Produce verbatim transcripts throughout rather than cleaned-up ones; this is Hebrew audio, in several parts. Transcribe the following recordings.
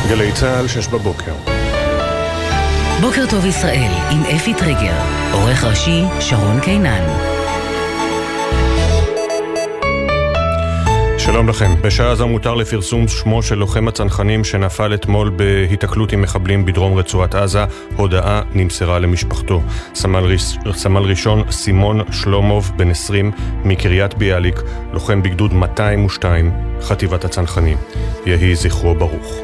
גלי צהל, שש בבוקר. בוקר טוב ישראל, עם אפי טריגר. עורך ראשי, שרון קינן. שלום לכם. בשעה זו מותר לפרסום שמו של לוחם הצנחנים שנפל אתמול בהתקלות עם מחבלים בדרום רצועת עזה. הודעה נמסרה למשפחתו. סמל, ריש, סמל ראשון סימון שלומוב בן עשרים מקריית ביאליק, לוחם בגדוד מאתיים ושתיים, חטיבת הצנחנים. יהי זכרו ברוך.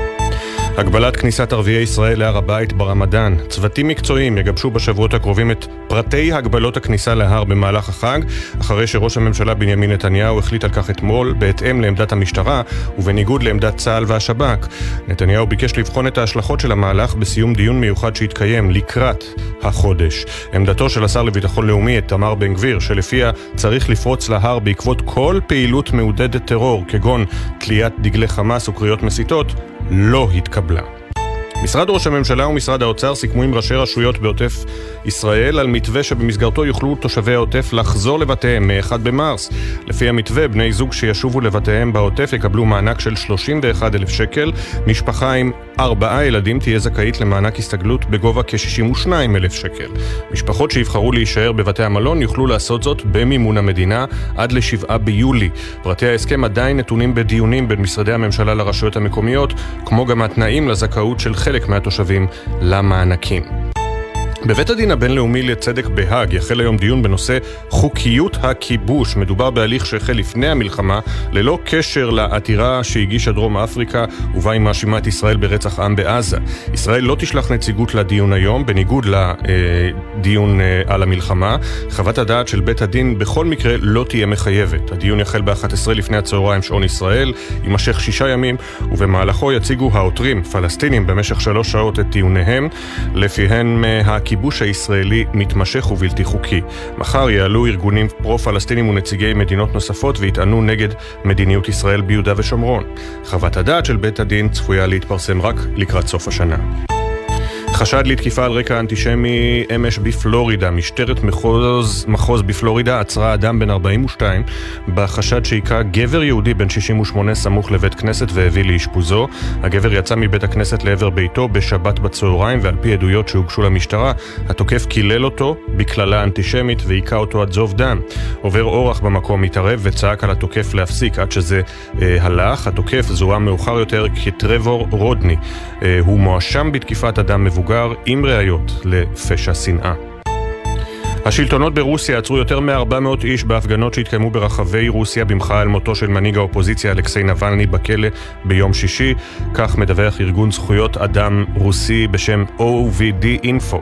הגבלת כניסת ערביי ישראל להר הבית ברמדאן. צוותים מקצועיים יגבשו בשבועות הקרובים את פרטי הגבלות הכניסה להר במהלך החג, אחרי שראש הממשלה בנימין נתניהו החליט על כך אתמול בהתאם לעמדת המשטרה ובניגוד לעמדת צה"ל והשב"כ. נתניהו ביקש לבחון את ההשלכות של המהלך בסיום דיון מיוחד שהתקיים לקראת החודש. עמדתו של השר לביטחון לאומי איתמר בן גביר, שלפיה צריך לפרוץ להר בעקבות כל פעילות מעודדת טרור כגון תליית דגלי חמאס וקריאות מסיתות, לא התקבלה. משרד ראש הממשלה ומשרד האוצר סיכמו עם ראשי רשויות בעוטף ישראל על מתווה שבמסגרתו יוכלו תושבי העוטף לחזור לבתיהם מ-אחד במרס. לפי המתווה, בני זוג שישובו לבתיהם בעוטף יקבלו מענק של שלושים ואחד אלף שקל. משפחה עם ארבעה ילדים תהיה זכאית למענק הסתגלות בגובה כ-שישים ושניים אלף שקל. משפחות שיבחרו להישאר בבתי המלון יוכלו לעשות זאת במימון המדינה עד לשבעה ביולי. פרטי ההסכם עדיין נתונים בדיונים בין משרדי הממשלה לרשויות המקומיות, כמו גם התנאים לזכאות של חלק מהתושבים למענקים. בבית הדין הבינלאומי לצדק בהאג יחל היום דיון בנושא חוקיות הכיבוש. מדובר בהליך שהחל לפני המלחמה ללא קשר לעתירה שהגישה דרום אפריקה ובה היא מאשימה את ישראל ברצח עם בעזה. ישראל לא תשלח נציגות לדיון היום, בניגוד לדיון על המלחמה. חוות הדעת של בית הדין בכל מקרה לא תהיה מחייבת. הדיון יחל ב-אחת עשרה לפני הצהריים שעון ישראל, יימשך שישה ימים, ובמהלכו יציגו העותרים פלסטינים במשך שלוש שעות את טיעוניהם, לפיהן הכיבוש הישראלי מתמשך ובלתי חוקי. מחר יעלו ארגונים פרו-פלסטינים ונציגי מדינות נוספות ויטענו נגד מדיניות ישראל ביהודה ושומרון. חוות הדעת של בית הדין צפויה להתפרסם רק לקראת סוף השנה. חשד לתקיפה על רקע אנטישמי אמש בפלורידה. משטרת מחוז, מחוז בפלורידה עצרה אדם בן ארבעים ושתיים בחשד שהיכה גבר יהודי בן שישים ושמונה סמוך לבית כנסת והביא לאשפוזו. הגבר יצא מבית הכנסת לעבר ביתו בשבת בצהריים, ועל פי עדויות שהוגשו למשטרה, התוקף קילל אותו בקללה אנטישמית והיכה אותו עד זוב דם. עובר אורח במקום התערב וצעק על התוקף להפסיק עד שזה אה, הלך. התוקף זוהה מאוחר יותר כטרבור רודני. אה, הוא מואשם בתקיפת אדם מבוגר עם ראיות לפשע שנאה. השלטונות ברוסיה עצרו יותר מ-ארבע מאות איש בהפגנות שהתקיימו ברחבי רוסיה במחאה על מותו של מנהיג האופוזיציה אלכסיי נבלני בכלא ביום שישי. כך מדווח ארגון זכויות אדם רוסי בשם או וי די Info.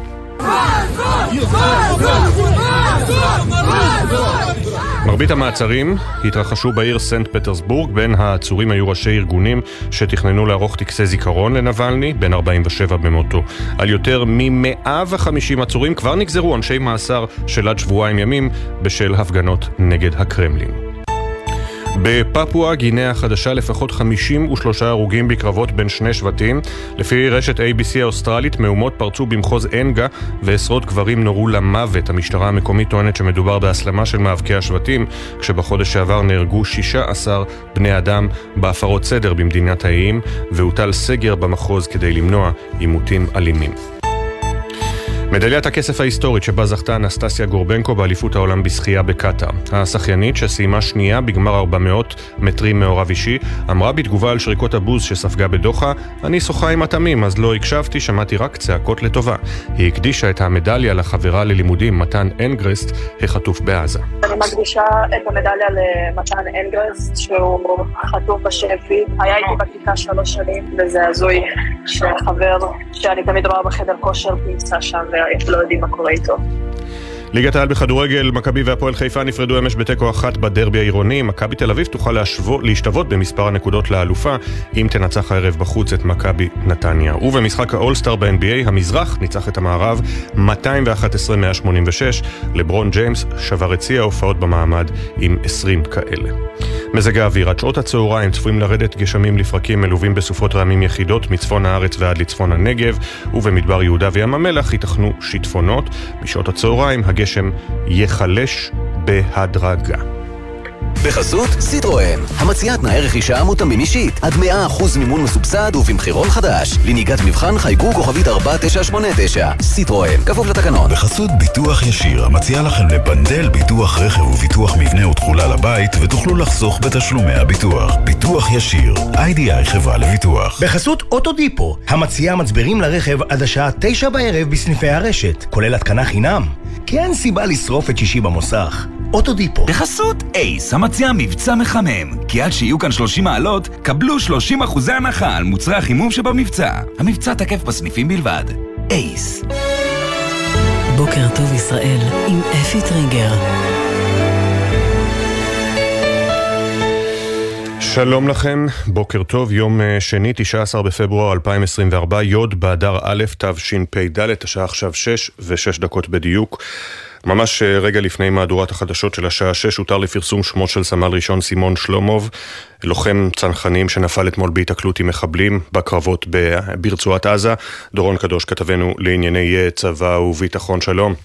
מרבית המעצרים התרחשו בעיר סנט פטרסבורג. בין העצורים היו ראשי ארגונים שתכננו לערוך טקסי זיכרון לנבלני, בן ארבעים ושבע במותו. על יותר מ-מאה וחמישים עצורים כבר נגזרו עונשי מאסר של עד שבועיים ימים בשל הפגנות נגד הקרמלין. בפפואה גינאה החדשה לפחות חמישים ושלושה הרוגים בקרבות בין שני שבטים. לפי רשת איי בי סי האוסטרלית, מהומות פרצו במחוז אנגה ועשרות גברים נורו למוות. המשטרה המקומית טוענת שמדובר בהסלמה של מאבקי השבטים, כשבחודש שעבר נהרגו שישה עשר בני אדם בהפרות סדר במדינת האיים, והוטל סגר במחוז כדי למנוע עימותים אלימים. מדליית הכסף ההיסטורית שבה זכתה אנסטסיה גורבנקו באליפות העולם בשחייה בקטר. השחיינית שסיימה שנייה בגמר ארבע מאות מטרים מעורב אישי אמרה בתגובה על שריקות הבוז שספגה בדוחה, אני שוחה עם התמים אז לא הקשבתי, שמעתי רק צעקות לטובה. היא הקדישה את המדליה לחברה ללימודים מתן אנגרסט החטוף בעזה. אני מקדישה את המדליה למתן אנגרסט שהוא חטוף בשבי. היה איתי בכיתה שלוש שנים וזה הזוי שחבר שאני תמיד רואה בחדר כושר נמצא שם ולא יודעים מה קורה איתו. ליגת העל בכדורגל, מכבי והפועל חיפה נפרדו אמש בתיקו אחת בדרבי העירוני. מכבי תל אביב תוכל להשוות, להשתוות במספר הנקודות לאלופה אם תנצח הערב בחוץ את מכבי נתניה. ובמשחק האולסטאר ב-אן בי איי, המזרח ניצח את המערב מאתיים ואחת עשרה מאה שמונים ושש. לברון ג'יימס שבר את שיא ההופעות במעמד עם עשרים כאלה. מזג האוויר, עד שעות הצהריים צפויים לרדת גשמים לפרקים מלווים בסופות רעמים יחידות מצפון הארץ ועד לצפון הנגב, ובמדבר יהודה וים המלח ייתכנו שיטפונות. בשעות הצהריים הגשם יחלש בהדרגה. בחסות סיטרואן, המציעה תנאי רכישה מותאמים אישית, עד מאה אחוז מימון מסובסד ובמחירון חדש. לנהיגת מבחן חייגו כוכבית ארבע תשע שמונה תשע. סיטרואן, כפוף לתקנון. בחסות ביטוח ישיר, המציעה לכם לבנדל ביטוח רכב וביטוח מבנה ותכולה לבית, ותוכלו לחסוך בתשלומי הביטוח. ביטוח ישיר, איי די איי חברה לביטוח. בחסות אוטודיפו, המציעה מצברים לרכב עד השעה תשע בערב בסניפי הרשת, כולל התקנה חינם. כי אין סיבה לשרוף את שישי במוסך. אוטודיפו. בחסות אייס, המציע מבצע מחמם. כי עד שיהיו כאן שלושים מעלות, קבלו שלושים אחוזי הנחה על מוצרי החימום שבמבצע. המבצע תקף בסניפים בלבד. אייס. בוקר טוב ישראל עם אפי טריגר. שלום לכם, בוקר טוב, יום שני, תשעה עשר בפברואר אלפיים עשרים וארבע, יוד באדר א' תשפ"ד, השעה עכשיו שש ושש דקות בדיוק. ממש רגע לפני מהדורת החדשות של השעה שש, הותר לפרסום שמו של סמל ראשון סימון שלומוב, לוחם צנחנים שנפל אתמול בהיתקלות עם מחבלים בקרבות ברצועת עזה. דורון קדוש כתבנו לענייני צבא וביטחון, שלום.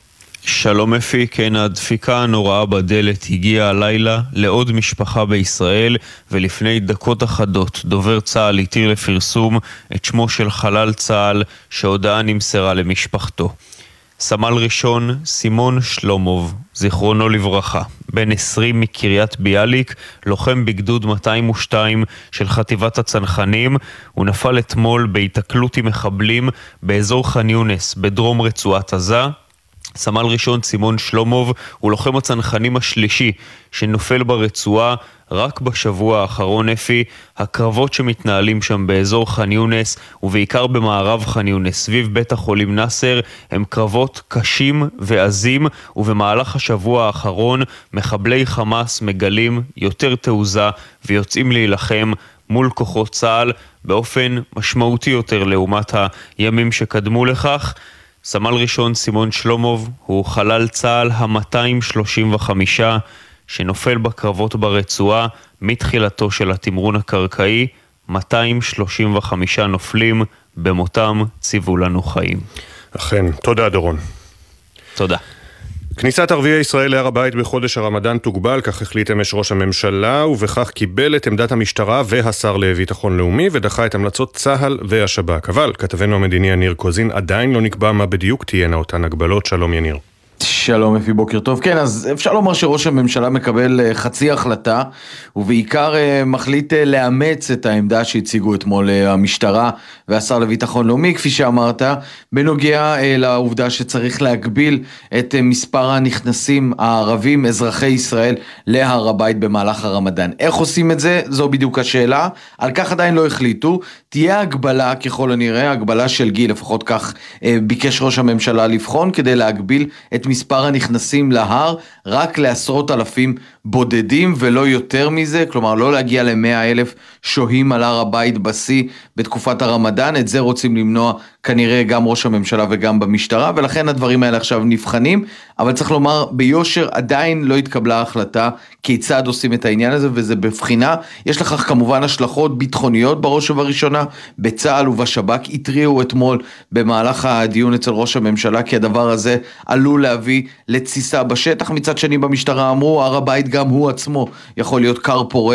שלום אפי, כן, הדפיקה הנוראה בדלת הגיעה הלילה לעוד משפחה בישראל, ולפני דקות אחדות דובר צה"ל התיר לפרסום את שמו של חלל צה"ל שהודעה נמסרה למשפחתו. סמל ראשון סימון שלומוב, זיכרונו לברכה, בן עשרים מקריית ביאליק, לוחם בגדוד מאתיים ושתיים של חטיבת הצנחנים. הוא נפל אתמול בהיתקלות עם מחבלים באזור ח'אן יונס בדרום רצועת עזה. סמל ראשון סימון שלומוב הוא לוחם הצנחנים השלישי שנופל ברצועה רק בשבוע האחרון. אפי, הקרבות שמתנהלים שם באזור ח'אן יונס ובעיקר במערב ח'אן יונס סביב בית החולים נאסר הם קרבות קשים ועזים, ובמהלך השבוע האחרון מחבלי חמאס מגלים יותר תעוזה ויוצאים להילחם מול כוחות צה"ל באופן משמעותי יותר לעומת הימים שקדמו לכך. סמל ראשון סימון שלומוב הוא חלל צה"ל ה-מאתיים שלושים וחמש שנופל בקרבות ברצועה מתחילתו של התמרון הקרקעי. מאתיים שלושים וחמש נופלים, במותם ציוו לנו חיים. אכן, תודה דורון. תודה. כניסת ערביי ישראל להר הבית בחודש הרמדאן תוגבל, כך החליט אמש ראש הממשלה, ובכך קיבל את עמדת המשטרה והשר לביטחון לאומי ודחה את המלצות צה"ל והשב"כ. אבל כתבנו המדיני יניר קוזין, עדיין לא נקבע מה בדיוק תהיינה אותן הגבלות. שלום יניר. שלום אפי, בוקר טוב. כן, אז אפשר לומר שראש הממשלה מקבל חצי החלטה, ובעיקר מחליט לאמץ את העמדה שהציגו אתמול המשטרה והשר לביטחון לאומי, כפי שאמרת, בנוגע לעובדה שצריך להגביל את מספר הנכנסים הערבים, אזרחי ישראל, להר הבית במהלך הרמדאן. איך עושים את זה? זו בדיוק השאלה. על כך עדיין לא החליטו. תהיה הגבלה ככל הנראה, הגבלה של גיל, לפחות כך ביקש ראש הממשלה לבחון, כדי להגביל את מספר הנכנסים להר רק לעשרות אלפים בודדים ולא יותר מזה, כלומר לא להגיע ל-מאה אלף שוהים על הר הבית בשיא בתקופת הרמדאן. את זה רוצים למנוע כנראה גם ראש הממשלה וגם במשטרה, ולכן הדברים האלה עכשיו נבחנים, אבל צריך לומר ביושר עדיין לא התקבלה החלטה כיצד עושים את העניין הזה, וזה בבחינה. יש לכך כמובן השלכות ביטחוניות בראש ובראשונה. בצה"ל ובשב"כ התריעו אתמול במהלך הדיון אצל ראש הממשלה כי הדבר הזה עלול להביא לתסיסה בשטח. מצד שני במשטרה אמרו הר הבית גם הוא עצמו יכול להיות קר פורה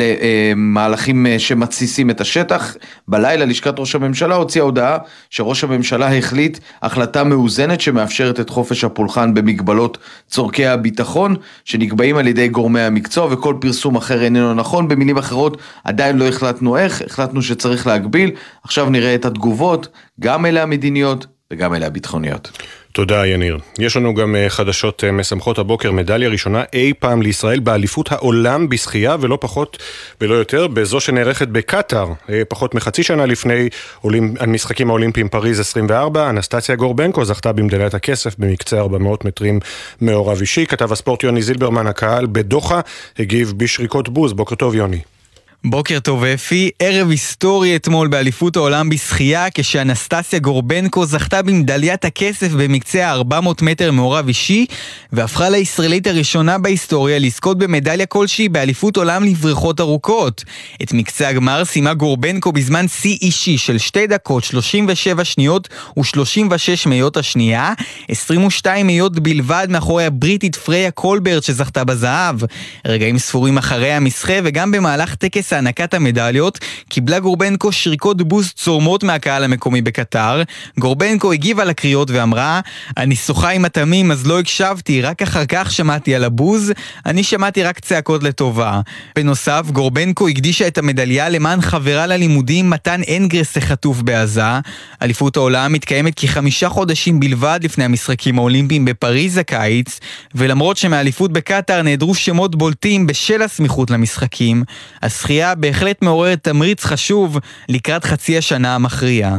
למהלכים שמתסיסים את השטח. בלילה לשכת ראש הממשלה הוציאה הודעה שראש הממשלה החליט החלטה מאוזנת שמאפשרת את חופש הפולחן במגבלות צורכי הביטחון שנקבעים על ידי גורמי המקצוע, וכל פרסום אחר איננו נכון. במילים אחרות, עדיין לא החלטנו איך, החלטנו שצריך להגביל. עכשיו נראה את התגובות, גם אלה המדיניות וגם אלה הביטחוניות. תודה יניר. יש לנו גם חדשות משמחות הבוקר. מדליה ראשונה אי פעם לישראל באליפות העולם בשחייה, ולא פחות ולא יותר בזו שנערכת בקטר פחות מחצי שנה לפני המשחקים האולימפיים פריז עשרים וארבע. אנסטסיה גורבנקו זכתה במדליית הכסף במקצה ארבע מאות מטרים מעורב אישי. כתב הספורט יוני זילברמן, הקהל בדוחה הגיב בשריקות בוז. בוקר טוב יוני. בוקר טוב אפי, ערב היסטורי אתמול באליפות העולם בשחייה, כשאנסטסיה גורבנקו זכתה במדליית הכסף במקצה ה-ארבע מאות מטר מעורב אישי, והפכה לישראלית הראשונה בהיסטוריה לזכות במדליה כלשהי באליפות עולם לבריכות ארוכות. את מקצה הגמר סיימה גורבנקו בזמן שיא אישי של שתי דקות שלושים ושבע שניות ו-שלושים ושש מאיות השנייה, עשרים ושתיים מאיות בלבד מאחורי הבריטית פריה קולברט שזכתה בזהב. רגעים ספורים אחרי המשחה וגם במהלך טקס הענקת המדליות, קיבלה גורבנקו שריקות בוז צורמות מהקהל המקומי בקטר. גורבנקו הגיבה לקריאות ואמרה, אני שוחה עם התמים אז לא הקשבתי, רק אחר כך שמעתי על הבוז, אני שמעתי רק צעקות לטובה. בנוסף, גורבנקו הקדישה את המדליה למען חברה ללימודים מתן אנגרס החטוף בעזה. אליפות העולם מתקיימת כחמישה חודשים בלבד לפני המשחקים האולימפיים בפריז הקיץ, ולמרות שמאליפות בקטר נעדרו שמות בולטים בשל הסמיכות למשחקים, השחייה בהחלט מעוררת תמריץ חשוב לקראת חצי השנה המכריעה.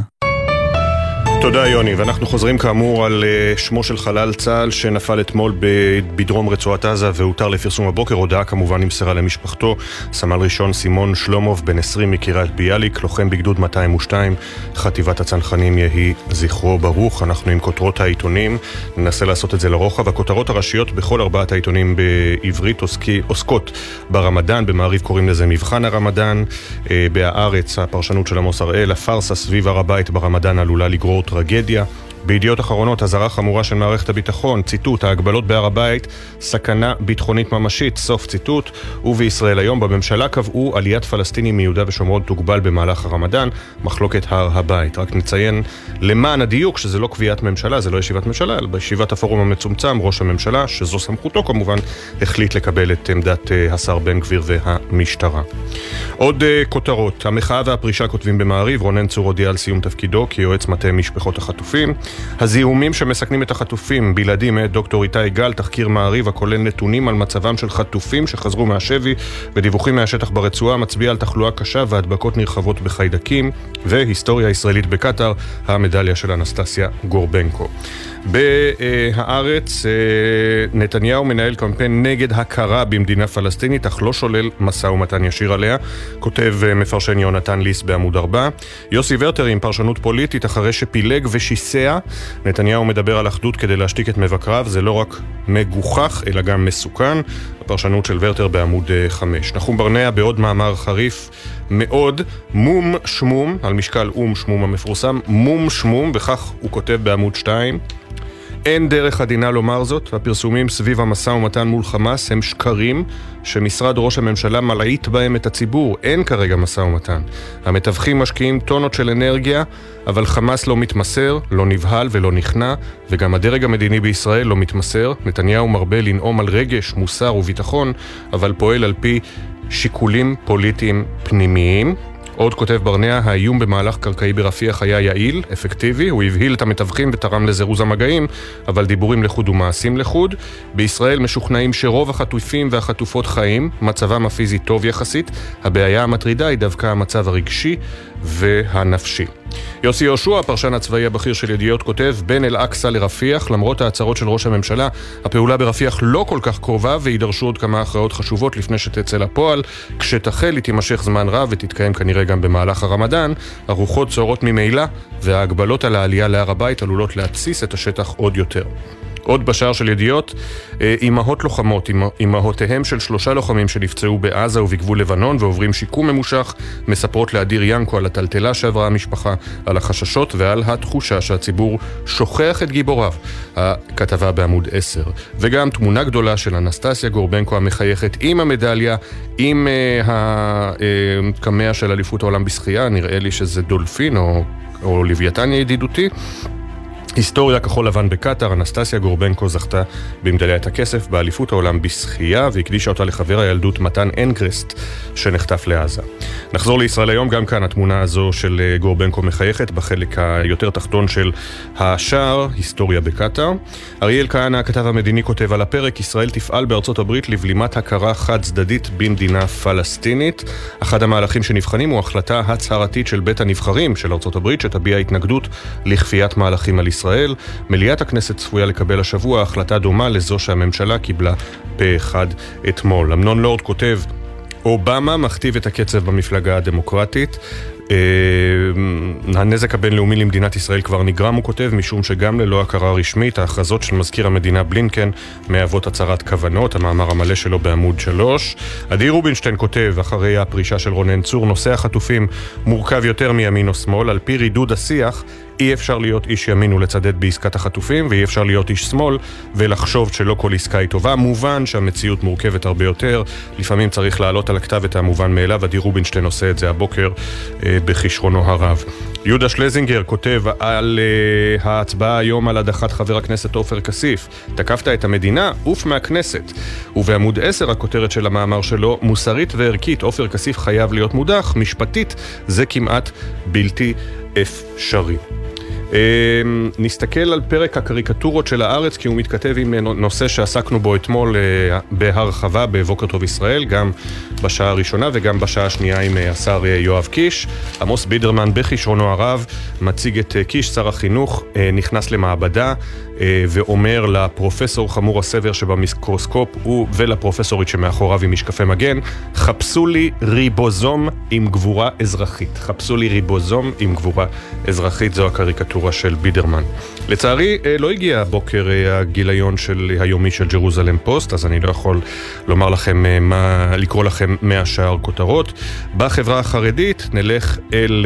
תודה יוני, ואנחנו חוזרים כאמור על שמו של חלל צה"ל שנפל אתמול בדרום רצועת עזה והותר לפרסום הבוקר. הודעה כמובן נמסרה למשפחתו. סמל ראשון סימון שלומוב בן עשרים מקריית ביאליק, לוחם בגדוד מאתיים ושתיים חטיבת הצנחנים, יהי זכרו ברוך. אנחנו עם כותרות העיתונים, ננסה לעשות את זה לרוחב. הכותרות הראשיות בכל ארבעת העיתונים בעברית עוסקי, עוסקות ברמדאן. במעריב קוראים לזה מבחן הרמדאן. בהארץ הפרשנות של עמוס הראל, הפרסה סביב הר הבית ברמדאן עלולה לגרור טרגדיה. בידיעות אחרונות, הזרה חמורה של מערכת הביטחון, ציטוט, ההגבלות בהר הבית, סכנה ביטחונית ממשית, סוף ציטוט. ובישראל היום בממשלה קבעו עליית פלסטינים מיהודה ושומרון תוגבל במהלך הרמדאן, מחלוקת הר הבית. רק נציין למען הדיוק שזה לא קביעת ממשלה, זה לא ישיבת ממשלה, אלא בישיבת הפורום המצומצם, ראש הממשלה, שזו סמכותו כמובן, החליט לקבל את עמדת השר בן גביר והמשטרה. עוד כותרות, המחאה והפרישה כותבים במעריב, רונן צור הודיע על סיום תפקידו כיועץ מטה משפחות החטופים. הזיהומים שמסכנים את החטופים, בלעדים מאת דוקטור איתי גל, תחקיר מעריב הכולל נתונים על מצבם של חטופים שחזרו מהשבי, ודיווחים מהשטח ברצועה מצביע על תחלואה קשה והדבקות נרחבות בחיידקים. והיסטוריה ישראלית בקטר, המדליה של אנסטסיה גורבנקו. בהארץ, נתניהו מנהל קמפיין נגד הכרה במדינה פלסטינית, אך לא שולל משא ומתן ישיר עליה, כותב מפרשן יונתן ליס בעמוד ארבע. יוסי ורטר עם פרשנות פוליטית, אחרי שפילג ושיסע, נתניהו מדבר על אחדות כדי להשתיק את מבקריו, זה לא רק מגוחך אלא גם מסוכן. הפרשנות של ורטר בעמוד חמש. נחום ברנע בעוד מאמר חריף מאוד, מום שמום, על משקל אום שמום המפורסם, מום שמום, וכך הוא כותב בעמוד שתיים. אין דרך עדינה לומר זאת, הפרסומים סביב המשא ומתן מול חמאס הם שקרים שמשרד ראש הממשלה מלעיט בהם את הציבור. אין כרגע משא ומתן. המתווכים משקיעים טונות של אנרגיה, אבל חמאס לא מתמסר, לא נבהל ולא נכנע, וגם הדרג המדיני בישראל לא מתמסר. נתניהו מרבה לנאום על רגש, מוסר וביטחון, אבל פועל על פי שיקולים פוליטיים פנימיים. עוד כותב ברנע, האיום במהלך קרקעי ברפיח היה יעיל, אפקטיבי, הוא הבהיל את המתווכים ותרם לזירוז המגעים, אבל דיבורים לחוד ומעשים לחוד. בישראל משוכנעים שרוב החטופים והחטופות חיים, מצבם הפיזי טוב יחסית, הבעיה המטרידה היא דווקא המצב הרגשי והנפשי. יוסי יהושע, הפרשן הצבאי הבכיר של ידיעות, כותב, בין אל-אקצא לרפיח, למרות ההצהרות של ראש הממשלה, הפעולה ברפיח לא כל כך קרובה, וידרשו עוד כמה הכרעות חשובות לפני שתצא לפועל. כשתחל היא תימשך זמן רב ותתקיים כנראה גם במהלך הרמדאן. הרוחות צוערות ממילא, וההגבלות על העלייה להר הבית עלולות להתסיס את השטח עוד יותר. עוד בשער של ידיעות, אימהות לוחמות, אימהותיהם של שלושה לוחמים שנפצעו בעזה ובגבול לבנון ועוברים שיקום ממושך, מספרות לאדיר ינקו על הטלטלה שעברה המשפחה, על החששות ועל התחושה שהציבור שוכח את גיבוריו. הכתבה בעמוד עשר. וגם תמונה גדולה של אנסטסיה גורבנקו המחייכת עם המדליה, עם הקמע של אליפות העולם בשחייה, נראה לי שזה דולפין או, או לוויתן ידידותי. היסטוריה כחול לבן בקטר, אנסטסיה גורבנקו זכתה במדליית הכסף באליפות העולם בשחייה, והקדישה אותה לחבר הילדות מתן אנגרסט שנחטף לעזה. נחזור לישראל היום, גם כאן התמונה הזו של גורבנקו מחייכת בחלק היותר תחתון של השער, היסטוריה בקטר. אריאל כהנא, הכתב המדיני, כותב על הפרק, ישראל תפעל בארצות הברית לבלימת הכרה חד צדדית במדינה פלסטינית. אחד המהלכים שנבחנים הוא החלטה הצהרתית של בית הנבחרים של ארצות הברית שתביע התנגדות לכפיית מהלכים על ישראל. ישראל. מליאת הכנסת צפויה לקבל השבוע החלטה דומה לזו שהממשלה קיבלה פה אחד אתמול. אמנון לורד כותב, אובמה מכתיב את הקצב במפלגה הדמוקרטית. הנזק הבינלאומי למדינת ישראל כבר נגרם, הוא כותב, משום שגם ללא הכרה רשמית, ההכרזות של מזכיר המדינה בלינקן מהוות הצהרת כוונות, המאמר המלא שלו בעמוד שלוש. עדי רובינשטיין כותב, אחרי הפרישה של רונן צור, נושא החטופים מורכב יותר מימין או שמאל, על פי רידוד השיח, אי אפשר להיות איש ימין ולצדד בעסקת החטופים, ואי אפשר להיות איש שמאל ולחשוב שלא כל עסקה היא טובה. מובן שהמציאות מורכבת הרבה יותר, לפעמים צריך לעלות על הכתב את המובן מאליו, עדי רובינשטיין עושה את זה הבוקר אה, בכישרונו הרב. יהודה שלזינגר כותב על uh, ההצבעה היום על הדחת חבר הכנסת עופר כסיף. תקפת את המדינה, אוף מהכנסת. ובעמוד עשר הכותרת של המאמר שלו, מוסרית וערכית, עופר כסיף חייב להיות מודח, משפטית זה כמעט בלתי אפשרי. נסתכל על פרק הקריקטורות של הארץ, כי הוא מתכתב עם נושא שעסקנו בו אתמול בהרחבה בבוקר טוב ישראל, גם בשעה הראשונה וגם בשעה השנייה עם השר יואב קיש. עמוס בידרמן בכישרונו הרב מציג את קיש, שר החינוך, נכנס למעבדה ואומר לפרופסור חמור הסבר שבמיקרוסקופ הוא ולפרופסורית שמאחוריו עם משקפי מגן, חפשו לי ריבוזום עם גבורה אזרחית. חפשו לי ריבוזום עם גבורה אזרחית, זו הקריקטורה של בידרמן. לצערי לא הגיע הבוקר הגיליון של היומי של ג'רוזלם פוסט, אז אני לא יכול לומר לכם מה, לקרוא לכם מהשאר כותרות. בחברה החרדית נלך אל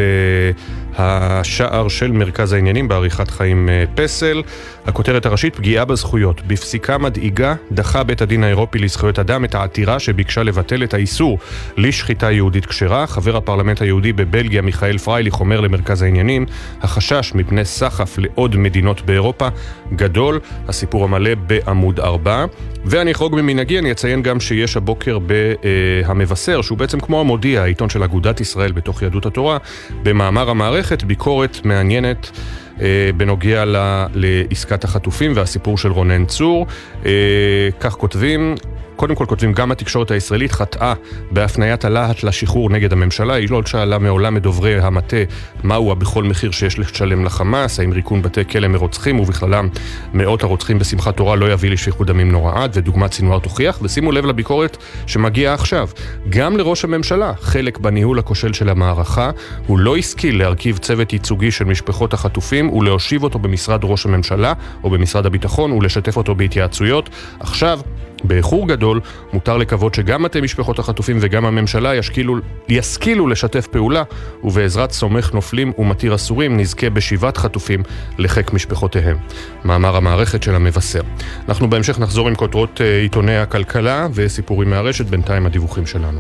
השער של מרכז העניינים בעריכת חיים פסל. הכותרת הראשית, פגיעה בזכויות. בפסיקה מדאיגה דחה בית הדין האירופי לזכויות אדם את העתירה שביקשה לבטל את האיסור לשחיטה יהודית כשרה. חבר הפרלמנט היהודי בבלגיה מיכאל פרייליך אומר למרכז העניינים, החשש מפני סחף לעוד מדינות באירופה גדול. הסיפור המלא בעמוד ארבע. ואני אחרוג ממנהגי, אני אציין גם שיש הבוקר במבשר, שהוא בעצם כמו המודיע, העיתון של אגודת ישראל בתוך יהדות התורה, במאמר המערכת, ביקורת מעניינת בנוגע לעסקת החטופים והסיפור של רונן צור. כך כותבים, קודם כל כותבים, גם התקשורת הישראלית חטאה בהפניית הלהט לשחרור נגד הממשלה. היא לא שאלה מעולם מדוברי המטה מהו בכל מחיר שיש לשלם לחמאס, האם ריקון בתי כלא מרוצחים ובכללם מאות הרוצחים בשמחת תורה לא יביא לשפיכות דמים נוראה, ודוגמת סינואר תוכיח. ושימו לב לביקורת שמגיעה עכשיו, גם לראש הממשלה חלק בניהול הכושל של המערכה. הוא לא השכיל להרכיב צוות ייצוגי של משפחות החטופים ולהושיב אותו במשרד ראש הממשלה או במשרד הביטחון ולשתף אותו בהתייעצויות. עכשיו באיחור גדול, מותר לקוות שגם מטה משפחות החטופים וגם הממשלה ישכילו, ישכילו לשתף פעולה, ובעזרת סומך נופלים ומתיר אסורים נזכה בשיבת חטופים לחק משפחותיהם. מאמר המערכת של המבשר. אנחנו בהמשך נחזור עם כותרות עיתוני הכלכלה וסיפורים מהרשת, בינתיים הדיווחים שלנו.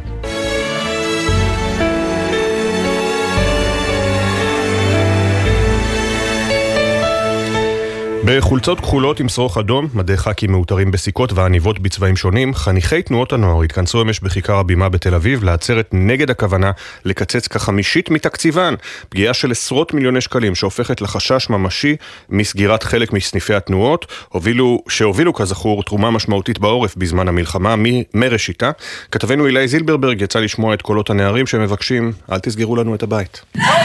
בחולצות כחולות עם שרוך אדום, מדי ח"כים מאותרים בסיכות ועניבות בצבעים שונים, חניכי תנועות הנוער התכנסו אמש בכיכר הבימה בתל אביב לעצרת נגד הכוונה לקצץ כחמישית מתקציבן, פגיעה של עשרות מיליוני שקלים שהופכת לחשש ממשי מסגירת חלק מסניפי התנועות, הובילו, שהובילו כזכור תרומה משמעותית בעורף בזמן המלחמה מראשיתה. כתבנו אילי זילברברג יצא לשמוע את קולות הנערים שמבקשים, אל תסגרו לנו את הבית.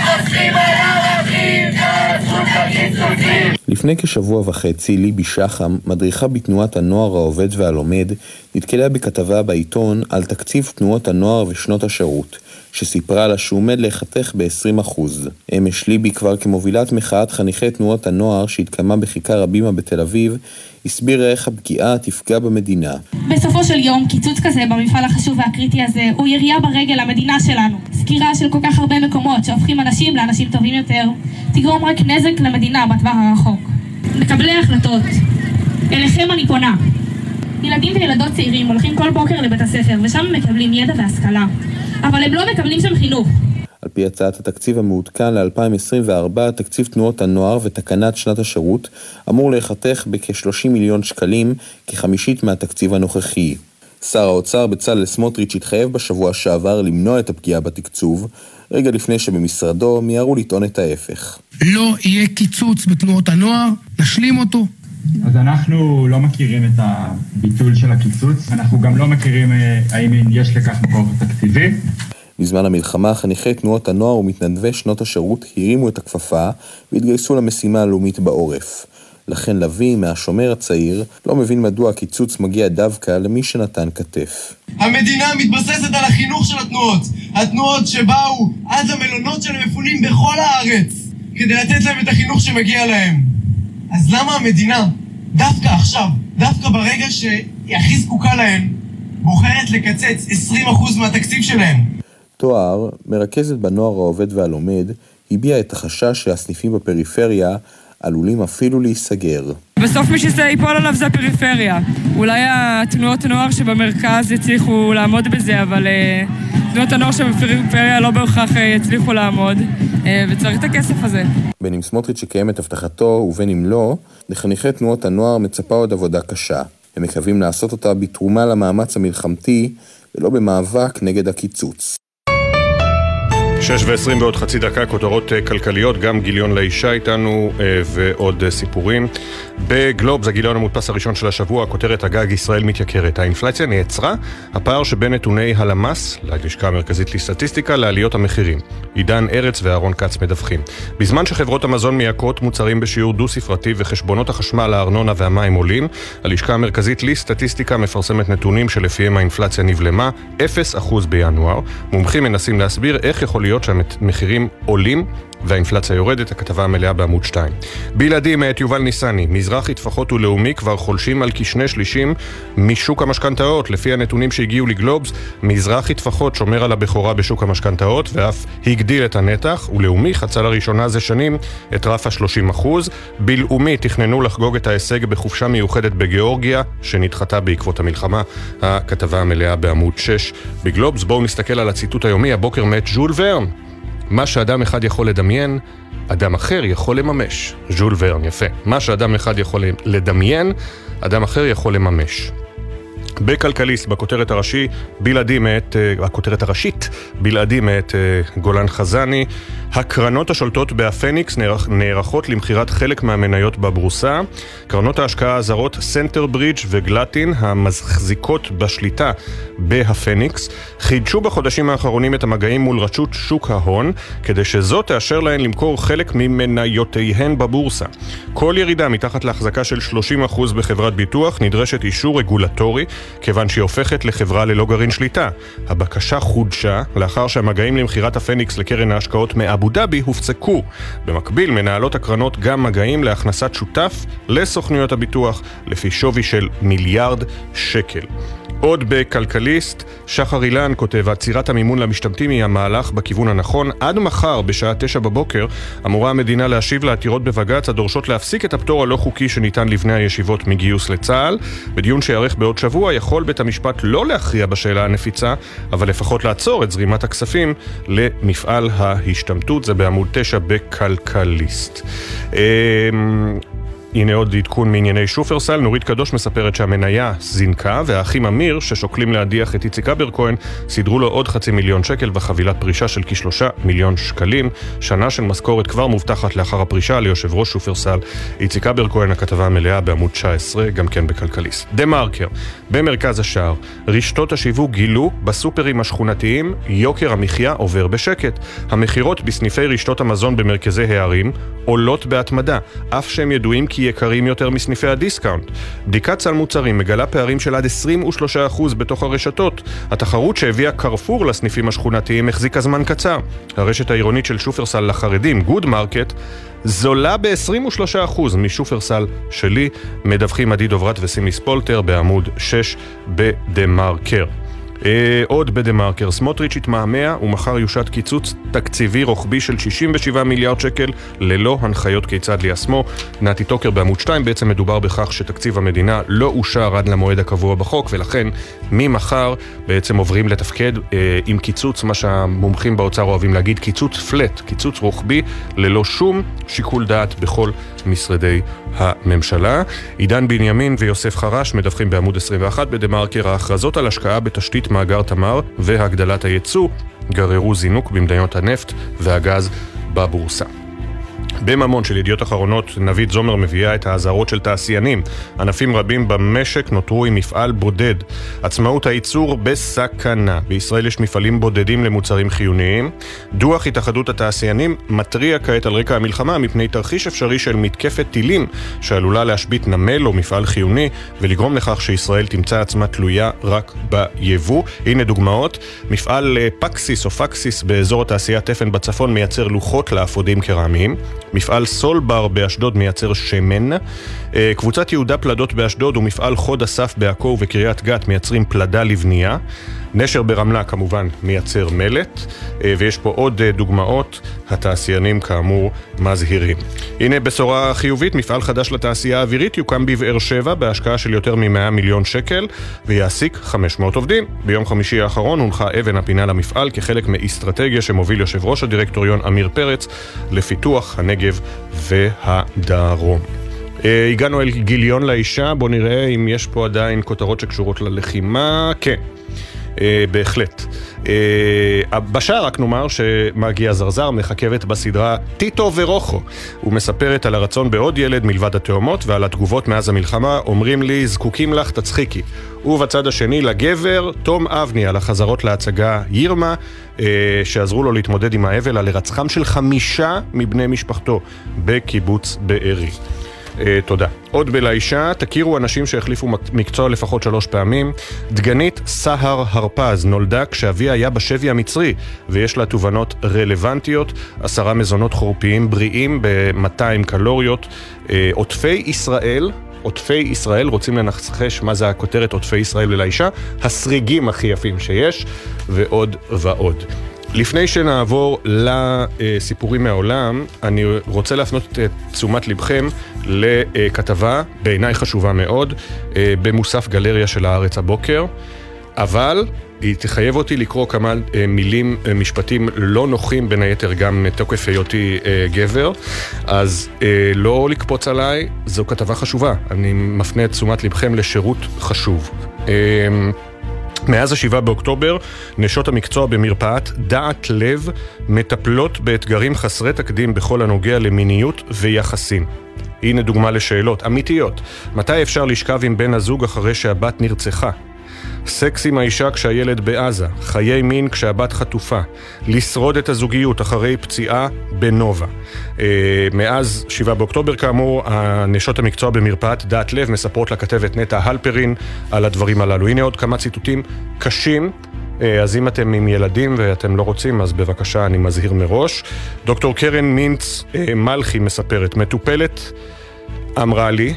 לפני כשבוע וחצי ליבי שחם, מדריכה בתנועת הנוער העובד והלומד, נתקלה בכתבה בעיתון על תקציב תנועות הנוער ושנות השירות, שסיפרה לה שהוא עומד להיחתך ב-עשרים אחוז. אמש ליבי כבר כמובילת מחאת חניכי תנועות הנוער שהתקיימה בכיכר הבימה בתל אביב, הסבירה איך הפגיעה תפגע במדינה. בסופו של יום, קיצוץ כזה במפעל החשוב והקריטי הזה הוא ירייה ברגל למדינה שלנו. סגירה של כל כך הרבה מקומות שהופכים אנשים לאנשים טובים יותר, תגרום רק נזק למדינה בטווח הרחוק. מקבלי ההחלטות, אליכם אני פונה. ילדים וילדות צעירים הולכים כל בוקר לבית הספר ושם מקבלים ידע והשכלה, אבל הם לא מקבלים שם חינוך. על פי הצעת התקציב המעודכן ל-אלפיים עשרים וארבע, תקציב תנועות הנוער ותקנת שנת השירות אמור להיחתך בכ-שלושים מיליון שקלים, כחמישית מהתקציב הנוכחי. שר האוצר בצלאל סמוטריץ' התחייב בשבוע שעבר למנוע את הפגיעה בתקצוב, רגע לפני שבמשרדו מיהרו לטעון את ההפך. לא יהיה קיצוץ בתנועות הנוער, נשלים אותו. אז אנחנו לא מכירים את הביטול של הקיצוץ, אנחנו גם לא מכירים האם יש לכך מקור תקציבי. בזמן המלחמה, חניכי תנועות הנוער ומתנדבי שנות השירות הרימו את הכפפה והתגייסו למשימה הלאומית בעורף. לכן לוי מהשומר הצעיר לא מבין מדוע הקיצוץ מגיע דווקא למי שנתן כתף. המדינה מתבססת על החינוך של התנועות, התנועות שבאו עד למלונות של המפונים בכל הארץ, כדי לתת להם את החינוך שמגיע להם. אז למה המדינה, דווקא עכשיו, דווקא ברגע שהיא הכי זקוקה להם, בוחרת לקצץ עשרים אחוז מהתקציב שלהם? תואר, מרכזת בנוער העובד והלומד, הביע את החשש שהסניפים בפריפריה עלולים אפילו להיסגר. בסוף מי שזה ייפול עליו זה הפריפריה. אולי התנועות הנוער שבמרכז יצליחו לעמוד בזה, אבל תנועות הנוער שבפריפריה לא בהכרח יצליחו לעמוד, וצריך את הכסף הזה. בין אם סמוטריץ' יקיים את הבטחתו ובין אם לא, לחניכי תנועות הנוער מצפה עוד עבודה קשה. הם מקווים לעשות אותה בתרומה למאמץ המלחמתי ולא במאבק נגד הקיצוץ. שש ועשרים בעוד חצי דקה, כותרות כלכליות, גם גיליון לאישה איתנו ועוד סיפורים. בגלובס, הגיליון המודפס הראשון של השבוע, הכותרת הגג ישראל מתייקרת. האינפלציה נעצרה, הפער שבין נתוני הלמ"ס, ללשכה המרכזית לסטטיסטיקה, לעליות המחירים. עידן ארץ ואהרון כץ מדווחים. בזמן שחברות המזון מייקרות מוצרים בשיעור דו-ספרתי וחשבונות החשמל, הארנונה והמים עולים, הלשכה המרכזית לסטטיסטיקה מפרסמת נתונים שלפיהם האינפלציה נבלמה, אפס אחוז בינואר. מומחים מנסים להסביר איך יכול להיות שהמחירים עולים והאינפלציה יורדת. הכתבה המלאה בעמוד שתיים. בלעדי מאת יובל ניסני, מזרחי טפחות ולאומי כבר חולשים על כשני שלישים משוק המשכנתאות. לפי הנתונים שהגיעו לגלובס, מזרחי טפחות שומר על הבכורה בשוק המשכנתאות ואף הגדיל את הנתח, ולאומי חצה לראשונה זה שנים את רף ה-שלושים אחוז. בלאומי תכננו לחגוג את ההישג בחופשה מיוחדת בגיאורגיה שנדחתה בעקבות המלחמה. הכתבה המלאה בעמוד שש בגלובס. בואו נסתכל על הציטוט היומי הבוקר מאת ז'ול ורן. מה שאדם אחד יכול לדמיין, אדם אחר יכול לממש. ז'ול ורן, יפה. מה שאדם אחד יכול לדמיין, אדם אחר יכול לממש. בכלכליסט, בכותרת הראשי, בלעדי מאת, הכותרת הראשית, בלעדי מאת גולן חזני, הקרנות השולטות בהפניקס נערכ, נערכות למחירת חלק מהמניות בבורסה. קרנות ההשקעה הזרות סנטר ברידג' וגלטין, המחזיקות בשליטה בהפניקס, חידשו בחודשים האחרונים את המגעים מול רשות שוק ההון, כדי שזאת תאשר להן למכור חלק ממניותיהן בבורסה. כל ירידה מתחת להחזקה של שלושים אחוז בחברת ביטוח נדרשת אישור רגולטורי, כיוון שהיא הופכת לחברה ללא גרעין שליטה. הבקשה חודשה לאחר שהמגעים למחירת הפניקס לקרן ההשקעות מאבו דאבי הופסקו. במקביל מנהלות הקרנות גם מגעים להכנסת שותף לסוכנויות הביטוח לפי שווי של מיליארד שקל. עוד בכלכליסט, שחר אילן כותב, עצירת המימון למשתמטים היא המהלך בכיוון הנכון. עד מחר בשעה תשע בבוקר אמורה המדינה להשיב לעתירות בבג"ץ הדורשות להפסיק את הפטור הלא חוקי שניתן לבני הישיבות מגיוס לצה"ל. בדיון שיערך בעוד שבוע יכול בית המשפט לא להכריע בשאלה הנפיצה, אבל לפחות לעצור את זרימת הכספים למפעל ההשתמטות. זה בעמוד תשע בכלכליסט. הנה עוד עדכון מענייני שופרסל. נורית קדוש מספרת שהמניה זינקה, והאחים אמיר ששוקלים להדיח את איציק אברקוהן סידרו לו עוד חצי מיליון שקל בחבילת פרישה של כשלושה מיליון שקלים. שנה של משכורת כבר מובטחת לאחר הפרישה ליושב ראש שופרסל איציק אברקוהן. הכתבה המלאה בעמוד תשע עשרה גם כן בכלכליסט. דה מרקר, במרכז השער, רשתות השיווק גילו בסופרים השכונתיים יוקר המחיה עובר בשקט. המחירות בסניפי רשתות המזון במרכזי הערים עולות בהתמדה, אף שהם ידועים כי יקרים יותר מסניפי הדיסקאונט. בדיקת סל מוצרים מגלה פערים של עד עשרים ושלושה אחוז בתוך הרשתות. התחרות שהביאה קרפור לסניפים השכונתיים החזיקה זמן קצר. הרשת העירונית של שופרסל לחרדים, גוד מרקט, זולה ב-עשרים ושלושה אחוז משופרסל שלי. מדווחים עדי דוברת וסימי ספולטר בעמוד שש בדה מרקר. אה, עוד בדה מרקר, סמוטריץ' התמהמה ומחר יושת קיצוץ תקציבי רוחבי של שישים ושבעה מיליארד שקל ללא הנחיות כיצד ליישמו. נתי טוקר בעמוד שתיים, בעצם מדובר בכך שתקציב המדינה לא אושר עד למועד הקבוע בחוק, ולכן ממחר בעצם עוברים לתפקד אה, עם קיצוץ, מה שהמומחים באוצר אוהבים להגיד, קיצוץ פלט, קיצוץ רוחבי ללא שום שיקול דעת בכל משרדי הממשלה. עידן בנימין ויוסף חרש מדווחים בעמוד עשרים ואחת בדה מרקר, ההכרזות על השקעה בתשתית מאגר תמר והגדלת הייצוא גררו זינוק במניות הנפט והגז בבורסה. בממון של ידיעות אחרונות, נבית זומר מביאה את ההזהרות של תעשיינים. ענפים רבים במשק נותרו עם מפעל בודד. עצמאות הייצור בסכנה. בישראל יש מפעלים בודדים למוצרים חיוניים. דוח התאחדות התעשיינים מטריע כעת על רקע המלחמה מפני תרחיש אפשרי של מתקפת טילים שעלולה להשבית נמל או מפעל חיוני ולגרום לכך שישראל תמצא עצמה תלויה רק ביבוא. הנה דוגמאות. מפעל פקסיס או פקסיס באזור התעשייה תפן בצפון מייצר לוחות לאפודים קרמיים. מפעל סולבר באשדוד מייצר שמן. קבוצת יהודה פלדות באשדוד ומפעל חוד אסף בעכו ובקריית גת מייצרים פלדה לבנייה. נשר ברמלה כמובן מייצר מלט, ויש פה עוד דוגמאות. התעשיינים כאמור מזהירים. הנה בשורה חיובית, מפעל חדש לתעשייה האווירית יוקם בבאר שבע בהשקעה של יותר מ-מאה מיליון שקל ויעסיק חמש מאות עובדים. ביום חמישי האחרון הונחה אבן הפינה למפעל כחלק מאסטרטגיה שמוביל יושב ראש הדירקטוריון אמיר פרץ לפיתוח הנגב והדרום. הגענו אל גיליון לאישה, בוא נראה אם יש פה עדיין כותרות שקשורות ללחימה. כן, בהחלט. בשער רק נאמר שמגיה זרזר מחכבת בסדרה טיטו ורוחו. הוא מספרת על הרצון בעוד ילד מלבד התאומות ועל התגובות מאז המלחמה. אומרים לי זקוקים לך תצחיקי. ובצד השני לגבר תום אבני על החזרות להצגה ירמה שעזרו לו להתמודד עם האבל על הרצחם של חמישה מבני משפחתו בקיבוץ בארי. תודה. עוד בלאישה, תכירו אנשים שהחליפו מקצוע לפחות שלוש פעמים. דגנית סהר הרפז נולדה כשאביה היה בשבי המצרי ויש לה תובנות רלוונטיות. עשרה מזונות חורפיים בריאים ב-מאתיים קלוריות. עוטפי ישראל, עוטפי ישראל, רוצים לנחש מה זה הכותרת עוטפי ישראל ללאישה? הסריגים הכי יפים שיש, ועוד ועוד. לפני שנעבור לסיפורים מהעולם, אני רוצה להפנות את תשומת לבכם לכתבה, בעיניי חשובה מאוד, במוסף גלריה של הארץ הבוקר, אבל היא תחייב אותי לקרוא כמה מילים, משפטים לא נוחים, בין היתר גם תוקף היותי גבר, אז לא לקפוץ עליי, זו כתבה חשובה. אני מפנה את תשומת לבכם לשירות חשוב. מאז השבעה באוקטובר, נשות המקצוע במרפאת דעת לב מטפלות באתגרים חסרי תקדים בכל הנוגע למיניות ויחסים. הנה דוגמה לשאלות אמיתיות. מתי אפשר לשכב עם בן הזוג אחרי שהבת נרצחה? סקס עם האישה כשהילד בעזה, חיי מין כשהבת חטופה, לשרוד את הזוגיות אחרי פציעה בנובה. מאז שבעה באוקטובר כאמור, הנשות המקצוע במרפאת דעת לב מספרות לכתבת נטע הלפרין על הדברים הללו. הנה עוד כמה ציטוטים קשים, אז אם אתם עם ילדים ואתם לא רוצים, אז בבקשה אני מזהיר מראש. דוקטור קרן מינץ מלכי מספרת, מטופלת אמרה לי,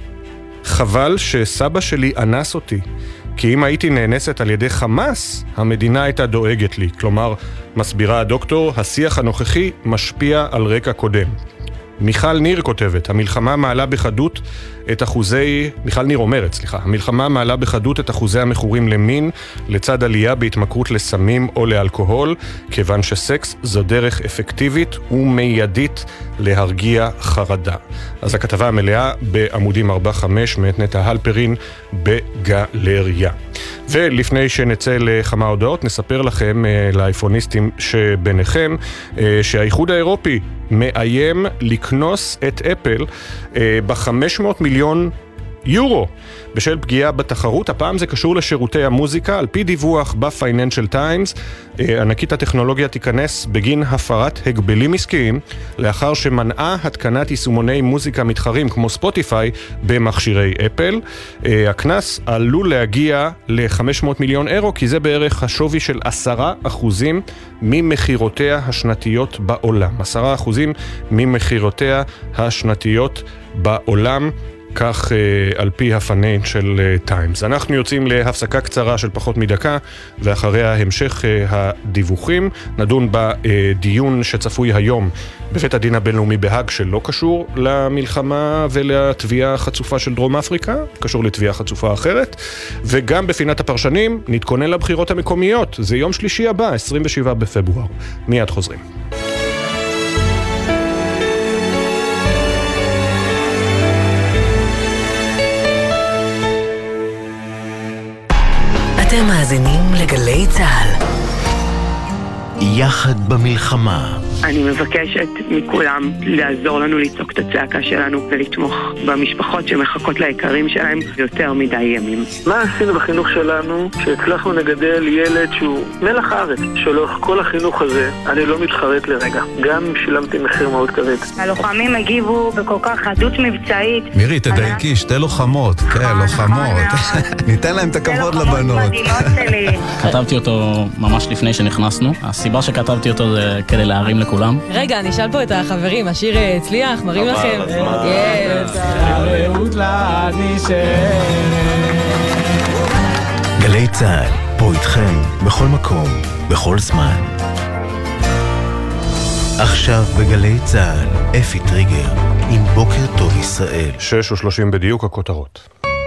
חבל שסבא שלי אנס אותי, כי אם הייתי נאנסת על ידי חמאס, המדינה הייתה דואגת לי. כלומר, מסבירה הדוקטור, השיח הנוכחי משפיע על רקע קודם. מיכל ניר כותבת, המלחמה מעלה בחדות את אחוזי, מיכל ניר אומרת, סליחה, המלחמה מעלה בחדות את אחוזי המכורים למין, לצד עלייה בהתמכרות לסמים או לאלכוהול, כיוון שסקס זו דרך אפקטיבית ומיידית להרגיע חרדה. אז הכתבה המלאה בעמודים ארבע חמש מאת נטע הלפרין בגלריה. ולפני שנצא לכמה הודעות, נספר לכם, לאייפוניסטים שביניכם, שהאיחוד האירופי מאיים לקנוס את אפל ב-חמש מאות מיליון יורו בשל פגיעה בתחרות. הפעם זה קשור לשירותי המוזיקה. על פי דיווח בפייננשל טיימס, ענקית הטכנולוגיה תיכנס בגין הפרת הגבלים עסקיים לאחר שמנעה התקנת יישומוני מוזיקה מתחרים כמו ספוטיפיי במכשירי אפל. הכנס עלול להגיע ל-חמש מאות מיליון אירו, כי זה בערך השווי של עשרה אחוזים ממחירותיה השנתיות בעולם. עשרה אחוזים ממחירותיה השנתיות בעולם. כך uh, על פי הפייננשל טיימס. אנחנו יוצאים להפסקה קצרה של פחות מדקה, ואחריה המשך uh, הדיווחים. נדון בדיון שצפוי היום בבית הדין הבינלאומי בהאג, שלא קשור למלחמה ולתביעה החצופה של דרום אפריקה, קשור לתביעה חצופה אחרת, וגם בפינת הפרשנים נתכונן לבחירות המקומיות. זה יום שלישי הבא, עשרים ושבעה בפברואר. מיד חוזרים. אתם מאזינים לגלי צהל. יחד במלחמה, אני מבקשת מכולם לעזור לנו לצעוק את הצעקה שלנו ולתמוך במשפחות שמחכות ליקרים שלהם יותר מדי ימים. מה עשינו בחינוך שלנו שהצלחנו לגדל ילד שהוא מלח הארץ? שלאורך כל החינוך הזה אני לא מתחרט לרגע, גם אם שילמתי מחיר מאוד כבד. הלוחמים הגיבו בכל כך חדות מבצעית. מירי, תדייקי, שתי לוחמות, כן, לוחמות. ניתן להם את הכבוד לבנות. כתבתי אותו ממש לפני שנכנסנו. הסיבה שכתבתי אותו זה כדי להרים לכולם. רגע, אני אשאל פה את החברים, השיר הצליח, מראים לכם. גלי צהל, פה איתכם, בכל מקום, בכל זמן. עכשיו בגלי צהל, אפי טריגר, עם בוקר טוב ישראל. שש ושלושים בדיוק הכותרות.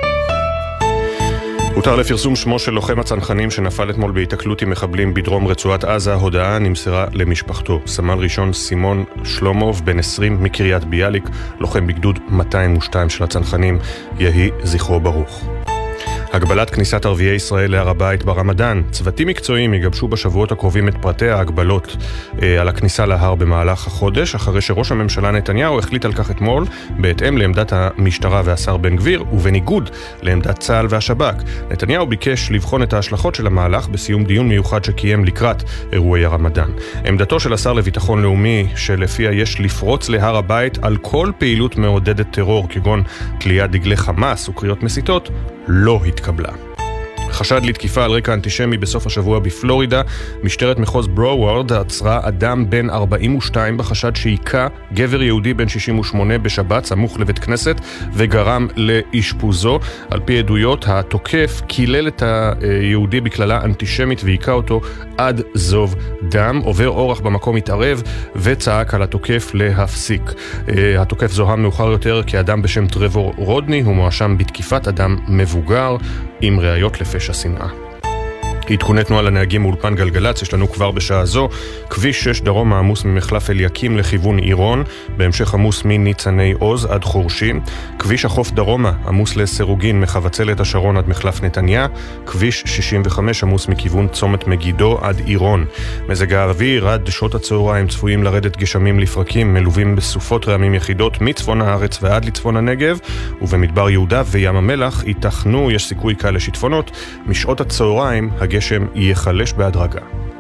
הותר לפרסום שמו של לוחם הצנחנים שנפל אתמול בהיתקלות עם מחבלים בדרום רצועת עזה. הודעה נמסרה למשפחתו. סמל ראשון סימון שלומוב, בן עשרים מקריית ביאליק, לוחם בגדוד מאתיים ושתיים של הצנחנים, יהי זכרו ברוך. הגבלת כניסת ערביי ישראל להר הבית ברמדאן. צוותים מקצועיים יגבשו בשבועות הקרובים את פרטי ההגבלות אה, על הכניסה להר במהלך החודש, אחרי שראש הממשלה נתניהו החליט על כך אתמול, בהתאם לעמדת המשטרה והשר בן גביר, ובניגוד לעמדת צה"ל והשב"כ. נתניהו ביקש לבחון את ההשלכות של המהלך בסיום דיון מיוחד שקיים לקראת אירועי הרמדאן. עמדתו של השר לביטחון לאומי, שלפיה יש לפרוץ להר הבית על כל פעילות מעודדת טרור, כגון תליית דגלי חמאס וקריאות מסיתות, לא התקבלה. חשד לתקיפה על רקע אנטישמי בסוף השבוע בפלורידה. משטרת מחוז ברוורד עצרה אדם בן ארבעים ושתיים בחשד שהיכה גבר יהודי בן שישים ושמונה בשבת סמוך לבית כנסת וגרם לאשפוזו. על פי עדויות, התוקף קילל את היהודי בכללה אנטישמית והיכה אותו עד זוב דם. עובר אורח במקום התערב וצעק על התוקף להפסיק. התוקף זוהם מאוחר יותר כאדם בשם טרוור רודני. הוא מואשם בתקיפת אדם מבוגר עם ראיות לפשע שנאה. עדכוני תנועה לנהגים מאולפן גלגלץ, יש לנו כבר בשעה זו. כביש שש דרום העמוס ממחלף אליקים לכיוון עירון, בהמשך עמוס מניצני עוז עד חורשים. כביש החוף דרומה עמוס לסירוגין מחבצלת השרון עד מחלף נתניה. כביש שישים וחמש עמוס מכיוון צומת מגידו עד עירון. מזג האוויר, עד שעות הצהריים צפויים לרדת גשמים לפרקים מלווים בסופות רעמים יחידות מצפון הארץ ועד לצפון הנגב, ובמדבר יהודה וים המלח ייתכנו, יש סיכוי קל לשיטפונות. משעות הצהריים הגשם ייחלש בהדרגה.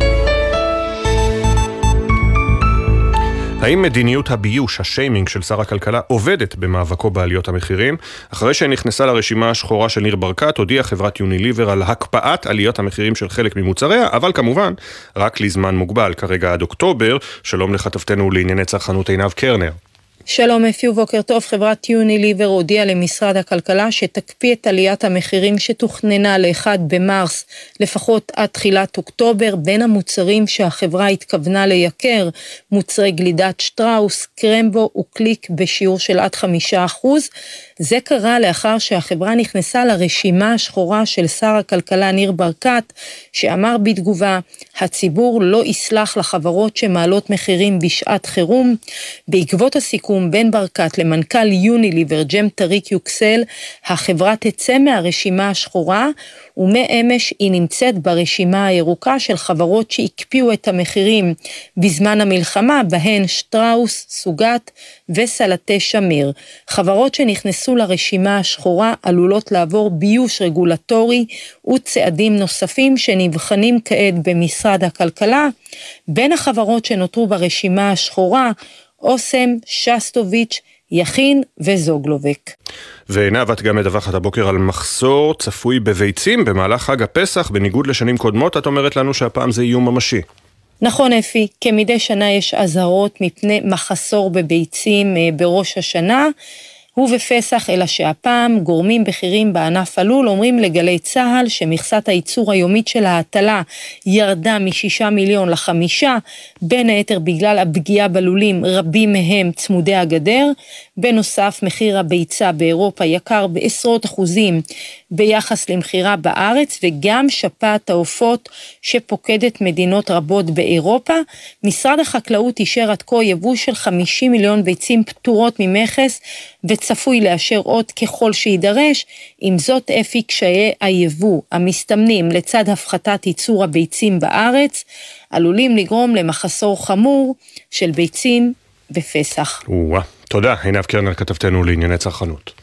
האם מדיניות הביוש, השיימינג של שר הכלכלה, עובדת במאבקו בעליות המחירים? אחרי שנכנסה לרשימה השחורה של ניר ברקת, הודיעה חברת יוניליבר על הקפאת עליות המחירים של חלק ממוצריה, אבל כמובן רק לזמן מוגבל, כרגע עד אוקטובר. שלום לכתבתנו לענייני צרכנות עינב קרנר. שלום אפי ובוקר טוב. חברת יוניליבר הודיעה למשרד הכלכלה שתקפיא את עליית המחירים שתוכננה ל-אחד במרס לפחות עד תחילת אוקטובר. בין המוצרים שהחברה התכוונה לייקר, מוצרי גלידת שטראוס, קרמבו וקליק בשיעור של עד חמישה אחוז. זה קרה לאחר שהחברה נכנסה לרשימה השחורה של שר הכלכלה ניר ברקת, שאמר בתגובה, הציבור לא יסלח לחברות שמעלות מחירים בשעת חירום. בעקבות הסיכום בין ברקת למנכ"ל יוניליבר ג'ם טריק יוקסל, החברה תצא מהרשימה השחורה, ומאמש היא נמצאת ברשימה הירוקה של חברות שהקפיאו את המחירים בזמן המלחמה, בהן שטראוס, סוגת וסלטי שמיר. חברות שנכנסו לרשימה השחורה עלולות לעבור ביוש רגולטורי וצעדים נוספים שנבחנים כעת במשרד הכלכלה. בין החברות שנותרו ברשימה השחורה, אוסם, שסטוביץ', יכין וזוגלובק. ועינב, את גם מדווחת הבוקר על מחסור צפוי בביצים במהלך חג הפסח, בניגוד לשנים קודמות. את אומרת לנו שהפעם זה איום ממשי. נכון אפי, כמדי שנה יש אזהרות מפני מחסור בביצים בראש השנה ובפסח, אלא שהפעם גורמים בכירים בענף הלול אומרים לגלי צהל שמכסת הייצור היומית של ההטלה ירדה משישה מיליון לחמישה, בין היתר בגלל הפגיעה בלולים, רבים מהם צמודי הגדר. בנוסף, מחיר הביצה באירופה יקר בעשרות אחוזים ביחס למחירה בארץ, וגם שפעת העופות שפוקדת מדינות רבות באירופה. משרד החקלאות אישר עד כה יבוא של חמישים מיליון ביצים פטורות ממכס וצפוי לאשר עוד ככל שידרש. עם זאת, אפי, קשיי היבוא המסתמנים לצד הפחתת ייצור הביצים בארץ עלולים לגרום למחסור חמור של ביצים בפסח. וואה, תודה. עינב קרנר, כתבתנו לענייני צרכנות.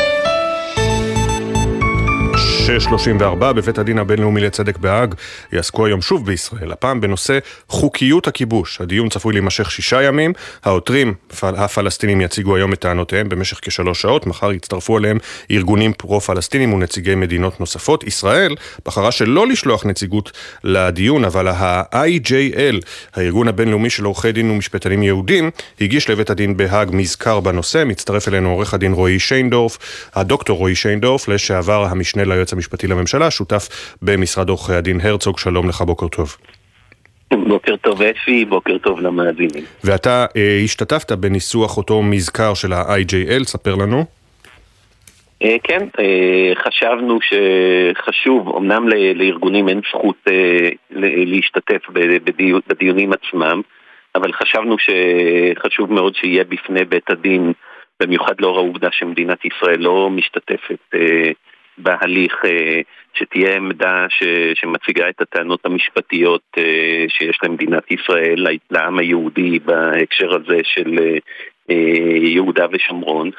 שש שלושים וארבע בבית הדין הבינלאומי לצדק בהאג יעסקו היום שוב בישראל, הפעם בנושא חוקיות הכיבוש. הדיון צפוי להימשך שישה ימים, העותרים הפלסטינים יציגו היום את טענותיהם במשך כשלוש שעות, מחר יצטרפו עליהם ארגונים פרו-פלסטינים ונציגי מדינות נוספות. ישראל בחרה שלא לשלוח נציגות לדיון, אבל ה-איי ג'יי אל, הארגון הבינלאומי של עורכי דין ומשפטנים יהודים, הגיש לבית הדין בהאג מזכר בנושא. מצטרף אלינו עורך הדין רועי שיינדורף, הדוקטור רועי שיינדורף, לשעבר המשנה ליועץ המשפטי לממשלה, שותף במשרד עורכי הדין הרצוג. שלום לך, בוקר טוב. בוקר טוב אפי, בוקר טוב למאזינים. ואתה אה, השתתפת בניסוח אותו מזכר של ה-איי ג'יי אל, ספר לנו. אה, כן, אה, חשבנו שחשוב, אמנם ל- לארגונים אין זכות אה, ל- להשתתף בדיו- בדיונים עצמם, אבל חשבנו שחשוב מאוד שיהיה בפני בית הדין, במיוחד לאור העובדה שמדינת ישראל לא משתתפת אה, בהליך, שתהיה עמדה ש, שמציגה את הטענות המשפטיות שיש למדינת ישראל, לעם היהודי בהקשר הזה של יהודה ושומרון,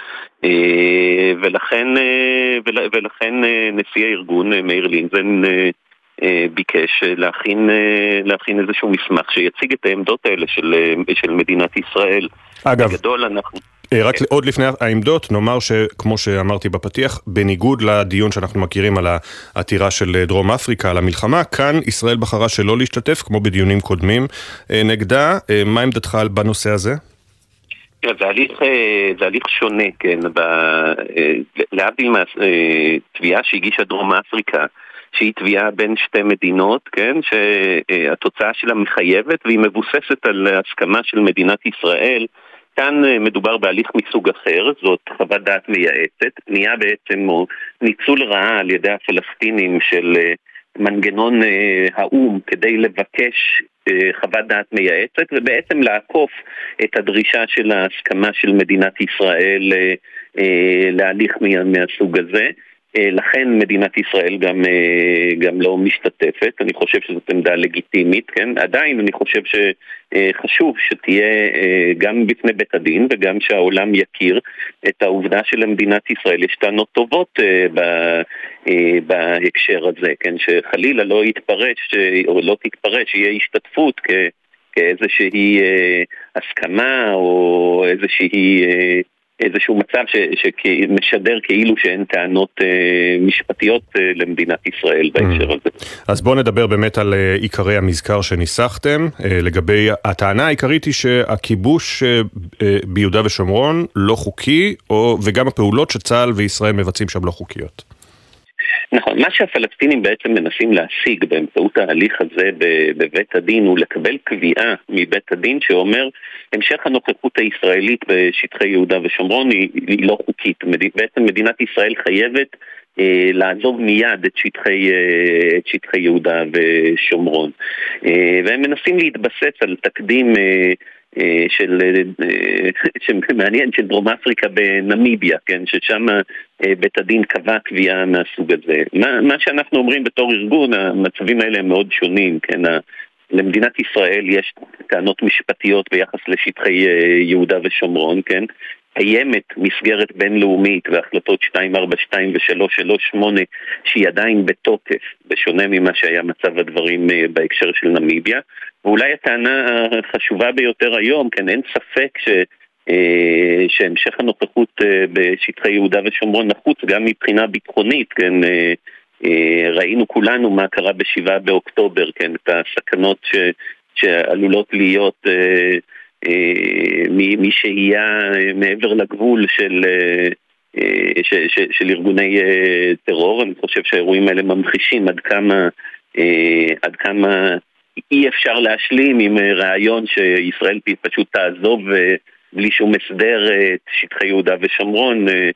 ולכן, ולכן נשיא הארגון מאיר לינזן ביקש להכין, להכין איזשהו מסמך שיציג את העמדות האלה של, של מדינת ישראל. אגב, בגדול אנחנו... רק עוד לפני העמדות, נאמר שכמו שאמרתי בפתיח, בניגוד לדיון שאנחנו מכירים על העתירה של דרום אפריקה, על המלחמה, כאן ישראל בחרה שלא להשתתף, כמו בדיונים קודמים נגדה. מה עמדתך בנושא הזה? זה הליך, זה הליך שונה, כן, להבדיל מהתביעה שהגישה דרום אפריקה, שהיא תביעה בין שתי מדינות, כן, שהתוצאה שלה מחייבת והיא מבוססת על הסכמה של מדינת ישראל. כאן מדובר בהליך מסוג אחר, זאת חוות דעת מייעצת, פנייה בעצם או ניצול רעה על ידי הפלסטינים של מנגנון האום כדי לבקש חוות דעת מייעצת, ובעצם לעקוף את הדרישה של ההסכמה של מדינת ישראל להליך מהסוג הזה. לכן מדינת ישראל גם, גם לא משתתפת. אני חושב שזאת עמדה לגיטימית, כן? עדיין אני חושב שחשוב שתהיה גם בפני בית הדין וגם שהעולם יכיר את העובדה שלמדינת ישראל יש טענות טובות בהקשר הזה, כן? שחלילה לא יתפרש או לא תתפרש, שיהיה השתתפות כ, כאיזושהי הסכמה או איזושהי איזשהו מצב ש, שמשדר כאילו שאין טענות אה, משפטיות אה, למדינת ישראל בהקשר הזה. אז בואו נדבר באמת על אה, עיקרי המזכר שניסחתם. אה, לגבי הטענה העיקרית היא שהכיבוש אה, אה, ביהודה ושומרון לא חוקי, או, וגם הפעולות שצה"ל וישראל מבצעים שם לא חוקיות. נכון, מה שהפלסטינים בעצם מנסים להשיג באמצעות ההליך הזה בבית הדין הוא לקבל קביעה מבית הדין שאומר המשך הנוכחות הישראלית בשטחי יהודה ושומרון היא, היא לא חוקית. בעצם מדינת ישראל חייבת אה, לעזוב מיד את שטחי, אה, את שטחי יהודה ושומרון. אה, והם מנסים להתבסס על תקדים אה, של שמעניין של דרום אפריקה בנמיביה, כן, ששם בית הדין קבע קביעה מהסוג הזה. מה, מה שאנחנו אומרים בתור ארגון, המצבים האלה הם מאוד שונים, כן. למדינת ישראל יש טענות משפטיות ביחס לשטחי יהודה ושומרון, כן. קיימת מסגרת בינלאומית והחלטות שתיים ארבע שתיים ו-שלוש שלוש שמונה שהיא עדיין בתוקף, בשונה ממה שהיה מצב הדברים בהקשר של נמיביה. ואולי הטענה החשובה ביותר היום, כן, אין ספק ש, אה, שהמשך הנוכחות אה, בשטחי יהודה ושומרון נחוץ גם מבחינה ביטחונית, כן, אה, אה, ראינו כולנו מה קרה בשבעה באוקטובר, כן, את הסכנות ש, שעלולות להיות אה, אה, מי שהייה מעבר לגבול של, אה, ש, ש, של ארגוני אה, טרור. אני חושב שהאירועים האלה ממחישים עד כמה, אה, עד כמה אי אפשר להשלים עם רעיון שישראל פשוט תעזוב בלי שום הסדר את שטחי יהודה ושומרון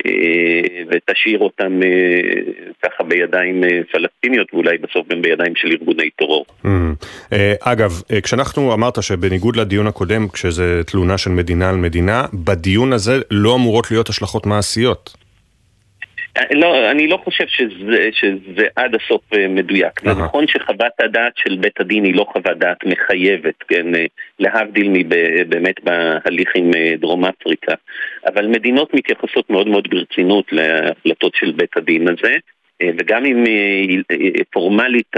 ותשאיר אותם ככה בידיים פלסטיניות ואולי בסוף גם בידיים של ארגוני טרור. אגב, כשאנחנו אמרת שבניגוד לדיון הקודם, כשזה תלונה של מדינה על מדינה, בדיון הזה לא אמורות להיות השלכות מעשיות. לא, אני לא חושב שזה, שזה עד הסוף מדויק. זה נכון שחוות הדעת של בית הדין היא לא חוות דעת מחייבת, כן, להבדיל מבאמת בהליך עם דרום אפריקה. אבל מדינות מתייחסות מאוד מאוד ברצינות להחלטות של בית הדין הזה, וגם אם פורמלית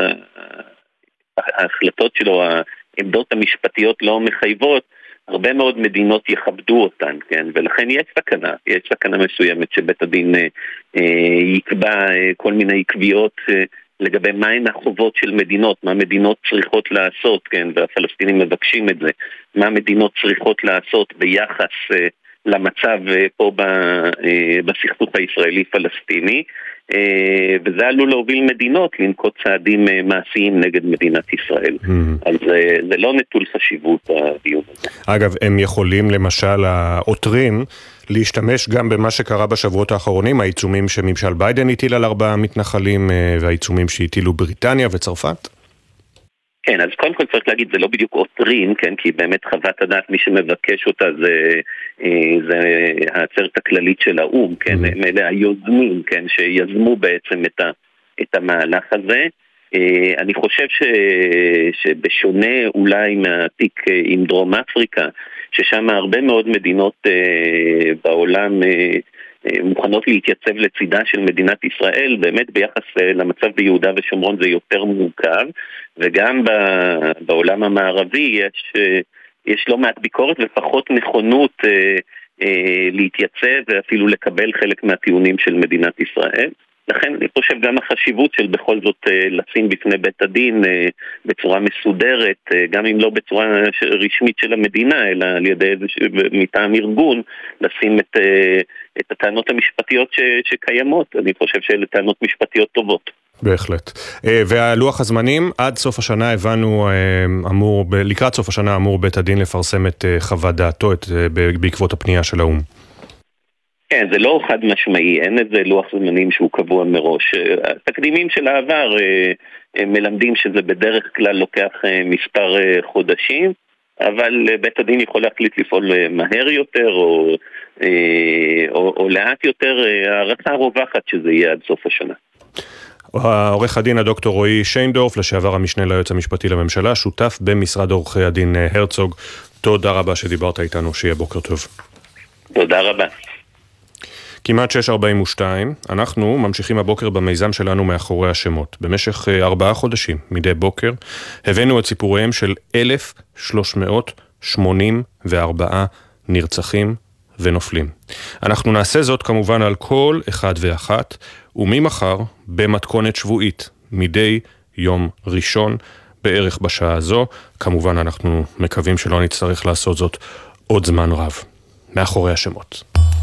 ההחלטות שלו, העמדות המשפטיות לא מחייבות, הרבה מאוד מדינות יכבדו אותן, כן? ולכן יש סכנה, יש סכנה מסוימת שבית הדין אה, אה, יקבע אה, כל מיני קביעות אה, לגבי מהן החובות של מדינות, מה מדינות צריכות לעשות, כן? והפלסטינים מבקשים את זה, מה מדינות צריכות לעשות ביחס אה, למצב אה, פה ב, אה, בסכסוך הישראלי-פלסטיני, אה, וזה עלול להוביל מדינות לנקוט צעדים אה, מעשיים נגד מדינת ישראל. Mm-hmm. אז אה, זה לא נטול חשיבות הדיון הזה. אגב, הם יכולים למשל העותרים להשתמש גם במה שקרה בשבועות האחרונים, העיצומים שממשל ביידן הטיל על ארבעה מתנחלים אה, והעיצומים שהטילו בריטניה וצרפת? כן, אז קודם כל צריך להגיד, זה לא בדיוק עותרים, כן, כי באמת חוות הדעת, מי שמבקש אותה זה, זה העצרת הכללית של האום, כן, mm-hmm. אלה היוזמים, כן, שיזמו בעצם את, ה, את המהלך הזה. אני חושב ש, שבשונה אולי מהתיק עם דרום אפריקה, ששם הרבה מאוד מדינות בעולם מוכנות להתייצב לצידה של מדינת ישראל, באמת ביחס למצב ביהודה ושומרון זה יותר מורכב, וגם בעולם המערבי יש, יש לא מעט ביקורת ופחות נכונות להתייצב ואפילו לקבל חלק מהטיעונים של מדינת ישראל. לכן אני חושב גם החשיבות של בכל זאת לשים בפני בית הדין בצורה מסודרת, גם אם לא בצורה רשמית של המדינה, אלא על ידי מטעם ארגון, לשים את, את הטענות המשפטיות ש, שקיימות. אני חושב שאלה טענות משפטיות טובות. בהחלט. והלוח הזמנים, עד סוף השנה הבנו, אמור, לקראת סוף השנה אמור בית הדין לפרסם את חוות דעתו את, בעקבות הפנייה של האום. כן, זה לא חד משמעי, אין איזה לוח זמנים שהוא קבוע מראש. התקדימים של העבר מלמדים שזה בדרך כלל לוקח מספר חודשים, אבל בית הדין יכול להחליט לפעול מהר יותר או, או, או לאט יותר, הערכה רווחת שזה יהיה עד סוף השנה. העורך הדין הדוקטור רועי שיינדורף, לשעבר המשנה ליועץ המשפטי לממשלה, שותף במשרד עורכי הדין הרצוג. תודה רבה שדיברת איתנו, שיהיה בוקר טוב. תודה רבה. כמעט שש ארבעים ושתיים, אנחנו ממשיכים הבוקר במיזם שלנו מאחורי השמות. במשך ארבעה חודשים, מדי בוקר, הבאנו את סיפוריהם של אלף שלוש מאות שמונים וארבעה נרצחים ונופלים. אנחנו נעשה זאת כמובן על כל אחד ואחת, וממחר במתכונת שבועית, מדי יום ראשון, בערך בשעה הזו. כמובן אנחנו מקווים שלא נצטרך לעשות זאת עוד זמן רב. מאחורי השמות.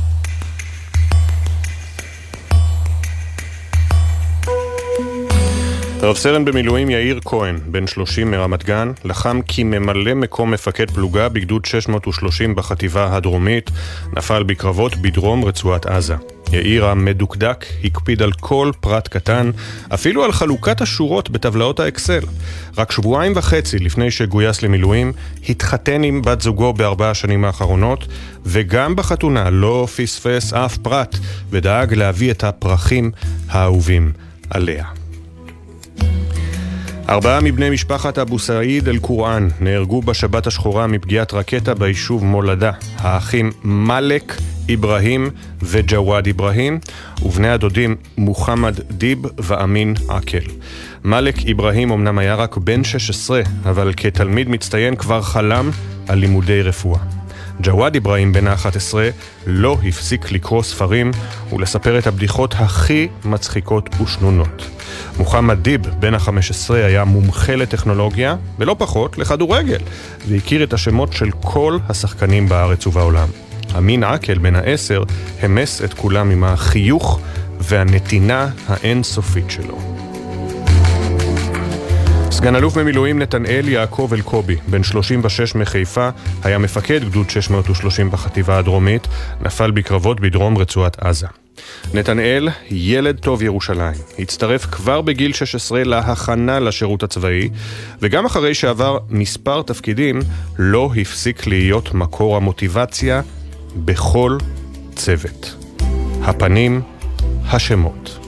רב סרן במילואים יאיר כהן, בן שלושים מרמת גן, לחם כממלא מקום מפקד פלוגה בגדוד שש מאות ושלושים בחטיבה הדרומית, נפל בקרבות בדרום רצועת עזה. יאיר המדוקדק הקפיד על כל פרט קטן, אפילו על חלוקת השורות בטבלאות האקסל. רק שבועיים וחצי לפני שגויס למילואים, התחתן עם בת זוגו בארבע השנים האחרונות, וגם בחתונה לא פספס אף פרט, ודאג להביא את הפרחים האהובים עליה. ארבעה מבני משפחת אבו סעיד אל-קוראן נהרגו בשבת השחורה מפגיעת רקטה ביישוב מולדה. האחים מלק איברהים וג'וואד איברהים, ובני הדודים מוחמד דיב ואמין עקל. מלק איברהים אמנם היה רק בן שש עשרה, אבל כתלמיד מצטיין כבר חלם על לימודי רפואה. ג'וואד איברהים בן ה-אחת עשרה לא הפסיק לקרוא ספרים ולספר את הבדיחות הכי מצחיקות ושנונות. מוחמד דיב בן ה-חמש עשרה היה מומחה לטכנולוגיה ולא פחות לכדורגל, והכיר את השמות של כל השחקנים בארץ ובעולם. אמין עקל בן ה-עשר המס את כולם עם החיוך והנתינה האינסופית שלו. סגן אלוף במילואים נתנאל יעקב אלקובי, בן שלושים ושש מחיפה, היה מפקד גדוד שש מאות ושלושים בחטיבה הדרומית, נפל בקרבות בדרום רצועת עזה. נתנאל, ילד טוב ירושלים, הצטרף כבר בגיל שש עשרה להכנה לשירות הצבאי, וגם אחרי שעבר מספר תפקידים, לא הפסיק להיות מקור המוטיבציה בכל צוות. הפנים, השמות.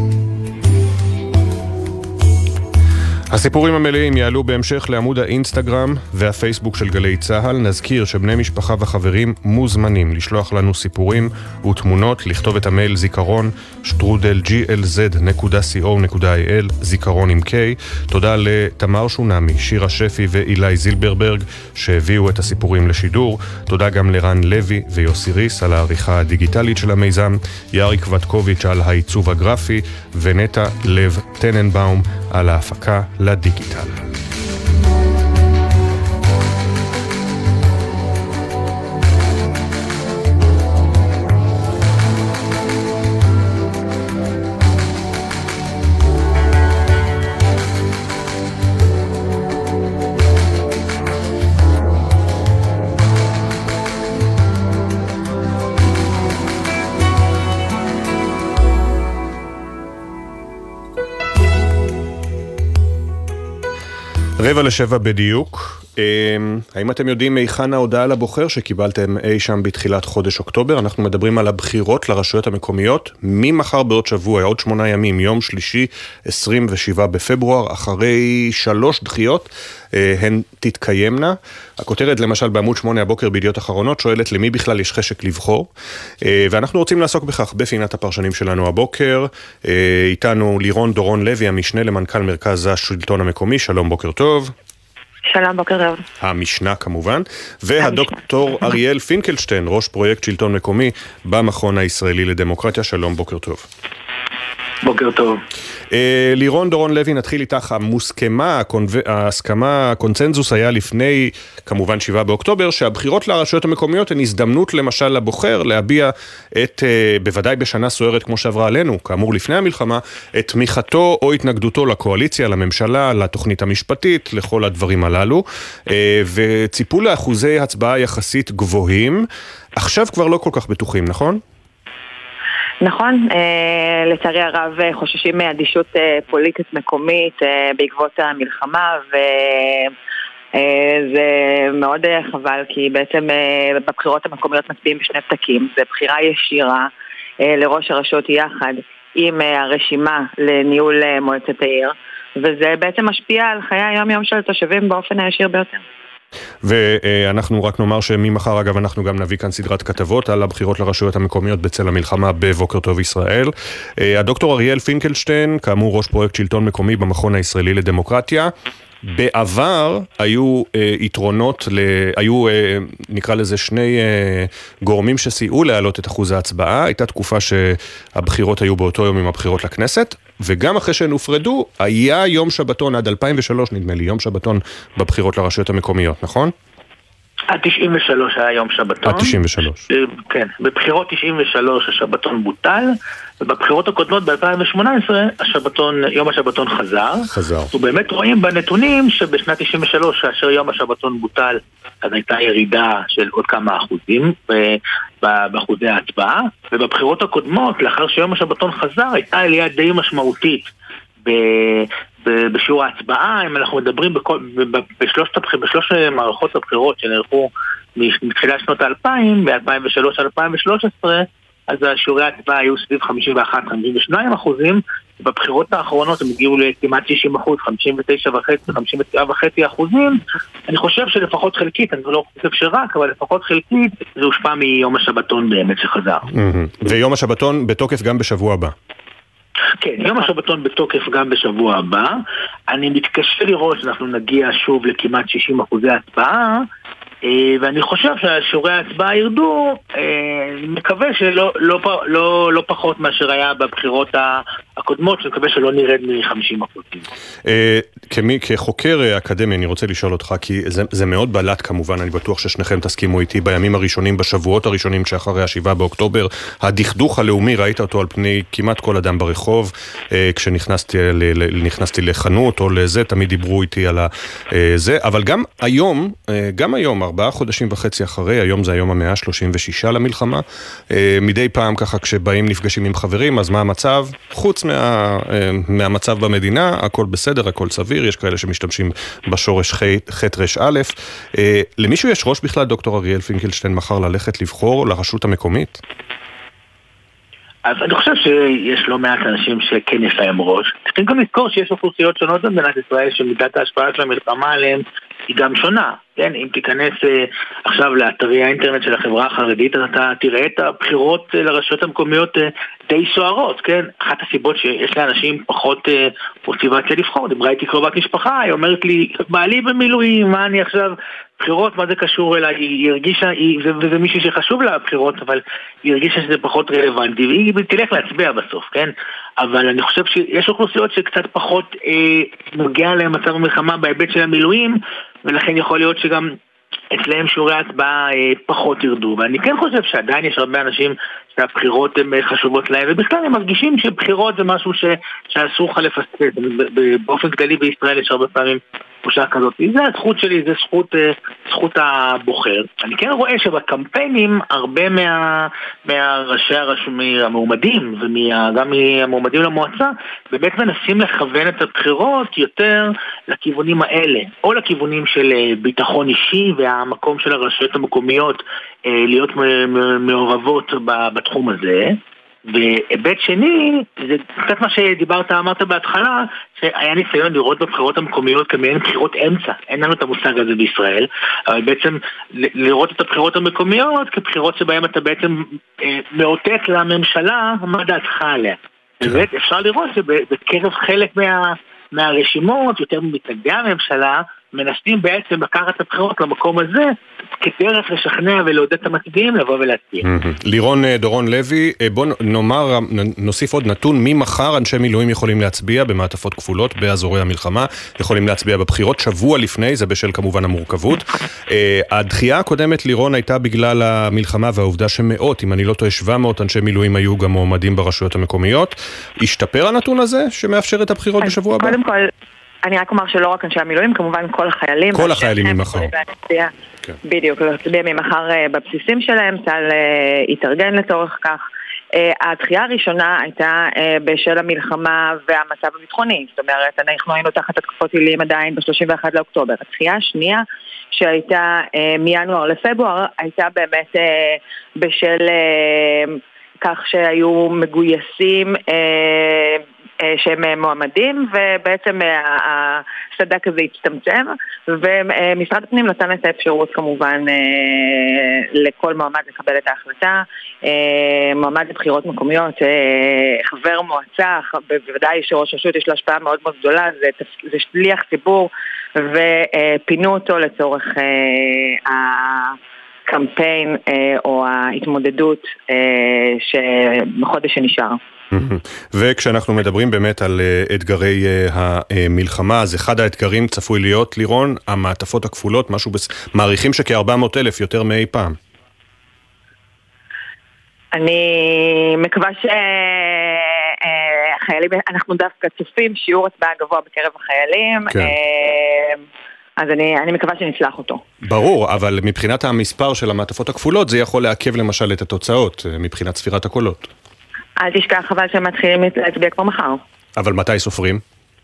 הסיפורים המלאים יעלו בהמשך לעמוד האינסטגרם והפייסבוק של גלי צהל. נזכיר שבני משפחה וחברים מוזמנים לשלוח לנו סיפורים ותמונות, לכתוב את המייל זיכרון שטרודל ג'י אל זד נקודה סי או נקודה איי אל, זיכרון עם K. תודה לתמר שונמי, שירה שפי ואילי זילברברג שהביאו את הסיפורים לשידור. תודה גם לרן לוי ויוסי ריס על העריכה הדיגיטלית של המיזם, יאריק וטקוביץ' על העיצוב הגרפי ונטע לב טננבאום על ההפקה לדיגיטל. רבע לשבע בדיוק. האם אתם יודעים היכן ההודעה לבוחר שקיבלתם אי שם בתחילת חודש אוקטובר? אנחנו מדברים על הבחירות לרשויות המקומיות ממחר בעוד שבוע, עוד שמונה ימים, יום שלישי עשרים ושבעה בפברואר, אחרי שלוש דחיות הן תתקיימנה. הכותרת למשל בעמוד שמונה הבוקר בידיעות אחרונות שואלת למי בכלל יש חשק לבחור, ואנחנו רוצים לעסוק בכך בפינת הפרשנים שלנו הבוקר. איתנו לירון דורון לוי, המשנה למנכ"ל מרכז השלטון המקומי. שלום, בוקר טוב. שלום, בוקר טוב. המשנה כמובן, והדוקטור אריאל פינקלשטיין, ראש פרויקט שלטון מקומי במכון הישראלי לדמוקרטיה. שלום, בוקר טוב. בוקר טוב. אה, לירון דורון לוי, נתחיל איתך. המוסכמה, ההסכמה, הקונצנזוס היה לפני כמובן שבעה באוקטובר, שהבחירות לרשויות המקומיות הן הזדמנות למשל לבוחר להביע את, אה, בוודאי בשנה סוערת כמו שעברה עלינו, כאמור לפני המלחמה, את תמיכתו או התנגדותו לקואליציה, לממשלה, לתוכנית המשפטית, לכל הדברים הללו, אה, וציפו לאחוזי הצבעה יחסית גבוהים. עכשיו כבר לא כל כך בטוחים, נכון? נכון, לצערי הרב חוששים מאדישות פוליטית מקומית בעקבות המלחמה, וזה מאוד חבל, כי בעצם בבחירות המקומיות מצביעים בשני פתקים. זה בחירה ישירה לראש הרשות יחד עם הרשימה לניהול מועצת העיר, וזה בעצם משפיע על חיי היום יום של התושבים באופן הישיר ביותר. ואנחנו רק נאמר שממחר אגב אנחנו גם נביא כאן סדרת כתבות על הבחירות לרשויות המקומיות בצל המלחמה בבוקר טוב ישראל. הדוקטור אריאל פינקלשטיין, כאמור ראש פרויקט שלטון מקומי במכון הישראלי לדמוקרטיה. בעבר היו אה, יתרונות, ל... היו אה, נקרא לזה שני אה, גורמים שסייעו להעלות את אחוז ההצבעה. הייתה תקופה שהבחירות היו באותו יום עם הבחירות לכנסת, וגם אחרי שהן הופרדו, היה יום שבתון עד אלפיים ושלוש נדמה לי, יום שבתון בבחירות לרשויות המקומיות, נכון? עד תשעים ושלוש היה יום שבתון. עד תשעים ושלוש. כן, בבחירות תשעים ושלוש השבתון בוטל, ובבחירות הקודמות ב-אלפיים ושמונה עשרה השבתון, יום השבתון חזר. חזר. ובאמת רואים בנתונים שבשנת תשעים ושלוש, כאשר יום השבתון בוטל, אז הייתה ירידה של עוד כמה אחוזים באחוזי ההצבעה, ובבחירות הקודמות, לאחר שיום השבתון חזר, הייתה עלייה די משמעותית ב... בשיעור ההצבעה. אם אנחנו מדברים בכל, בשלושת הבחירות, בשלוש מערכות הבחירות שנערכו מתחילת שנות האלפיים, ב-אלפיים ושלוש עד אלפיים ושלוש עשרה, אז השיעורי ההצבעה היו סביב חמישים ואחת עד חמישים ושניים אחוזים, בבחירות האחרונות הם הגיעו לכמעט שישים אחוז, חמישים ותשע וחצי, חמישים ותשע וחצי אחוזים. אני חושב שלפחות חלקית, אני לא חושב שרק, אבל לפחות חלקית, זה הושפע מיום השבתון באמת שחזר. ויום השבתון בתוקף גם בשבוע הבא. כן, יום השבתון בתוקף גם בשבוע הבא. אני מתקשה לראות שאנחנו נגיע שוב לכמעט שישים אחוזי הצבעה, ואני חושב ששיעורי ההצבעה ירדו, אני מקווה שלא לא, לא, לא פחות מאשר היה בבחירות הקודמות, שאני מקווה שלא נרד מ-חמישים אחוז. כמי, כחוקר אקדמי, אני רוצה לשאול אותך, כי זה, זה מאוד בלט כמובן, אני בטוח ששניכם תסכימו איתי, בימים הראשונים, בשבועות הראשונים שאחרי השבעה באוקטובר, הדכדוך הלאומי, ראית אותו על פני כמעט כל אדם ברחוב, כשנכנסתי נכנסתי לחנות או לזה, תמיד דיברו איתי על זה, אבל גם היום, גם היום, ארבעה חודשים וחצי אחרי, היום זה היום המאה שלושים ושישה למלחמה, מדי פעם ככה כשבאים נפגשים עם חברים, אז מה המצב? חוץ מה, מהמצב במדינה, הכל בסדר, הכל סביר, יש כאלה שמשתמשים בשורש ח' ר' א'. למישהו יש ראש בכלל, דוקטור אריאל פינקלשטיין, מחר ללכת לבחור לרשות המקומית? אז אני חושב שיש לא מעט אנשים שכן יש להם ראש. צריכים גם לזכור שיש אוכלוסיות שונות במדינת ישראל שמידת ההשפעה של המלחמה עליהם היא גם שונה. כן, אם תיכנס אה, עכשיו לאתרי האינטרנט של החברה החרדית, אתה תראה את הבחירות אה, לרשויות המקומיות אה, די סוערות, כן? אחת הסיבות שיש לאנשים פחות אה, מוטיבציה לבחור. דיברה איתי קרובת משפחה, היא אומרת לי, בעלי במילואים, מה אני עכשיו, בחירות, מה זה קשור אליי? היא הרגישה, היא, זה, וזה מישהו שחשוב לה הבחירות, אבל היא הרגישה שזה פחות רלוונטי, והיא תלך להצביע בסוף, כן? אבל אני חושב שיש אוכלוסיות שקצת פחות אה, נוגע להם מצב המלחמה בהיבט של המילואים, ולכן יכול להיות שגם אצלהם שיעורי ההצבעה אה, פחות ירדו. ואני כן חושב שעדיין יש הרבה אנשים שהבחירות הן חשובות להם, ובכלל הם מרגישים שבחירות זה משהו ש, שאסור לך לפספס. באופן כללי בישראל יש הרבה פעמים תחושה כזאת. זה הזכות שלי, זה זכות, זכות הבוחר. אני כן רואה שבקמפיינים הרבה מה, מהראשי הרשומי המועמדים, וגם מהמועמדים למועצה, באמת מנסים לכוון את הבחירות יותר לכיוונים האלה, או לכיוונים של ביטחון אישי והמקום של הרשויות המקומיות להיות מעורבות בתחום הזה. והיבט שני, זה קצת מה שדיברת, אמרת בהתחלה, שהיה ניסיון לראות בבחירות המקומיות כמעין בחירות אמצע. אין לנו את המושג הזה בישראל, אבל בעצם לראות את הבחירות המקומיות כבחירות שבהן אתה בעצם אה, מאותת לממשלה מה דעתך עליה. ובאמת אפשר לראות שבקרב חלק מה, מהרשימות, יותר ממתנגדי הממשלה, מנסים בעצם לקחת את הבחירות למקום הזה, כדרך לשכנע ולעודד את המצביעים לבוא ולהצביע. לירון דורון לוי, בוא נאמר, נוסיף עוד נתון, ממחר אנשי מילואים יכולים להצביע במעטפות כפולות באזורי המלחמה, יכולים להצביע בבחירות שבוע לפני, זה בשל כמובן המורכבות. הדחייה הקודמת, לירון, הייתה בגלל המלחמה והעובדה שמאות, אם אני לא טועה, שבע מאות אנשי מילואים היו גם מועמדים ברשויות המקומיות. השתפר הנתון הזה שמאפשר את הבחירות בשבוע הבא? קודם כל, אני רק אומר שלא רק אנשי המילואים, כמובן כל החיילים. כל החיילים ממחר. כן. בדיוק, להצביע ממחר בבסיסים שלהם, צה"ל התארגן לצורך כך. הדחייה הראשונה הייתה בשל המלחמה והמצב הביטחוני, זאת אומרת, אנחנו היינו תחת התקפות טילים עדיין ב-שלושים ואחד לאוקטובר. הדחייה השנייה שהייתה מינואר לפברואר, הייתה באמת בשל כך שהיו מגויסים שהם מועמדים, ובעצם הסדק הזה הצטמצם, ומשרד הפנים נתן את האפשרות כמובן לכל מועמד לקבל את ההחלטה. מועמד לבחירות מקומיות, חבר מועצה, בוודאי שראש רשות יש לה השפעה מאוד מאוד גדולה, זה, זה שליח ציבור, ופינו אותו לצורך הקמפיין או ההתמודדות שבחודש שנשאר. וכשאנחנו מדברים באמת על אתגרי המלחמה, אז אחד האתגרים צפוי להיות, לירון, המעטפות הכפולות, משהו מעריכים שכ-ארבע מאות אלף יותר מאי פעם. אני מקווה שהחיילים, אנחנו דווקא צופים שיעור הצבעה גבוה בקרב החיילים, כן. אז אני, אני מקווה שנצלח אותו. ברור, אבל מבחינת המספר של המעטפות הכפולות, זה יכול לעכב למשל את התוצאות, מבחינת ספירת הקולות. אל תשכח, אבל שהם מתחילים להצביע כבר מחר. אבל מתי סופרים?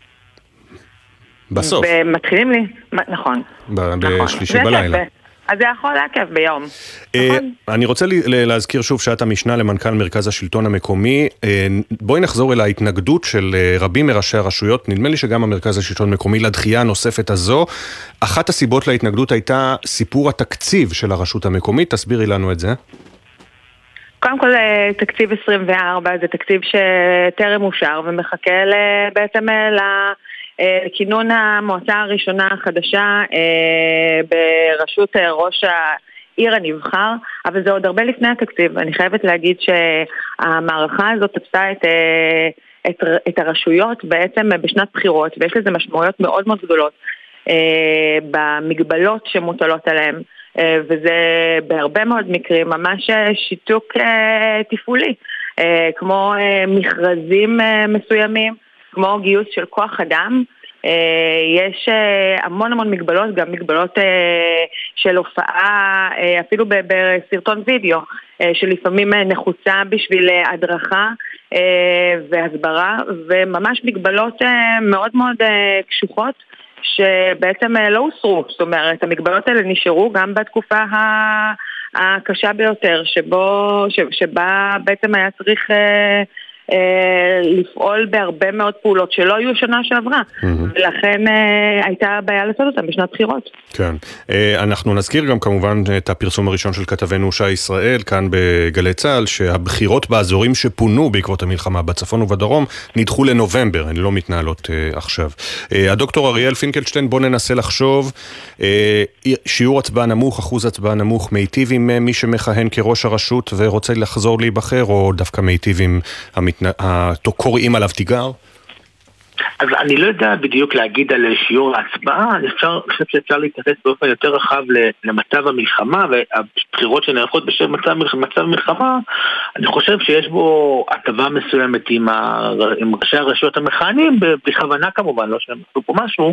בסוף. מתחילים לי, נכון. בשלישי בלילה. אז זה יכול לעכב ביום. אני רוצה להזכיר שוב שאת המשנה למנכ"ל מרכז השלטון המקומי. בואי נחזור אל ההתנגדות של רבים מראשי הרשויות. נדמה לי שגם המרכז השלטון המקומי לדחייה הנוספת הזו. אחת הסיבות להתנגדות הייתה סיפור התקציב של הרשות המקומית. תסבירי לנו את זה. קודם כל, תקציב עשרים וארבע זה תקציב שטרם אושר ומחכה בעצם לכינון המועצה הראשונה החדשה בראשות ראש העיר הנבחר, אבל זה עוד הרבה לפני התקציב. אני חייבת להגיד שהמערכה הזאת תפסה את, את, את הרשויות בעצם בשנת בחירות, ויש לזה משמעויות מאוד מאוד גדולות במגבלות שמוטלות עליהם, וזה בהרבה מאוד מקרים ממש שיתוק תפעולי, כמו מכרזים מסוימים, כמו גיוס של כוח אדם. יש המון המון מגבלות, גם מגבלות של הופעה, אפילו בסרטון וידאו, שלפעמים נחוצה בשביל הדרכה והסברה, וממש מגבלות מאוד מאוד קשוחות, שבעצם לא הוסרו. זאת אומרת, המגבלות האלה נשארו גם בתקופה הקשה ביותר, שבו, שבה בעצם היה צריך לפעול בהרבה מאוד פעולות שלא היו שנה שעברה, ולכן הייתה בעיה לעשות אותם בשנת בחירות. כן. אנחנו נזכיר גם כמובן את הפרסום הראשון של כתבנו שי ישראל, כאן בגלי צהל, שהבחירות באזורים שפונו בעקבות המלחמה בצפון ובדרום נדחו לנובמבר, הן לא מתנהלות עכשיו. הדוקטור אריאל פינקלשטיין, בוא ננסה לחשוב, שיעור הצבעה נמוך, אחוז הצבעה נמוך, מיטיב עם מי שמכהן כראש הרשות ורוצה לחזור להיבחר, או דווקא מיטיב עם הקוראים עליו תיגר? אז אני לא יודע בדיוק להגיד על שיעור ההצבעה, אני חושב שאפשר להתייחס באופן יותר רחב למצב המלחמה, והבחירות שנערכות בשם מצב, מצב מלחמה, אני חושב שיש בו הטבה מסוימת עם, ה, עם ראשי הרשויות המכהנים, בכוונה כמובן, לא שהם עשו פה משהו,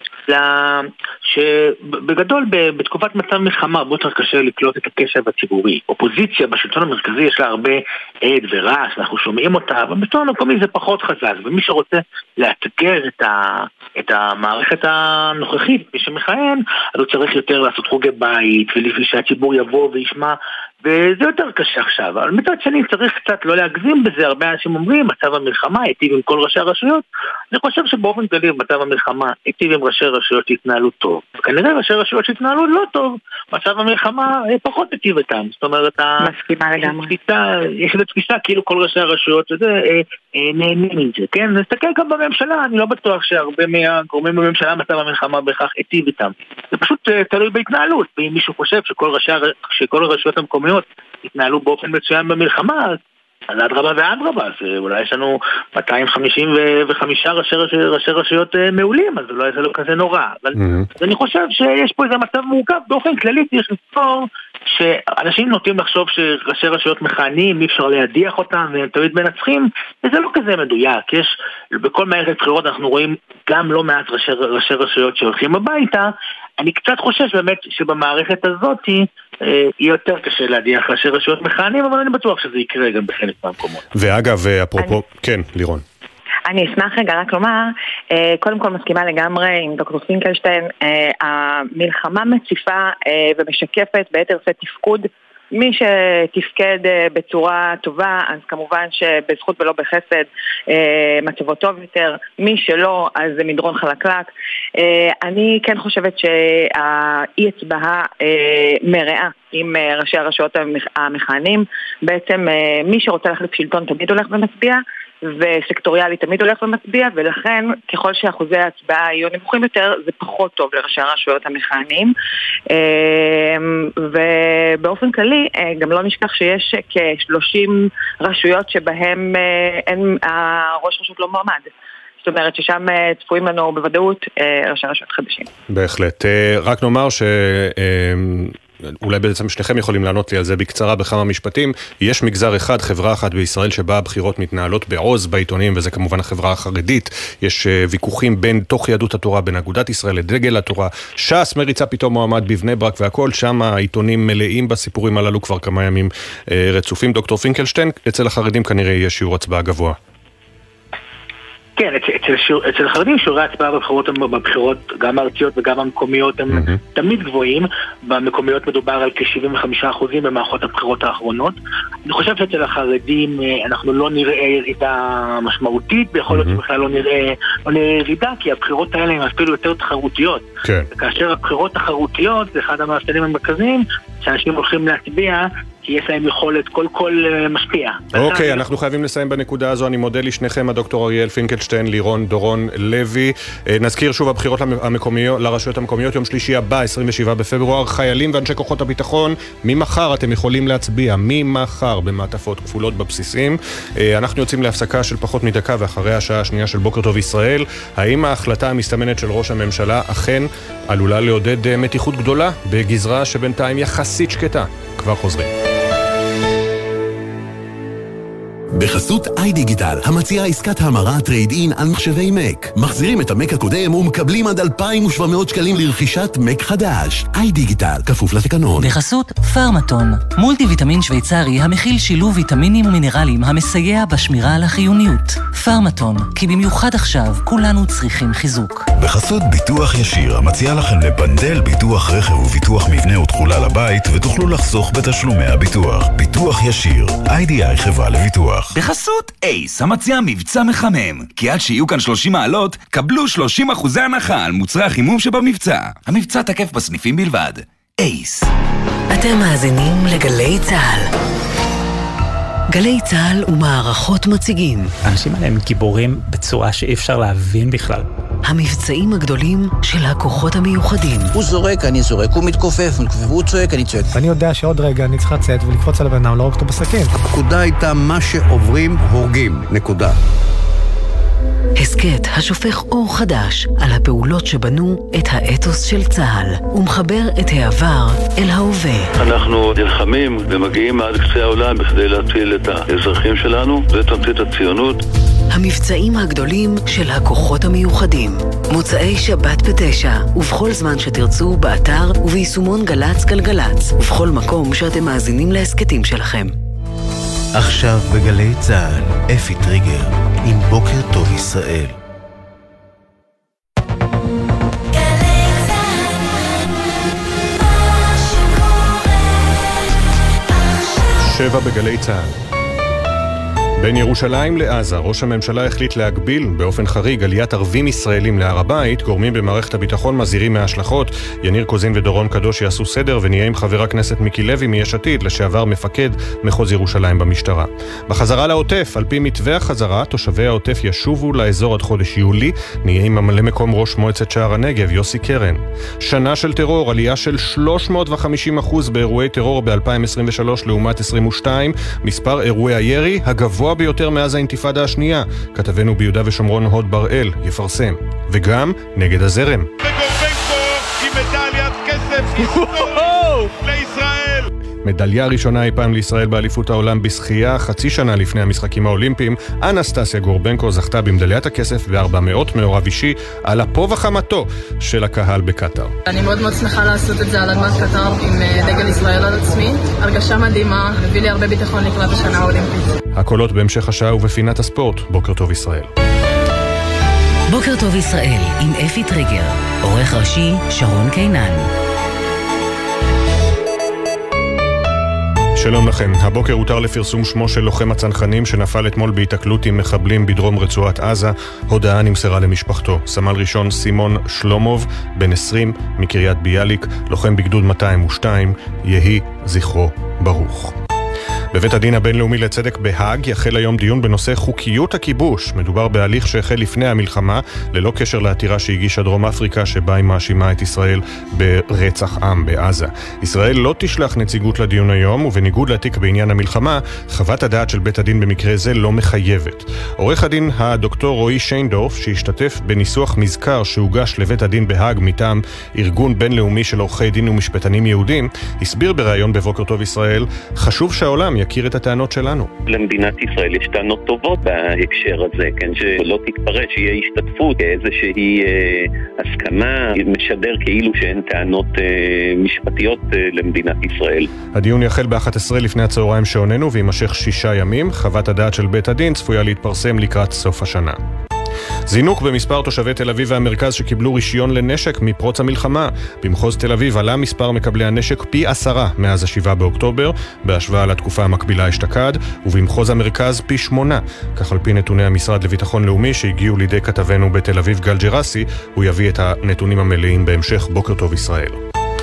שבגדול בתקופת מצב מלחמה הרבה יותר קשה לקלוט את הקשב הציבורי. אופוזיציה בשלטון המרכזי יש לה הרבה עד ורעש, אנחנו שומעים אותה, אבל בשלטון המקומי זה פחות חזק, ומי שרוצה לאתגר את, ה, את המערכת הנוכחית, מי שמכהן, אז הוא צריך יותר לעשות חוגי בית, ולפי שהציבור יבוא וישמע, וזה יותר קשה עכשיו. אבל מצד שני צריך קצת לא להגזים בזה, הרבה אנשים אומרים, מצב המלחמה היטיב עם כל ראשי הרשויות. אני חושב שבאופן כללי במצב המלחמה היטיב עם ראשי רשויות שהתנהלו טוב. כנראה ראשי רשויות שהתנהלו לא טוב, מצב המלחמה פחות היטיב איתם. זאת אומרת, מסכימה לגמרי. יש איזו תפיסה כאילו כל ראשי הרשויות שזה נהנים עם זה, כן? נסתכל גם בממשלה, אני לא בטוח שהרבה מהגורמים בממשלה מצב המלחמה בהכרח היטיב איתם. זה פשוט תלוי בהתנהלות, ואם מישהו חושב שכל ראשי, שכל הרשויות המקומיות התנהלו באופן מצוין במלחמה, אז אדרבה ואדרבה, אז אולי יש לנו מאתיים חמישים וחמישה ראשי, ראשי רשויות מעולים, אז אולי זה לא כזה נורא. אבל mm-hmm. אני חושב שיש פה איזה מצב מורכב, באופן כללי יש לזכור שאנשים נוטים לחשוב שראשי רשויות מכהנים, אי אפשר להדיח אותם, והם תמיד מנצחים, וזה לא כזה מדויק. יש, בכל מערכת בחירות אנחנו רואים גם לא מעט ראשי, ראשי רשויות שהולכים הביתה. אני קצת חושש באמת שבמערכת הזאת יהיה יותר קשה להדיח ראשי רשויות מכהנים, אבל אני בטוח שזה יקרה גם בחלק מהמקומות. ואגב, אפרופו, אני... כן, לירון. אני אשמח רגע רק לומר, קודם כל מסכימה לגמרי עם דוקטור פינקלשטיין, המלחמה מציפה ומשקפת ביתר שאת תפקוד, מי שתפקד בצורה טובה, אז כמובן שבזכות ולא בחסד מצבו טוב יותר, מי שלא, אז זה מדרון חלקלק. אני כן חושבת שהאי הצבעה מראה עם ראשי הרשויות המכהנים, בעצם מי שרוצה להחליף שלטון תמיד הולך ומצביע, וסקטוריאלי תמיד הולך ומצביע, ולכן ככל שאחוזי ההצבעה יהיו נמוכים יותר, זה פחות טוב לראשי הרשויות המכהנים. ובאופן כללי, גם לא נשכח שיש כ-שלושים רשויות שבהם אין, הראש רשות לא מועמד. זאת אומרת ששם צפויים לנו בוודאות ראשי רשויות חדשים. בהחלט. רק נאמר ש... אולי בעצם שניכם יכולים לענות לי על זה בקצרה בכמה משפטים. יש מגזר אחד, חברה אחת בישראל שבה הבחירות מתנהלות בעוז בעיתונים, וזה כמובן החברה החרדית. יש ויכוחים בין תוך יהדות התורה, בין אגודת ישראל לדגל התורה. ש"ס מריצה פתאום מועמד בבני ברק והכל, שם העיתונים מלאים בסיפורים הללו כבר כמה ימים רצופים. דוקטור פינקלשטיין, אצל החרדים כנראה יש שיעור הצבעה גבוה. כן, אצל, אצל, אצל החרדים שיעורי ההצבעה בבחירות, בבחירות גם הארציות וגם המקומיות הם mm-hmm. תמיד גבוהים. במקומיות מדובר על כ-שבעים וחמישה אחוזים במערכות הבחירות האחרונות. אני חושב שאצל החרדים אנחנו לא נראה ירידה משמעותית, ויכול להיות mm-hmm. שבכלל לא נראה, לא נראה ירידה, כי הבחירות האלה הן אפילו יותר תחרותיות. כן. וכאשר הבחירות תחרותיות, זה אחד המאפיינים המרכזיים, שאנשים הולכים להצביע כי יש להם יכולת, כל כל משפיע. אוקיי, אנחנו חייבים לסיים בנקודה הזו. אני מודה לשניכם, הדוקטור אריאל פינקלשטיין, לירון דורון לוי. נזכיר שוב הבחירות המקומיות, לרשויות המקומיות, יום שלישי הבא, עשרים ושבעה בפברואר. חיילים ואנשי כוחות הביטחון, ממחר אתם יכולים להצביע, ממחר במעטפות כפולות בבסיסים. אנחנו יוצאים להפסקה של פחות מדקה, ואחרי השעה השנייה של בוקר טוב ישראל. האם ההחלטה המסתמנת של ראש הממשלה אכן עלולה לעודד מתיחות גדולה בגזרה שבינתיים יחסית שקטה? כבר חוזרים. בחסות איי דיגיטל, המציעה עסקת המרה טרייד אין על מחשבי מק. מחזירים את המק הקודם ומקבלים עד אלפיים ושבע מאות שקלים לרכישת מק חדש. איי דיגיטל, כפוף לתקנון. בחסות פרמטון, מולטי ויטמין שוויצרי המכיל שילוב ויטמינים ומינרלים המסייע בשמירה על החיוניות. פרמטון, כי במיוחד עכשיו כולנו צריכים חיזוק. בחסות ביטוח ישיר, המציעה לכם לבנדל ביטוח רכב וביטוח מבנה ותכולה לבית, ותוכלו לחסוך בתשלומי הביטוח. ביטוח ישיר, איי די איי חברה לביטוח. בחסות אייס, המציע מבצע מחמם, כי עד שיהיו כאן שלושים מעלות, קבלו שלושים אחוזי הנחה על מוצרי החימום שבמבצע. המבצע תקף בסניפים בלבד. אייס. אתם מאזינים לגלי צהל. גלי צהל ומערכות מציגים. האנשים האלה הם גיבורים בצורה שאי אפשר להבין בכלל. המבצעים הגדולים של הכוחות המיוחדים. הוא זורק, אני זורק, הוא מתכופף, הוא צועק, אני צועק. ואני יודע שעוד רגע אני צריך לצאת ולקפוץ על הבן אדם, לא רק אותו בסכין. הפקודה הייתה מה שעוברים הורגים, נקודה. הסקט השופך אור חדש על הפעולות שבנו את האתוס של צה"ל ומחבר את העבר אל ההווה. אנחנו נלחמים ומגיעים עד קצה העולם בכדי להציל את האזרחים שלנו. זה תמצית הציונות. המבצעים הגדולים של הכוחות המיוחדים. מוצאי שבת בתשע ובכל זמן שתרצו באתר וביישומון גלץ גלגלץ ובכל מקום שאתם מאזינים להסקטים שלכם. עכשיו בגלי צה"ל, אפי טריגר, עם בוקר טוב ישראל. שבע בגלי צה"ל. בין ירושלים לעזה, ראש הממשלה החליט להגביל באופן חריג עליית ערבים ישראלים להר הבית. גורמים במערכת הביטחון מזהירים מההשלכות. יניר קוזין ודורון קדוש יעשו סדר, ונהיה עם חבר הכנסת מיקי לוי מיש עתיד, לשעבר מפקד מחוז ירושלים במשטרה. בחזרה לעוטף, על פי מתווה החזרה, תושבי העוטף ישובו לאזור עד חודש יולי. נהיה עם ממלא מקום ראש מועצת שער הנגב, יוסי קרן. שנה של טרור, עלייה של שלוש מאות וחמישים אחוז באירועי טרור ב-אלפיים עשרים ושלוש לעומת עשרים ושתיים. מספר אירועי הירי הגבוה ביותר מאז האינתיפאדה השנייה. כתבנו ביהודה ושומרון הוד בראל יפרסם. וגם נגד הזרם. וגורבנקו עם מדליית כסף היסטורית לישראל. מדליה ראשונה אי פעם לישראל באליפות העולם בשחייה. חצי שנה לפני המשחקים האולימפיים, אנסטסיה גורבנקו זכתה במדליית הכסף ב-ארבע מאות מעורב אישי על אפו וחמתו של הקהל בקטר. אני מאוד מאוד שמחה לעשות את זה על אדמת קטר עם דגל ישראל על עצמי. הרגשה מדהימה, הביא לי הרבה ביטחון לקראת השנה האולימפית. הקולות בהמשך השעה ובפינת הספורט. בוקר טוב ישראל. בוקר טוב ישראל עם אפי טריגר, עורך ראשי שרון קינן. שלום לכם. הבוקר הותר לפרסום שמו של לוחם הצנחנים שנפל אתמול בהיתקלות עם מחבלים בדרום רצועת עזה. הודעה נמסרה למשפחתו. סמל ראשון סימון שלומוב, בן עשרים, מקריית ביאליק, לוחם בגדוד מאתיים ושתיים, יהי זכרו ברוך. בבית הדין הבינלאומי לצדק בהאג יחל היום דיון בנושא חוקיות הכיבוש. מדובר בהליך שהחל לפני המלחמה, ללא קשר לעתירה שהגישה דרום אפריקה, שבה היא מאשימה את ישראל ברצח עם בעזה. ישראל לא תשלח נציגות לדיון היום, ובניגוד לתיק בעניין המלחמה, חוות הדעת של בית הדין במקרה זה לא מחייבת. עורך הדין הדוקטור רועי שיינדורף, שהשתתף בניסוח מזכר שהוגש לבית הדין בהאג מטעם ארגון בינלאומי של עורכי דין ומשפטנים יהודים, הסביר בראיון בבוקר טוב ישראל, חשוב שהעולם יכיר את הטענות שלנו. למדינת ישראל יש טענות טובות בהקשר הזה, כן, שלא תתפרש שיהיה השתתפות, איזושהי אה, הסכמה, משדר כאילו שאין טענות אה, משפטיות אה, למדינת ישראל. הדיון יחל ב-אחת עשרה לפני הצהריים שעוננו וימשך שישה ימים. חוות הדעת של בית הדין צפויה להתפרסם לקראת סוף השנה. זינוק במספר תושבי תל אביב והמרכז שקיבלו רישיון לנשק מפרוץ המלחמה. במחוז תל אביב עלה מספר מקבלי הנשק פי עשרה מאז השבעה באוקטובר, בהשוואה לתקופה המקבילה אשתקד, ובמחוז המרכז פי שמונה. כך על פי נתוני המשרד לביטחון לאומי שהגיעו לידי כתבנו בתל אביב גל ג'רסי, הוא יביא את הנתונים המלאים בהמשך. בוקר טוב ישראל.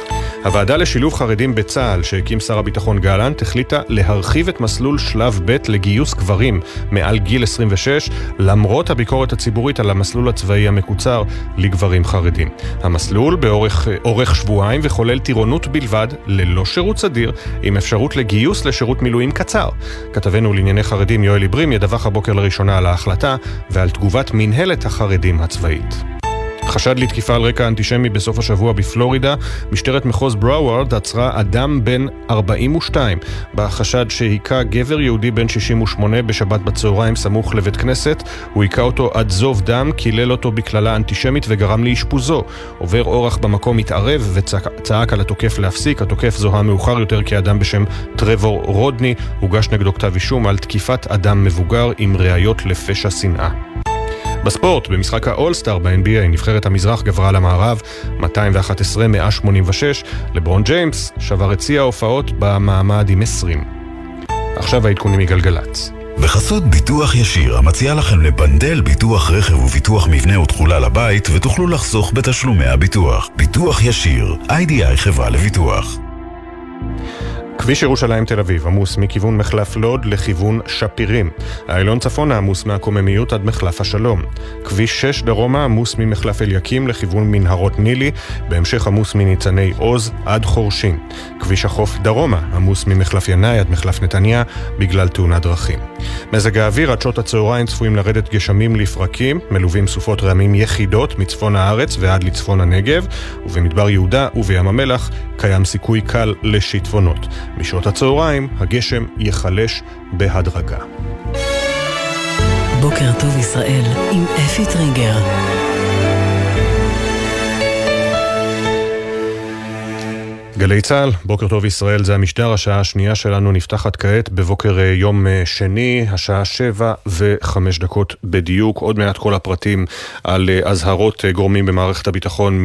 הוועדה לשילוב חרדים בצה"ל שהקים שר הביטחון גלנט החליטה להרחיב את מסלול שלב ב' לגיוס גברים מעל גיל עשרים ושש, למרות הביקורת הציבורית על המסלול הצבאי המקוצר לגברים חרדים. המסלול באורך אורך שבועיים וכולל טירונות בלבד, ללא שירות סדיר, עם אפשרות לגיוס לשירות מילואים קצר. כתבנו לענייני חרדים יואל עיברים ידווח הבוקר לראשונה על ההחלטה ועל תגובת מנהלת החרדים הצבאית. חשד לתקיפה על רקע אנטישמי בסוף השבוע בפלורידה, משטרת מחוז בראוורד עצרה אדם בן ארבעים ושתיים בחשד שהיכה גבר יהודי בן שישים ושמונה בשבת בצהריים סמוך לבית כנסת. הוא היכה אותו עד זוב דם, קילל אותו בקללה אנטישמית וגרם לאשפוזו. עובר אורח במקום התערב וצעק על התוקף להפסיק. התוקף זוהה מאוחר יותר כאדם בשם טרוור רודני. הוגש נגדו כתב אישום על תקיפת אדם מבוגר עם ראיות לפשע שנאה. בספורט, במשחק האול-סטאר ב-אן בי איי, נבחרת המזרח גברה למערב מאתיים ואחת עשרה מאה שמונים ושש. לברון ג'יימס שבר את שיא ההופעות במעמד עם עשרים. עכשיו העדכונים מגלגלץ. בחסות ביטוח ישיר, המציע לכם לבנדל ביטוח רכב וביטוח מבנה ותכולה לבית, ותוכלו לחסוך בתשלומי הביטוח. ביטוח ישיר, איי די איי חברה לביטוח. כביש ירושלים תל אביב עמוס מכיוון מחלף לוד לכיוון שפירים. האילון צפון עמוס מהקוממיות עד מחלף השלום. כביש שש דרומה עמוס ממחלף אליקים לכיוון מנהרות נילי, בהמשך עמוס מניצני עוז עד חורשים. כביש החוף דרומה עמוס ממחלף ינאי עד מחלף נתניה בגלל תאונת דרכים. מזג האוויר, עד שעות הצהריים צפויים לרדת גשמים לפרקים, מלווים סופות רעמים יחידות מצפון הארץ ועד לצפון הנגב, ובמדבר יהודה ובים המלח קיים סיכוי קל לשיטפונות. משעות הצהריים הגשם יחלש בהדרגה. בוקר טוב ישראל עם אפי טריגר. גלי צהל, בוקר טוב ישראל, זה המשדר. השעה השנייה שלנו נפתחת כעת בבוקר יום שני, השעה שבע וחמש דקות בדיוק. עוד מעט כל הפרטים על הזהרות גורמים במערכת הביטחון מ...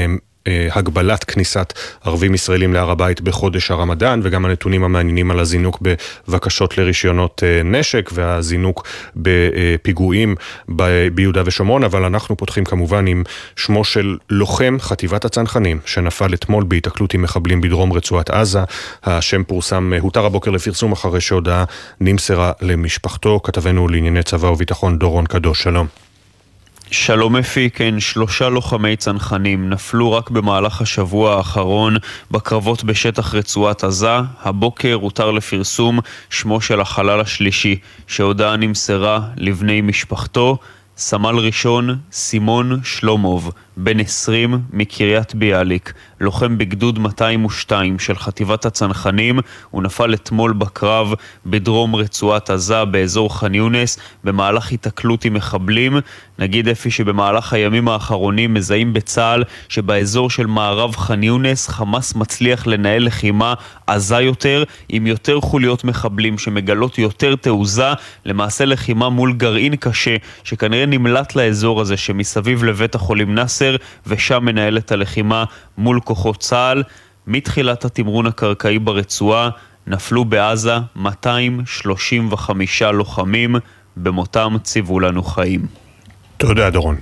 הגבלת כניסת ערבים ישראלים להר הבית בחודש הרמדאן, וגם הנתונים המעניינים על הזינוק בבקשות לרישיונות נשק והזינוק בפיגועים ביהודה ושומרון. אבל אנחנו פותחים כמובן עם שמו של לוחם חטיבת הצנחנים שנפל אתמול בהיתקלות עם מחבלים בדרום רצועת עזה. השם פורסם, הותר הבוקר לפרסום אחרי שהודעה נמסרה למשפחתו. כתבנו לענייני צבא וביטחון דורון קדוש, שלום. שלום אפי, כן, שלושה לוחמי צנחנים נפלו רק במהלך השבוע האחרון בקרבות בשטח רצועת עזה. הבוקר הותר לפרסום שמו של החלל השלישי, שהודעה נמסרה לבני משפחתו. סמל ראשון סימון שלומוב, בן עשרים מקריית ביאליק, לוחם בגדוד מאתיים ושתיים של חטיבת הצנחנים. הוא נפל אתמול בקרב בדרום רצועת עזה באזור ח'אן יונס במהלך התקלות עם מחבלים. נגיד אפי שבמהלך הימים האחרונים מזהים בצה"ל שבאזור של מערב ח'אן יונס חמאס מצליח לנהל לחימה עזה יותר, עם יותר חוליות מחבלים שמגלות יותר תעוזה, למעשה לחימה מול גרעין קשה שכנראה נמלט לאזור הזה שמסביב לבית החולים נאסר, ושם מנהל את הלחימה מול כוחות צה"ל. מתחילת התמרון הקרקעי ברצועה נפלו בעזה מאתיים שלושים וחמישה לוחמים, במותם ציוו לנו חיים. תודה דורון.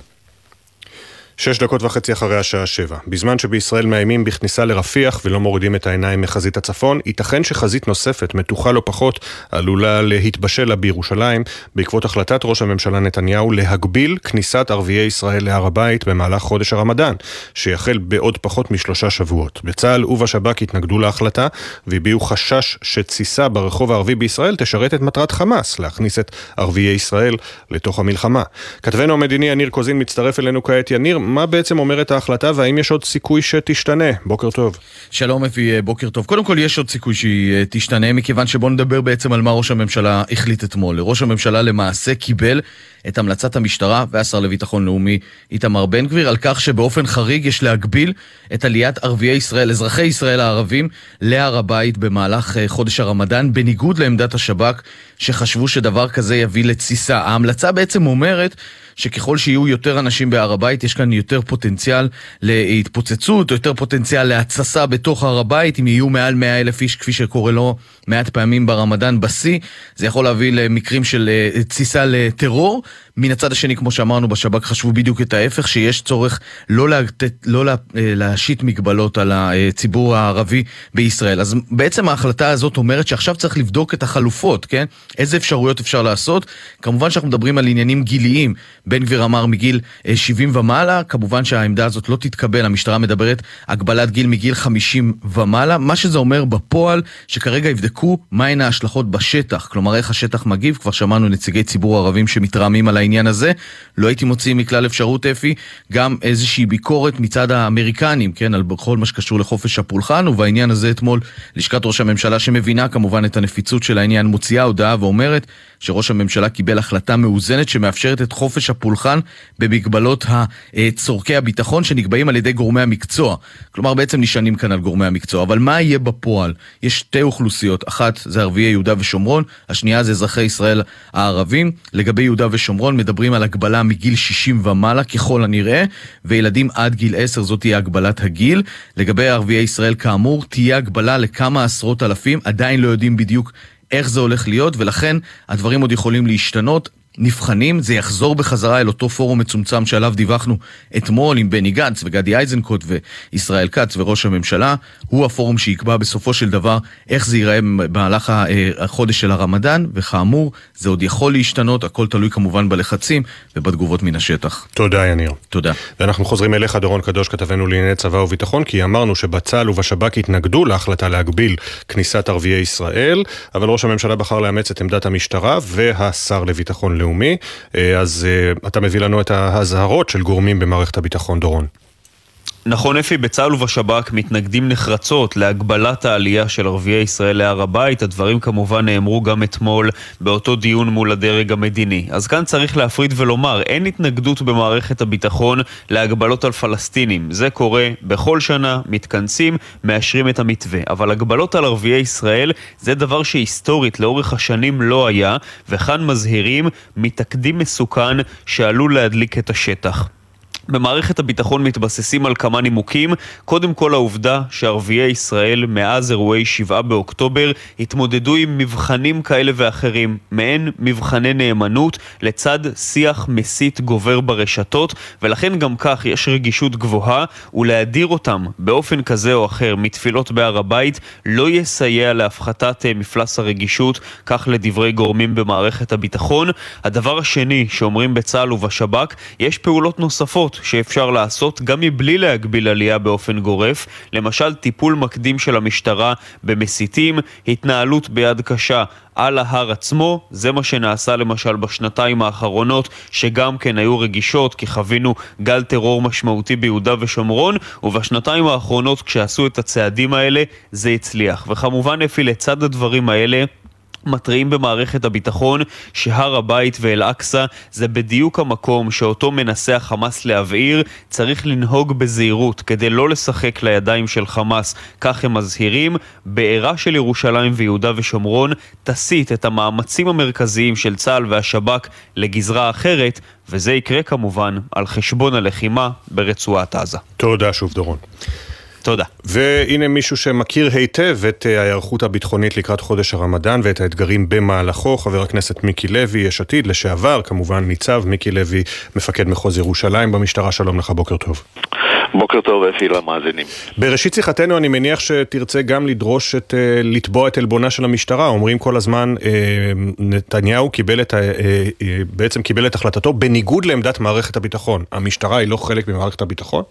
שש דקות וחצי אחרי השעה שבע. בזמן שבישראל מאיימים בכניסה לרפיח ולא מורידים את העיניים מחזית הצפון, ייתכן שחזית נוספת, מתוחה לא פחות, עלולה להתבשל לה בירושלים, בעקבות החלטת ראש הממשלה נתניהו להגביל כניסת ערביי ישראל להר הבית במהלך חודש הרמדאן, שיחל בעוד פחות משלושה שבועות. בצה"ל ובשב"כ התנגדו להחלטה, והביעו חשש שתסיסה ברחוב הערבי בישראל תשרת את מטרת חמאס, להכניס את ערביי ישראל לתוך המלחמה. כתבנו המדיני יניר קוזין מצטרף אלינו כעת. יניר, מה בעצם אומרת ההחלטה, והאם יש עוד סיכוי שתשתנה? בוקר טוב. שלום אפי, בוקר טוב. קודם כל יש עוד סיכוי שהיא תשתנה, מכיוון שבוא נדבר בעצם על מה ראש הממשלה החליט אתמול. ראש הממשלה למעשה קיבל את המלצת המשטרה והשר לביטחון לאומי איתמר בן גביר על כך שבאופן חריג יש להגביל את עליית ערביי ישראל, אזרחי ישראל הערבים, להר הבית במהלך חודש הרמדאן, בניגוד לעמדת השב"כ שחשבו שדבר כזה יביא לתסיסה. ההמלצה בעצם אומרת שככל שיהיו יותר אנשים בהר הבית, יש כאן יותר פוטנציאל להתפוצצות, או יותר פוטנציאל להצסה בתוך הר הבית. אם יהיו מעל מאה אלף איש, כפי שקורה לו מעט פעמים ברמדאן בסי, זה יכול להביא למקרים של תסיסה לטרור. מן הצד השני, כמו שאמרנו, בשב"כ חשבו בדיוק את ההפך, שיש צורך לא, לתת, לא לה, להשית מגבלות על הציבור הערבי בישראל. אז בעצם ההחלטה הזאת אומרת שעכשיו צריך לבדוק את החלופות, כן? איזה אפשרויות אפשר לעשות? כמובן שאנחנו מדברים על עניינים גיליים. בן גביר אמר מגיל שבעים ומעלה, כמובן שהעמדה הזאת לא תתקבל, המשטרה מדברת הגבלת גיל מגיל חמישים ומעלה, מה שזה אומר בפועל, שכרגע יבדקו מהן ההשלכות בשטח, כלומר איך השטח מגיב, כבר שמענו נציגי ציבור ערבים שמתרעמים על העניין הזה, לא הייתי מוציא מכלל אפשרות אפי, גם איזושהי ביקורת מצד האמריקנים, כן, על בכל מה שקשור לחופש הפולחן, ובעניין הזה אתמול לשכת ראש הממשלה שמבינה כמובן את הנפיצות של העניין מוציאה הודעה ואומרת שראש הממשלה קיבל החלטה מאוזנת שמאפשרת את חופש הפולחן במגבלות צורכי הביטחון שנקבעים על ידי גורמי המקצוע. כלומר בעצם נשענים כאן על גורמי המקצוע, אבל מה יהיה בפועל? יש שתי אוכלוסיות, אחת זה ערביי יהודה ושומרון, השנייה זה אזרחי ישראל הערבים. לגבי יהודה ושומרון מדברים על הגבלה מגיל שישים ומעלה ככל הנראה, וילדים עד גיל עשר זאת תהיה הגבלת הגיל. לגבי ערביי ישראל כאמור תהיה הגבלה לכמה עשרות אלפים, עדיין לא יודעים בדיוק איך זה הולך להיות, ולכן הדברים עוד יכולים להשתנות. נבחנים, זה יחזור בחזרה אל אותו פורום מצומצם שעליו דיווחנו אתמול עם בני גנץ וגדי איזנקוט וישראל כץ וראש הממשלה. הוא הפורום שיקבע בסופו של דבר איך זה ייראה במהלך החודש של הרמדאן, וכאמור זה עוד יכול להשתנות, הכל תלוי כמובן בלחצים ובתגובות מן השטח. תודה יניר. תודה. ואנחנו חוזרים אליך דורון קדוש, כתבנו לענייני צבא וביטחון, כי אמרנו שבצה"ל ובשב"כ התנגדו להחלטה להגביל כניסת ערביי ישראל, אבל ראש הממשלה בחר לאמץ את עמדת המשטרה והשר לביטחון לאומי. אז אתה מביא לנו את ההזהרות של גורמים במערכת הביטחון, דורון. נכון אפי, בצה"ל ובשב"כ מתנגדים נחרצות להגבלת העלייה של ערביי ישראל להר הבית. הדברים כמובן נאמרו גם אתמול באותו דיון מול הדרג המדיני. אז כאן צריך להפריד ולומר, אין התנגדות במערכת הביטחון להגבלות על פלסטינים. זה קורה בכל שנה, מתכנסים, מאשרים את המתווה. אבל הגבלות על ערביי ישראל זה דבר שהיסטורית לאורך השנים לא היה, וכאן מזהירים מתקדים מסוכן שעלול להדליק את השטח. במערכת הביטחון מתבססים על כמה נימוקים. קודם כל העובדה שערביי ישראל מאז אירועי שבעה באוקטובר התמודדו עם מבחנים כאלה ואחרים, מעין מבחני נאמנות לצד שיח מסית גובר ברשתות, ולכן גם כך יש רגישות גבוהה, ולהדיר אותם באופן כזה או אחר מתפילות בהר הבית לא יסייע להפחתת מפלס הרגישות, כך לדברי גורמים במערכת הביטחון. הדבר השני שאומרים בצה"ל ובשב"כ, יש פעולות נוספות שאפשר לעשות גם מבלי להגביל עלייה באופן גורף, למשל טיפול מקדים של המשטרה במסיתים, התנהלות ביד קשה על ההר עצמו. זה מה שנעשה למשל בשנתיים האחרונות, שגם כן היו רגישות, כי חווינו גל טרור משמעותי ביהודה ושומרון, ובשנתיים האחרונות כשעשו את הצעדים האלה זה הצליח. וכמובן אפי, לצד הדברים האלה מטריעים במערכת הביטחון שהר הבית ואל-אקסה זה בדיוק המקום שאותו מנסה החמאס להבעיר. צריך לנהוג בזהירות כדי לא לשחק לידיים של חמאס, כך הם מזהירים. בעירה של ירושלים ויהודה ושומרון תסיט את המאמצים המרכזיים של צה"ל והשב"כ לגזרה אחרת, וזה יקרה כמובן על חשבון הלחימה ברצועת עזה. תודה שוב דורון. תודה. והנה מישהו שמכיר היטב את ההיערכות הביטחונית לקראת חודש הרמדאן ואת האתגרים במהלכו, חבר הכנסת מיקי לוי, יש עתיד לשעבר, כמובן ניצב מיקי לוי, מפקד מחוז ירושלים במשטרה. שלום לך, בוקר טוב. בוקר טוב אפי למאזינים. בראשית שיחתנו אני מניח שתרצה גם לדרוש את, לתבוע את אלבונה של המשטרה. אומרים כל הזמן נתניהו קיבל את, בעצם קיבל את החלטתו בניגוד לעמדת מערכת הביטחון. המשטרה היא לא חלק ממערכת הביטחון?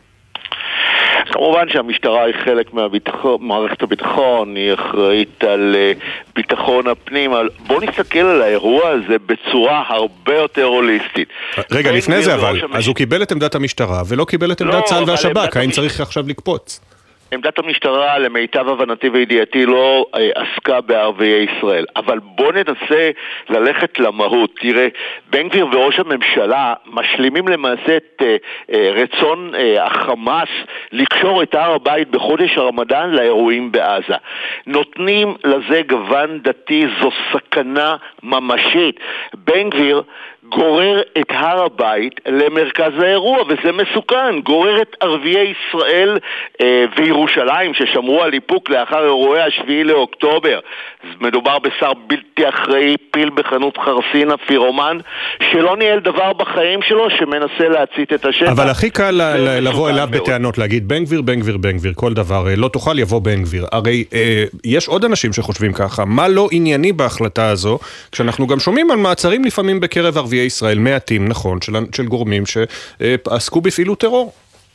כמובן שהמשטרה היא חלק ממערכת הביטחון, היא אחראית על ביטחון הפנים. בוא נסתכל על האירוע הזה בצורה הרבה יותר הוליסטית. רגע, לפני זה אבל, אז הוא קיבל את עמדת המשטרה ולא קיבל את עמדת צה"ל והשב"כ, האם צריך עכשיו לקפוץ? עמדת המשטרה למיטב הבנתי וידיעתי לא עסקה בערביי ישראל, אבל בוא ננסה ללכת למהות. תראה, בן גביר וראש הממשלה משלימים למעשה את רצון החמאס לקשור את הר הבית בחודש הרמדאן לאירועים בעזה. נותנים לזה גוון דתי, זו סכנה ממשית. בן גביר גורר את הר הבית למרכז האירוע, וזה מסוכן. גורר את ערביי ישראל אה, וירושלים ששמרו על איפוק לאחר אירועי השביעי לאוקטובר. מדובר בשר בלתי אחראי, פיל בחנות חרסינה, פירומן, שלא ניהל דבר בחיים שלו, שמנסה להצית את השטח. אבל הכי קל לבוא אליו בטענות, להגיד בן גביר, בן גביר, בן גביר, כל דבר, לא תוכל יבוא בן גביר. הרי אה, יש עוד אנשים שחושבים ככה, מה לא ענייני בהחלטה הזו, כשאנחנו גם שומעים על מעצרים לפעמים בקרב ערביי ישראל, מעטים, נכון, של, של גורמים שעסקו בפעילות טרור.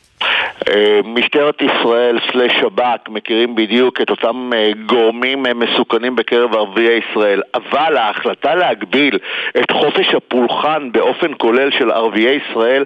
משטרת ישראל סלש שב"כ מכירים בדיוק את אותם גורמים מסוכנים בקרב ערביי ישראל, אבל ההחלטה להגביל את חופש הפולחן באופן כולל של ערביי ישראל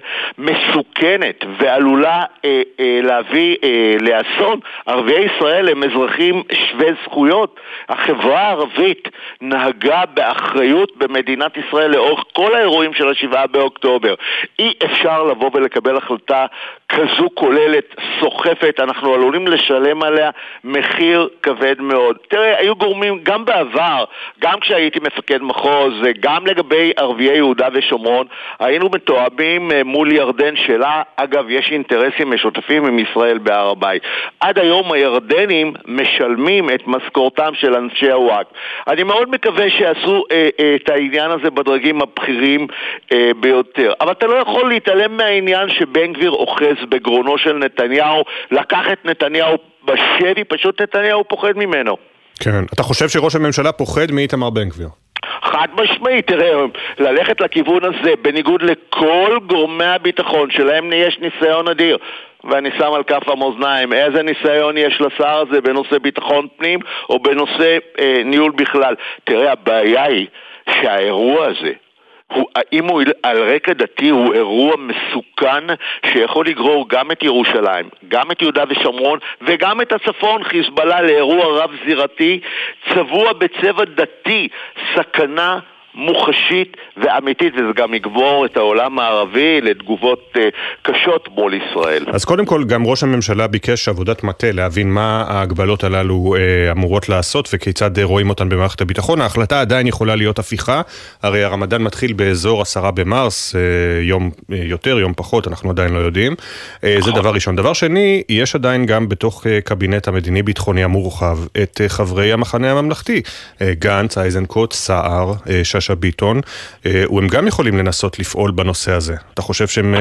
מסוכנת ועלולה אה, אה, להביא אה, לאסון. ערביי ישראל הם אזרחים שווי זכויות. החברה הערבית נהגה באחריות במדינת ישראל לאורך כל האירועים של השבעה באוקטובר. אי אפשר לבוא ולקבל החלטה כזו כוללת, סוחפת, אנחנו עלולים לשלם עליה מחיר כבד מאוד. תראה, היו גורמים גם בעבר, גם כשהייתי מפקד מחוז, גם לגבי ערביי יהודה ושומרון, היינו מתואמים מול ירדן שלה. אגב, יש אינטרסים משותפים עם ישראל בהר הבית. עד היום הירדנים משלמים את משכורתם של אנשי הוואק. אני מאוד מקווה שיעשו אה, אה, את העניין הזה בדרגים הבכירים אה, ביותר. אבל אתה לא יכול להתעלם מהעניין שבן גביר אוחז בגרונו של נתניהו, לקח את נתניהו בשבי, פשוט נתניהו פוחד ממנו. כן, אתה חושב שראש הממשלה פוחד מאיתמר בן גביר? חד משמעית, תראה, ללכת לכיוון הזה, בניגוד לכל גורמי הביטחון, שלהם יש ניסיון אדיר, ואני שם על כף המאזניים, איזה ניסיון יש לשר הזה בנושא ביטחון פנים, או בנושא אה, ניהול בכלל. תראה, הבעיה היא שהאירוע הזה, הוא, אם הוא על רקע דתי, הוא אירוע מסוכן שיכול לגרור גם את ירושלים, גם את יהודה ושומרון וגם את הצפון, חיזבאללה, לאירוע רב זירתי צבוע בצבע דתי, סכנה מוחשית ואמיתית, וזה גם יגבור את העולם הערבי לתגובות uh, קשות מול ישראל. אז קודם כל, גם ראש הממשלה ביקש עבודת מטה להבין מה ההגבלות הללו uh, אמורות לעשות וכיצד uh, רואים אותן במערכת הביטחון. ההחלטה עדיין יכולה להיות הפיכה, הרי הרמדאן מתחיל באזור עשרה במרס, uh, יום uh, יותר, יום פחות, אנחנו עדיין לא יודעים. Uh, זה דבר ראשון. דבר שני, יש עדיין גם בתוך uh, קבינט המדיני-ביטחוני המורחב את uh, חברי המחנה הממלכתי, uh, גנץ, איזנקוט, סער, uh, שאשא ביטון, והם גם יכולים לנסות לפעול בנושא הזה. אתה חושב שהם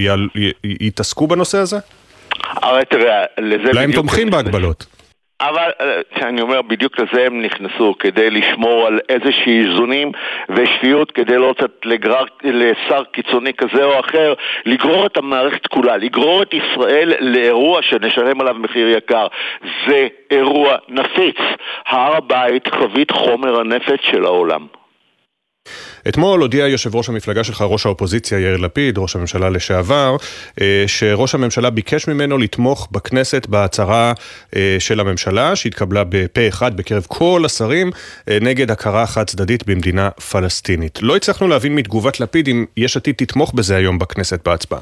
יתעסקו בנושא הזה? אבל תראה, לזה אולי הם תומכים בהגבלות. אבל אני אומר, בדיוק לזה הם נכנסו, כדי לשמור על איזושהי איזונים ושפיות, כדי לא לתת לגרר לשר קיצוני כזה או אחר, לגרור את המערכת כולה, לגרור את ישראל לאירוע שנשלם עליו מחיר יקר. זה אירוע נפיץ. הר הבית חבית חומר הנפץ של העולם. אתמול הודיע יושב ראש המפלגה שלך, ראש האופוזיציה יאיר לפיד, ראש הממשלה לשעבר, שראש הממשלה ביקש ממנו לתמוך בכנסת בהצהרה של הממשלה, שהתקבלה בפה אחד בקרב כל השרים, נגד הכרה חד צדדית במדינה פלסטינית. לא הצלחנו להבין מתגובת לפיד אם יש עתיד תתמוך בזה היום בכנסת בהצבעה.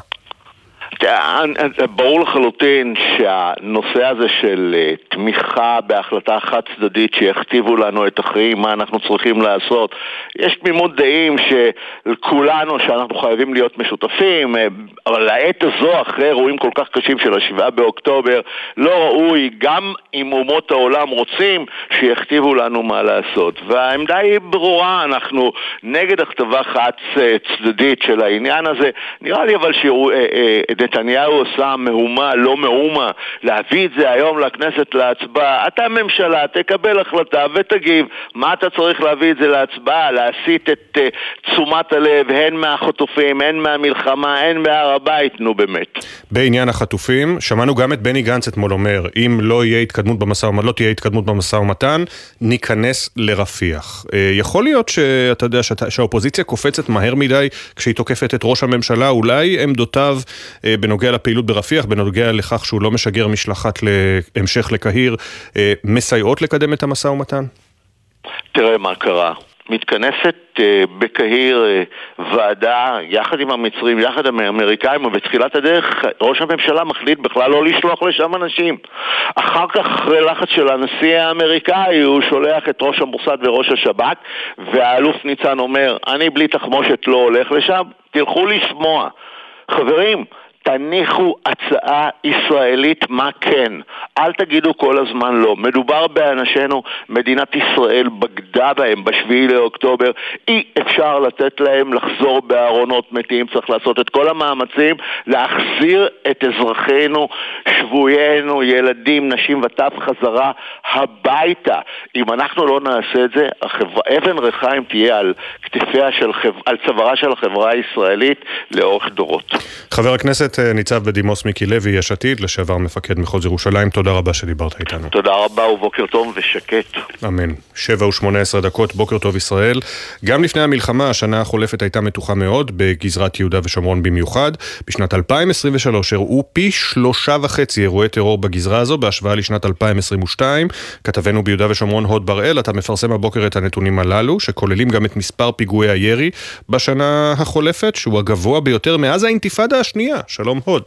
ברור לחלוטין שהנושא הזה של תמיכה בהחלטה חד צדדית שיכתיבו לנו את החיים, מה אנחנו צריכים לעשות, יש תמימות דעים שכולנו שאנחנו חייבים להיות משותפים, אבל לעת הזו אחרי אירועים כל כך קשים של השבעה באוקטובר לא ראוי, גם אם אומות העולם רוצים, שיכתיבו לנו מה לעשות. והעמדה היא ברורה, אנחנו נגד הכתבה חד צדדית של העניין הזה. נראה לי אבל שהוא נתניהו עושה מהומה, לא מהומה, להביא את זה היום לכנסת להצבעה. אתה ממשלה, תקבל החלטה ותגיב. מה אתה צריך להביא את זה להצבעה? להסיט את uh, תשומת הלב, הן מהחטופים, הן מהמלחמה, הן מהר הבית, נו באמת. בעניין החטופים, שמענו גם את בני גנץ אתמול אומר, אם לא יהיה התקדמות במשא ומתן, לא תהיה התקדמות במשא ומתן, ניכנס לרפיח. Uh, יכול להיות שאתה יודע שהאופוזיציה קופצת מהר מדי כשהיא תוקפת את ראש הממשלה, אולי עמדותיו uh, בנוגע לפעילות ברפיח, בנוגע לכך שהוא לא משגר משלחת להמשך לקהיר, מסייעות לקדם את המשא ומתן? תראה מה קרה. מתכנסת uh, בקהיר uh, ועדה יחד עם המצרים, יחד עם האמריקאים, ובתחילת הדרך ראש הממשלה מחליט בכלל לא לשלוח לשם אנשים. אחר כך, אחרי לחץ של הנשיא האמריקאי, הוא שולח את ראש המוסד וראש השב"כ, והאלוף ניצן אומר, אני בלי תחמושת לא הולך לשם, תלכו לשמוע. חברים, תניחו הצעה ישראלית מה כן. אל תגידו כל הזמן לא. מדובר באנשינו, מדינת ישראל בגדה בהם בשביעי לאוקטובר. אי אפשר לתת להם לחזור בארונות מתים. צריך לעשות את כל המאמצים להחזיר את אזרחינו, שבויינו, ילדים, נשים וטף חזרה הביתה. אם אנחנו לא נעשה את זה, החבר... אבן רחיים תהיה על כתפיה של חבר... על צווארה של החברה הישראלית לאורך דורות. חבר הכנסת ניצב בדימוס מיקי לוי, יש עתיד, לשעבר מפקד מחוז ירושלים, תודה רבה שדיברת איתנו. תודה רבה ובוקר טוב ושקט. אמן. שבע ושמונה עשרה דקות, בוקר טוב ישראל. גם לפני המלחמה, השנה החולפת הייתה מתוחה מאוד, בגזרת יהודה ושומרון במיוחד. בשנת אלפיים עשרים ושלוש הראו פי שלושה וחצי אירועי טרור בגזרה הזו, בהשוואה לשנת אלפיים עשרים ושתיים. כתבנו ביהודה ושומרון הוד בראל, אתה מפרסם הבוקר את הנתונים הללו, שכוללים גם את מספר פיגועי הירי בשנה החולפת, שהוא הגבוה ביותר מאז האינתיפאדה השנייה. שלום הוד.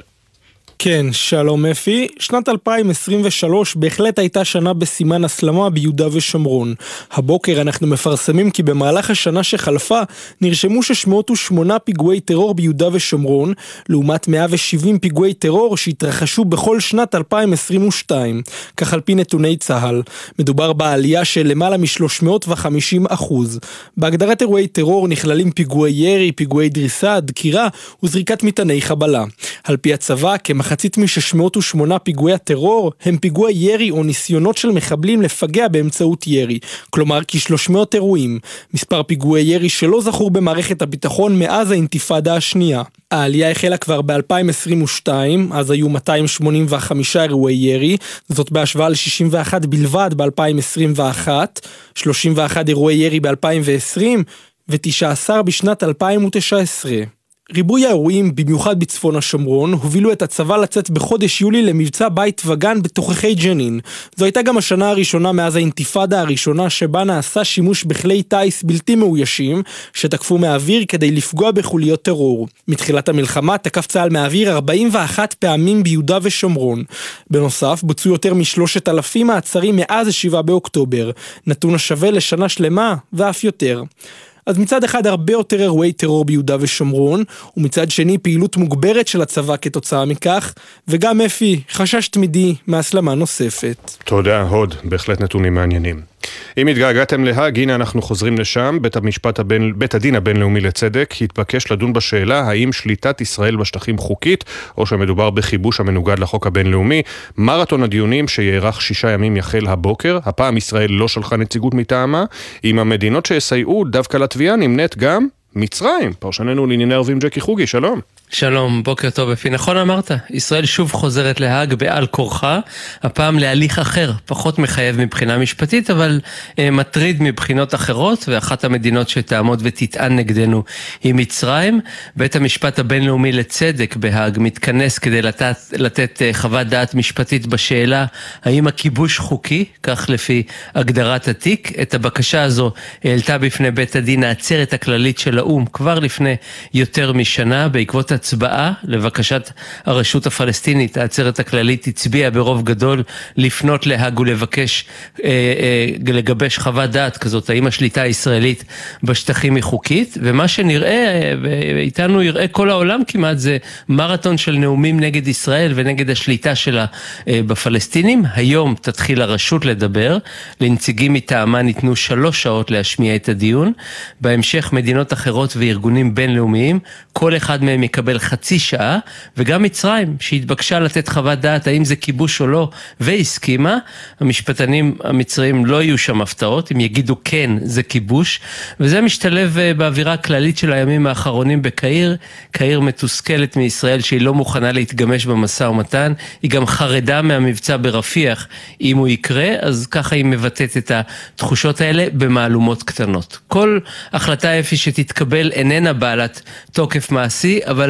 כן, שלום אפי. שנת אלפיים עשרים ושלוש בהחלט הייתה שנה בסימן הסלמה ביהודה ושומרון. הבוקר אנחנו מפרסמים כי במהלך השנה שחלפה נרשמו שש מאות ושמונה פיגועי טרור ביהודה ושומרון, לעומת מאה ושבעים פיגועי טרור שהתרחשו בכל שנת אלפיים עשרים ושתיים, כך על פי נתוני צה"ל. מדובר בעלייה של למעלה מ-שלוש מאות וחמישים אחוז. בהגדרת אירועי טרור נכללים פיגועי ירי, פיגועי דריסה, דקירה וזריקת מטעני חבלה. על פי הצבא, כמחצית מ-שש מאות ושמונה פיגועי הטרור הם פיגועי ירי או ניסיונות של מחבלים לפגע באמצעות ירי, כלומר כ-שלוש מאות אירועים. מספר פיגועי ירי שלא זכור במערכת הביטחון מאז האינתיפאדה השנייה. העלייה החלה כבר ב-אלפיים עשרים ושתיים, אז היו מאתיים שמונים וחמישה אירועי ירי, זאת בהשוואה ל-שישים ואחת בלבד ב-אלפיים עשרים ואחת, שלושים ואחת אירועי ירי ב-אלפיים ועשרים ו-תשע עשרה בשנת אלפיים תשע עשרה. ריבוי האירועים, במיוחד בצפון השומרון, הובילו את הצבא לצאת בחודש יולי למבצע בית וגן בתוככי ג'נין. זו הייתה גם השנה הראשונה מאז האינתיפאדה הראשונה שבה נעשה שימוש בכלי טייס בלתי מאוישים, שתקפו מהאוויר כדי לפגוע בחוליות טרור. מתחילת המלחמה תקף צה"ל מהאוויר ארבעים ואחת פעמים ביהודה ושומרון. בנוסף, בוצעו יותר משלושת אלפים מעצרים מאז השבעה באוקטובר, נתון השווה לשנה שלמה ואף יותר. אז מצד אחד הרבה יותר אירועי טרור ביהודה ושומרון, ומצד שני פעילות מוגברת של הצבא כתוצאה מכך, וגם אפי, חשש תמידי מהסלמה נוספת. תודה, הוד, בהחלט נתונים מעניינים. אם התגעגעתם להאג, הנה אנחנו חוזרים לשם. בית המשפט הבין, בית הדין הבינלאומי לצדק התבקש לדון בשאלה האם שליטת ישראל בשטחים חוקית, או שמדובר בכיבוש המנוגד לחוק הבינלאומי. מרתון הדיונים שיערך שישה ימים יחל הבוקר. הפעם ישראל לא שלחה נציגות מטעמה. עם המדינות שיסייעו דווקא לתביעה נמנית גם מצרים. פרשננו לענייני ערבים ג'קי חוגי, שלום. שלום, בוקר טוב אפי. נכון אמרת, ישראל שוב חוזרת להאג בעל כורחה, הפעם להליך אחר, פחות מחייב מבחינה משפטית, אבל אה, מטריד מבחינות אחרות, ואחת המדינות שתעמוד ותטען נגדנו היא מצרים. בית המשפט הבינלאומי לצדק בהאג מתכנס כדי לתת, לתת אה, חוות דעת משפטית בשאלה האם הכיבוש חוקי, כך לפי הגדרת התיק. את הבקשה הזו העלתה בפני בית הדין העצרת הכללית של האום כבר לפני יותר משנה, בעקבות הצבעה לבקשת הרשות הפלסטינית. העצרת הכללית הצביעה ברוב גדול לפנות להאג ולבקש אה, אה, לגבש חוות דעת כזאת, האם השליטה הישראלית בשטחים היא חוקית, ומה שנראה, ואיתנו יראה כל העולם כמעט, זה מרתון של נאומים נגד ישראל ונגד השליטה שלה אה, בפלסטינים. היום תתחיל הרשות לדבר, לנציגים מטעמה ניתנו שלוש שעות להשמיע את הדיון, בהמשך מדינות אחרות וארגונים בינלאומיים, כל אחד מהם יקבל חצי שעה, וגם מצרים שהתבקשה לתת חוות דעת האם זה כיבוש או לא, והסכימה. המשפטנים המצרים לא יהיו שם הפתעות, הם יגידו כן זה כיבוש, וזה משתלב באווירה הכללית של הימים האחרונים בקהיר. קהיר מתוסכלת מישראל שהיא לא מוכנה להתגמש במשא ומתן, היא גם חרדה מהמבצע ברפיח אם הוא יקרה, אז ככה היא מבטאת את התחושות האלה במעלומות קטנות. כל החלטה אפי שתתקבל איננה בעלת תוקף מעשי, אבל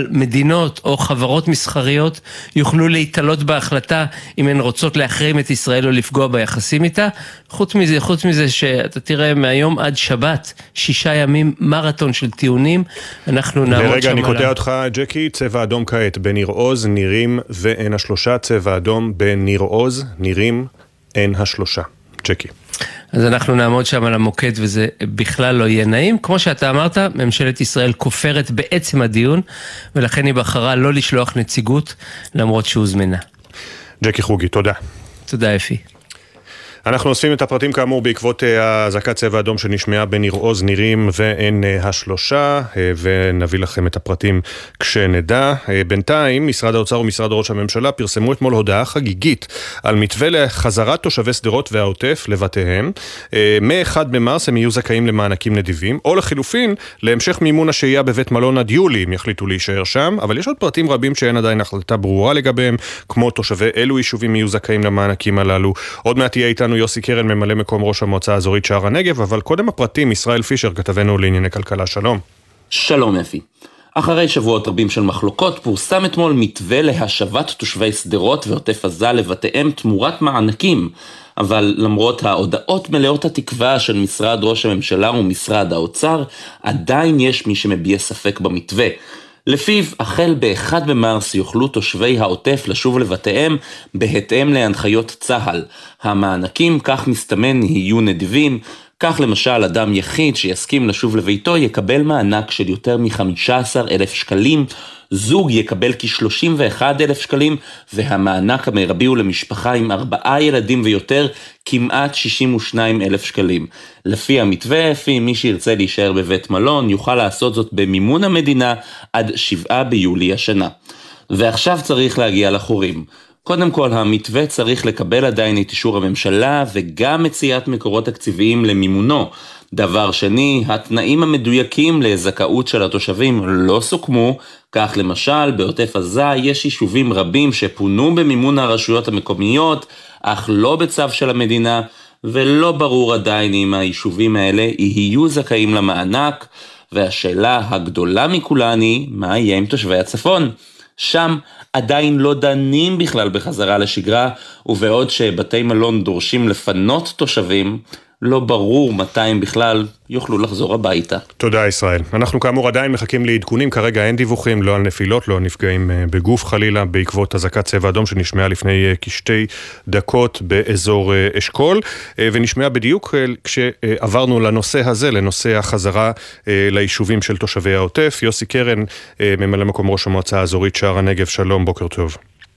מדינות או חברות מסחריות יוכלו להתעלות בהחלטה אם הן רוצות להחרים את ישראל או לפגוע ביחסים איתה. חוץ מזה, חוץ מזה שאתה תראה מהיום עד שבת, שישה ימים מרתון של טיעונים, אנחנו נעמוד שם. לרגע, אני קוטע אותך, ג'קי, צבע אדום כעת, בניר עוז, נירים ועין השלושה, צבע אדום בניר עוז, נירים, עין השלושה. ג'קי. אז אנחנו נעמוד שם על המוקד וזה בכלל לא יהיה נעים. כמו שאתה אמרת, ממשלת ישראל כופרת בעצם הדיון, ולכן היא בחרה לא לשלוח נציגות, למרות שהוזמנה. ג'קי חוגי, תודה. תודה אפי. אנחנו אוספים את הפרטים כאמור בעקבות הזעקת צבע אדום שנשמעה בניר עוז, נירים ועין השלושה, ונביא לכם את הפרטים כשנדע. בינתיים, משרד האוצר ומשרד ראש הממשלה פרסמו אתמול הודעה חגיגית על מתווה לחזרת תושבי שדרות והעוטף לבתיהם. מ-אחד במרס הם יהיו זכאים למענקים נדיבים, או לחילופין, להמשך מימון השהייה בבית מלון עד יולי, אם יחליטו להישאר שם, אבל יש עוד פרטים רבים שאין עדיין החלטה ברורה לגביהם, כמו תושבי אילו יישובים יהיו זכאים למענקים הללו. עוד מעט יהיה איתנו יוסי קרן, ממלא מקום ראש המועצה האזורית שער הנגב, אבל קודם הפרטים, ישראל פישר, כתבנו לענייני כלכלה. שלום. שלום אפי. אחרי שבועות רבים של מחלוקות, פורסם אתמול מתווה להשבת תושבי שדרות ועוטף עזה לבתיהם תמורת מענקים, אבל למרות ההודעות מלאות התקווה של משרד ראש הממשלה ומשרד האוצר, עדיין יש מי שמביע ספק במתווה. לפיו, החל ב-אחד במרס יוכלו תושבי העוטף לשוב לבתיהם בהתאם להנחיות צה"ל. המענקים, כך מסתמן, יהיו נדיבים. כך למשל, אדם יחיד שיסכים לשוב לביתו יקבל מענק של יותר מ-חמישה עשר אלף שקלים, זוג יקבל כ-שלושים ואחד אלף שקלים, והמענק המרבי הוא למשפחה עם ארבעה ילדים ויותר, כמעט שישים ושניים אלף שקלים. לפי המתווה, לפי מי שירצה להישאר בבית מלון, יוכל לעשות זאת במימון המדינה עד שבעה ביולי השנה. ועכשיו צריך להגיע לחורים. קודם כל, המתווה צריך לקבל עדיין את אישור הממשלה וגם מציאת מקורות תקציביים למימונו. דבר שני, התנאים המדויקים לזכאות של התושבים לא סוכמו, כך למשל בעוטף עזה יש יישובים רבים שפונו במימון הרשויות המקומיות, אך לא בצו של המדינה, ולא ברור עדיין אם היישובים האלה יהיו זכאים למענק, והשאלה הגדולה מכולן היא, מה יהיה עם תושבי הצפון? שם עדיין לא דנים בכלל בחזרה לשגרה, ובעוד שבתי מלון דורשים לפנות תושבים, לא ברור מתי הם בכלל יוכלו לחזור הביתה. תודה ישראל. אנחנו כאמור עדיין מחכים לעדכונים, כרגע אין דיווחים, לא על נפילות, לא על נפגעים בגוף חלילה, בעקבות הזעקת צבע אדום שנשמעה לפני כשתי דקות באזור אשכול, ונשמעה בדיוק כשעברנו לנושא הזה, לנושא החזרה ליישובים של תושבי העוטף. יוסי קרן, ממלא מקום ראש המועצה האזורית שער הנגב, שלום, בוקר טוב.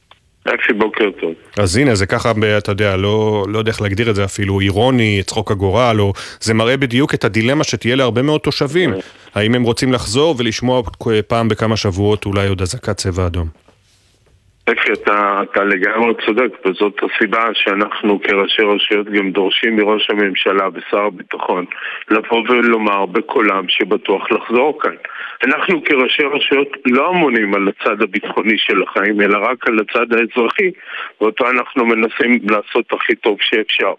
אפי, בוקר טוב. אז הנה, זה ככה, אתה יודע, לא, לא יודע איך להגדיר את זה אפילו, אירוני, צחוק הגורל, או זה מראה בדיוק את הדילמה שתהיה להרבה מאוד תושבים. האם הם רוצים לחזור ולשמוע פעם בכמה שבועות אולי עוד הזעקת צבע אדום? אפי, אתה, אתה לגמרי צודק, וזאת הסיבה שאנחנו כראשי רשויות גם דורשים מראש הממשלה ושר הביטחון לבוא ולומר בקולם שבטוח לחזור כאן. אנחנו כראשי רשויות לא אמונים על הצד הביטחוני של החיים, אלא רק על הצד האזרחי, ואותו אנחנו מנסים לעשות הכי טוב שאפשר.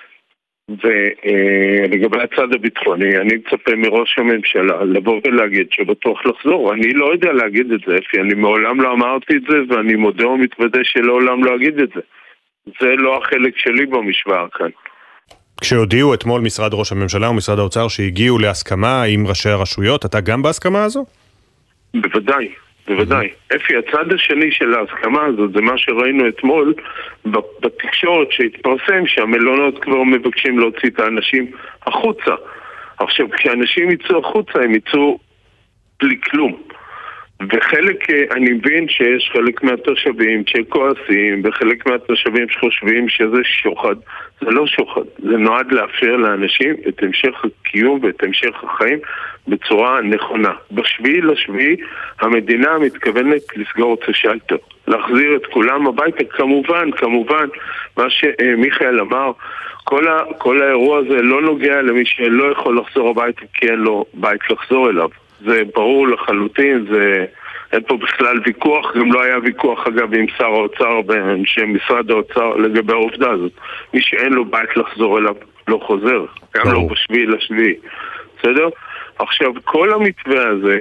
ולגבי הצד הביטחוני, אני מצפה מראש הממשלה לבוא ולהגיד שבטוח לחזור. אני לא יודע להגיד את זה, אפי, אני מעולם לא אמרתי את זה, ואני מודה ומתוודה שלעולם לא אגיד את זה. זה לא החלק שלי במשוואה כאן. כשהודיעו אתמול משרד ראש הממשלה ומשרד האוצר שהגיעו להסכמה עם ראשי הרשויות, אתה גם בהסכמה הזו? בוודאי, בוודאי. אפי, הצד השני של ההסכמה הזאת זה מה שראינו אתמול בתקשורת שהתפרסם שהמלונות כבר מבקשים להוציא את האנשים החוצה. עכשיו, כשאנשים יצאו החוצה הם יצאו בלי כלום. וחלק, אני מבין שיש חלק מהתושבים שכועסים, וחלק מהתושבים שחושבים שזה שוחד. זה לא שוחד, זה נועד לאפשר לאנשים את המשך הקיום ואת המשך החיים בצורה נכונה. בשביעי לשביעי המדינה מתכוונת לסגור את השלטר, להחזיר את כולם הביתה, כמובן, כמובן, מה שמיכאל אמר, כל, ה, כל האירוע הזה לא נוגע למי שלא יכול לחזור הביתה כי אין לו בית לחזור אליו. זה ברור לחלוטין, זה, אין פה בכלל ויכוח, גם לא היה ויכוח אגב עם שר האוצר ואנשי משרד האוצר לגבי העובדה הזאת. מי שאין לו בית לחזור אליו לא חוזר, גם לא בשביעי לשביעי. בסדר? עכשיו, כל המתווה הזה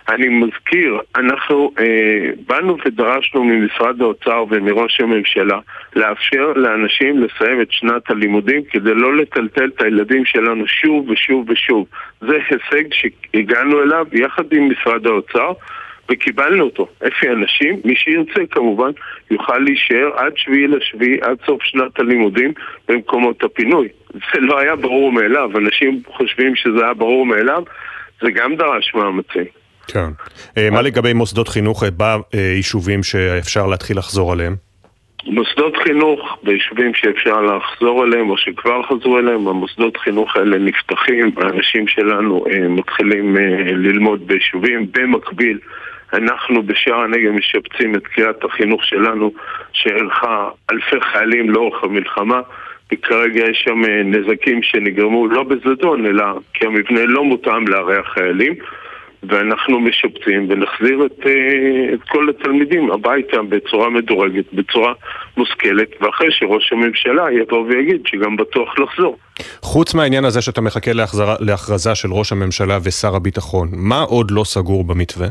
אני מזכיר, אנחנו אה, באנו ודרשנו ממשרד האוצר ומראש הממשלה לאפשר לאנשים לסיים את שנת הלימודים כדי לא לטלטל את הילדים שלנו שוב ושוב ושוב. זה הישג שהגענו אליו יחד עם משרד האוצר וקיבלנו אותו. איפה אנשים, מי שירצה כמובן, יוכל להישאר עד שביעי לשביעי, עד סוף שנת הלימודים במקומות הפינוי. זה לא היה ברור מאליו, אנשים חושבים שזה היה ברור מאליו, זה גם דרש מאמצים. כן. מה לגבי מוסדות חינוך ביישובים שאפשר להתחיל לחזור עליהם? מוסדות חינוך ביישובים שאפשר לחזור אליהם או שכבר חזרו אליהם, המוסדות חינוך האלה נפתחים, האנשים שלנו מתחילים ללמוד ביישובים. במקביל אנחנו בשער הנגב משפצים את קריית החינוך שלנו שערכה אלפי חיילים לאורך המלחמה, וכרגע יש שם נזקים שנגרמו לא בזדון אלא כי המבנה לא מותאם לארח חיילים, ואנחנו משפצים ונחזיר את, את כל התלמידים הביתה בצורה מדורגת, בצורה מושכלת, ואחרי שראש הממשלה יבוא ויגיד שגם בטוח לחזור. חוץ מהעניין הזה שאתה מחכה להחזרה, להכרזה של ראש הממשלה ושר הביטחון, מה עוד לא סגור במתווה?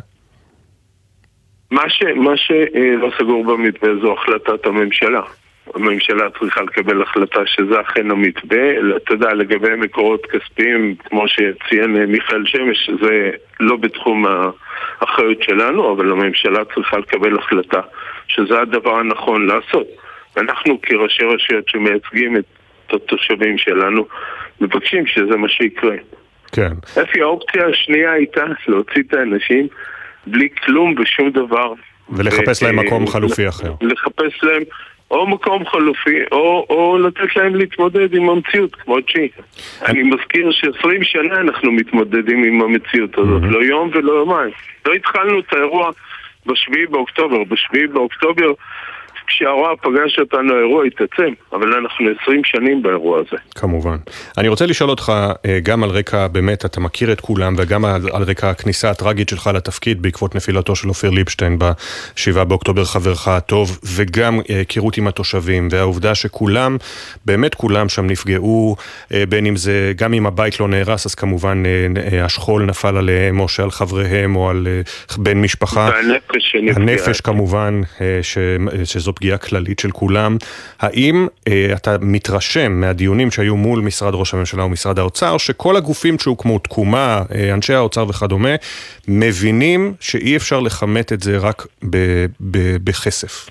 מה, ש, מה שלא סגור במתווה זו החלטת הממשלה. הממשלה צריכה לקבל החלטה שזה אכן המתווה. אתה יודע, לגבי מקורות כספיים, כמו שציין מיכאל שמש, זה לא בתחום האחריות שלנו, אבל הממשלה צריכה לקבל החלטה שזה הדבר הנכון לעשות. אנחנו כראשי רשויות שמייצגים את התושבים שלנו, מבקשים שזה מה שיקרה. כן. איפה האופציה השנייה הייתה להוציא את האנשים בלי כלום ושום דבר. ולחפש להם מקום חלופי אחר. לחפש להם או מקום חלופי, או, או לתת להם להתמודד עם המציאות, כמו שהיא. אני מזכיר ש-עשרים שנה אנחנו מתמודדים עם המציאות הזאת, לא יום ולא יומיים. לא התחלנו את האירוע בשביעי באוקטובר. בשביעי באוקטובר, כשהאירוע פגש אותנו, האירוע התעצם, אבל אנחנו עשרים שנים באירוע הזה. כמובן. אני רוצה לשאול אותך, גם על רקע, באמת, אתה מכיר את כולם, וגם על, על רקע הכניסה הטרגית שלך לתפקיד, בעקבות נפילתו של אופיר ליבשטיין בשבעה באוקטובר, חברך הטוב, וגם היכרות עם התושבים, והעובדה שכולם, באמת כולם שם נפגעו, בין אם זה, גם אם הבית לא נהרס, אז כמובן השכול נפל עליהם, או שעל חבריהם, או על בן משפחה. והנפש שנפגע. הנפש כמובן, ש, שזו פגיעה כללית של כולם. האם אה, אתה מתרשם מהדיונים שהיו מול משרד ראש הממשלה ומשרד האוצר, שכל הגופים שהוקמו, תקומה, אה, אנשי האוצר וכדומה, מבינים שאי אפשר לחמת את זה רק ב- ב- בכסף?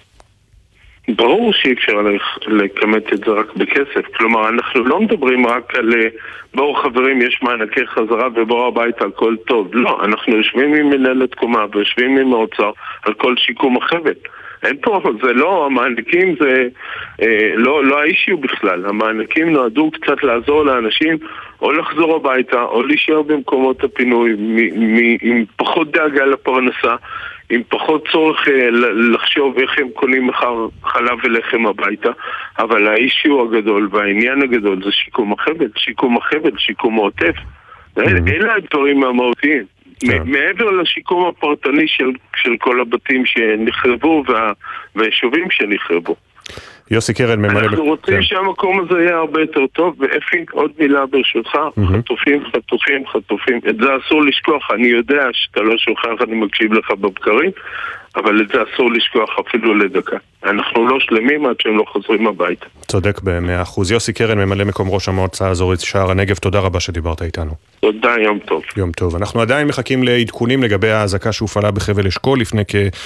ברור שאי אפשר לכמת את זה רק בכסף. כלומר, אנחנו לא מדברים רק על בואו חברים, יש מענקי חזרה ובואו הביתה, הכל טוב. לא, אנחנו יושבים עם מנהלת תקומה ויושבים עם האוצר על כל שיקום החבל. אין פה, זה לא, המענקים זה אה, לא, לא האישיו בכלל. המענקים נועדו קצת לעזור לאנשים או לחזור הביתה או להישאר במקומות הפינוי מ, מ, עם פחות דאגה לפרנסה, עם פחות צורך אה, לחשוב איך הם קונים מחר חלב ולחם הביתה. אבל האישיו הגדול והעניין הגדול זה שיקום החבל, שיקום החבל, שיקום העוטף. אלה הדברים המהותיים. מעבר לשיקום הפרטני של, של כל הבתים שנחרבו וה, והיישובים שנחרבו. יוסי קרן ממלא... אנחנו רוצים שהמקום הזה יהיה הרבה יותר טוב, ואפי, עוד מילה ברשותך, חטופים, חטופים, חטופים. את זה אסור לשכוח, אני יודע שאתה לא שוכח, אני מקשיב לך בבקרים, אבל את זה אסור לשכוח אפילו לדקה. אנחנו לא שלמים עד שהם לא חוזרים הביתה. צודק במאה אחוז. יוסי קרן, ממלא מקום ראש המועצה האזורית שער הנגב, תודה רבה שדיברת איתנו. תודה, יום טוב. יום טוב. אנחנו עדיין מחכים לעדכונים לגבי ההזעקה שהופעלה בחבל אשכול לפני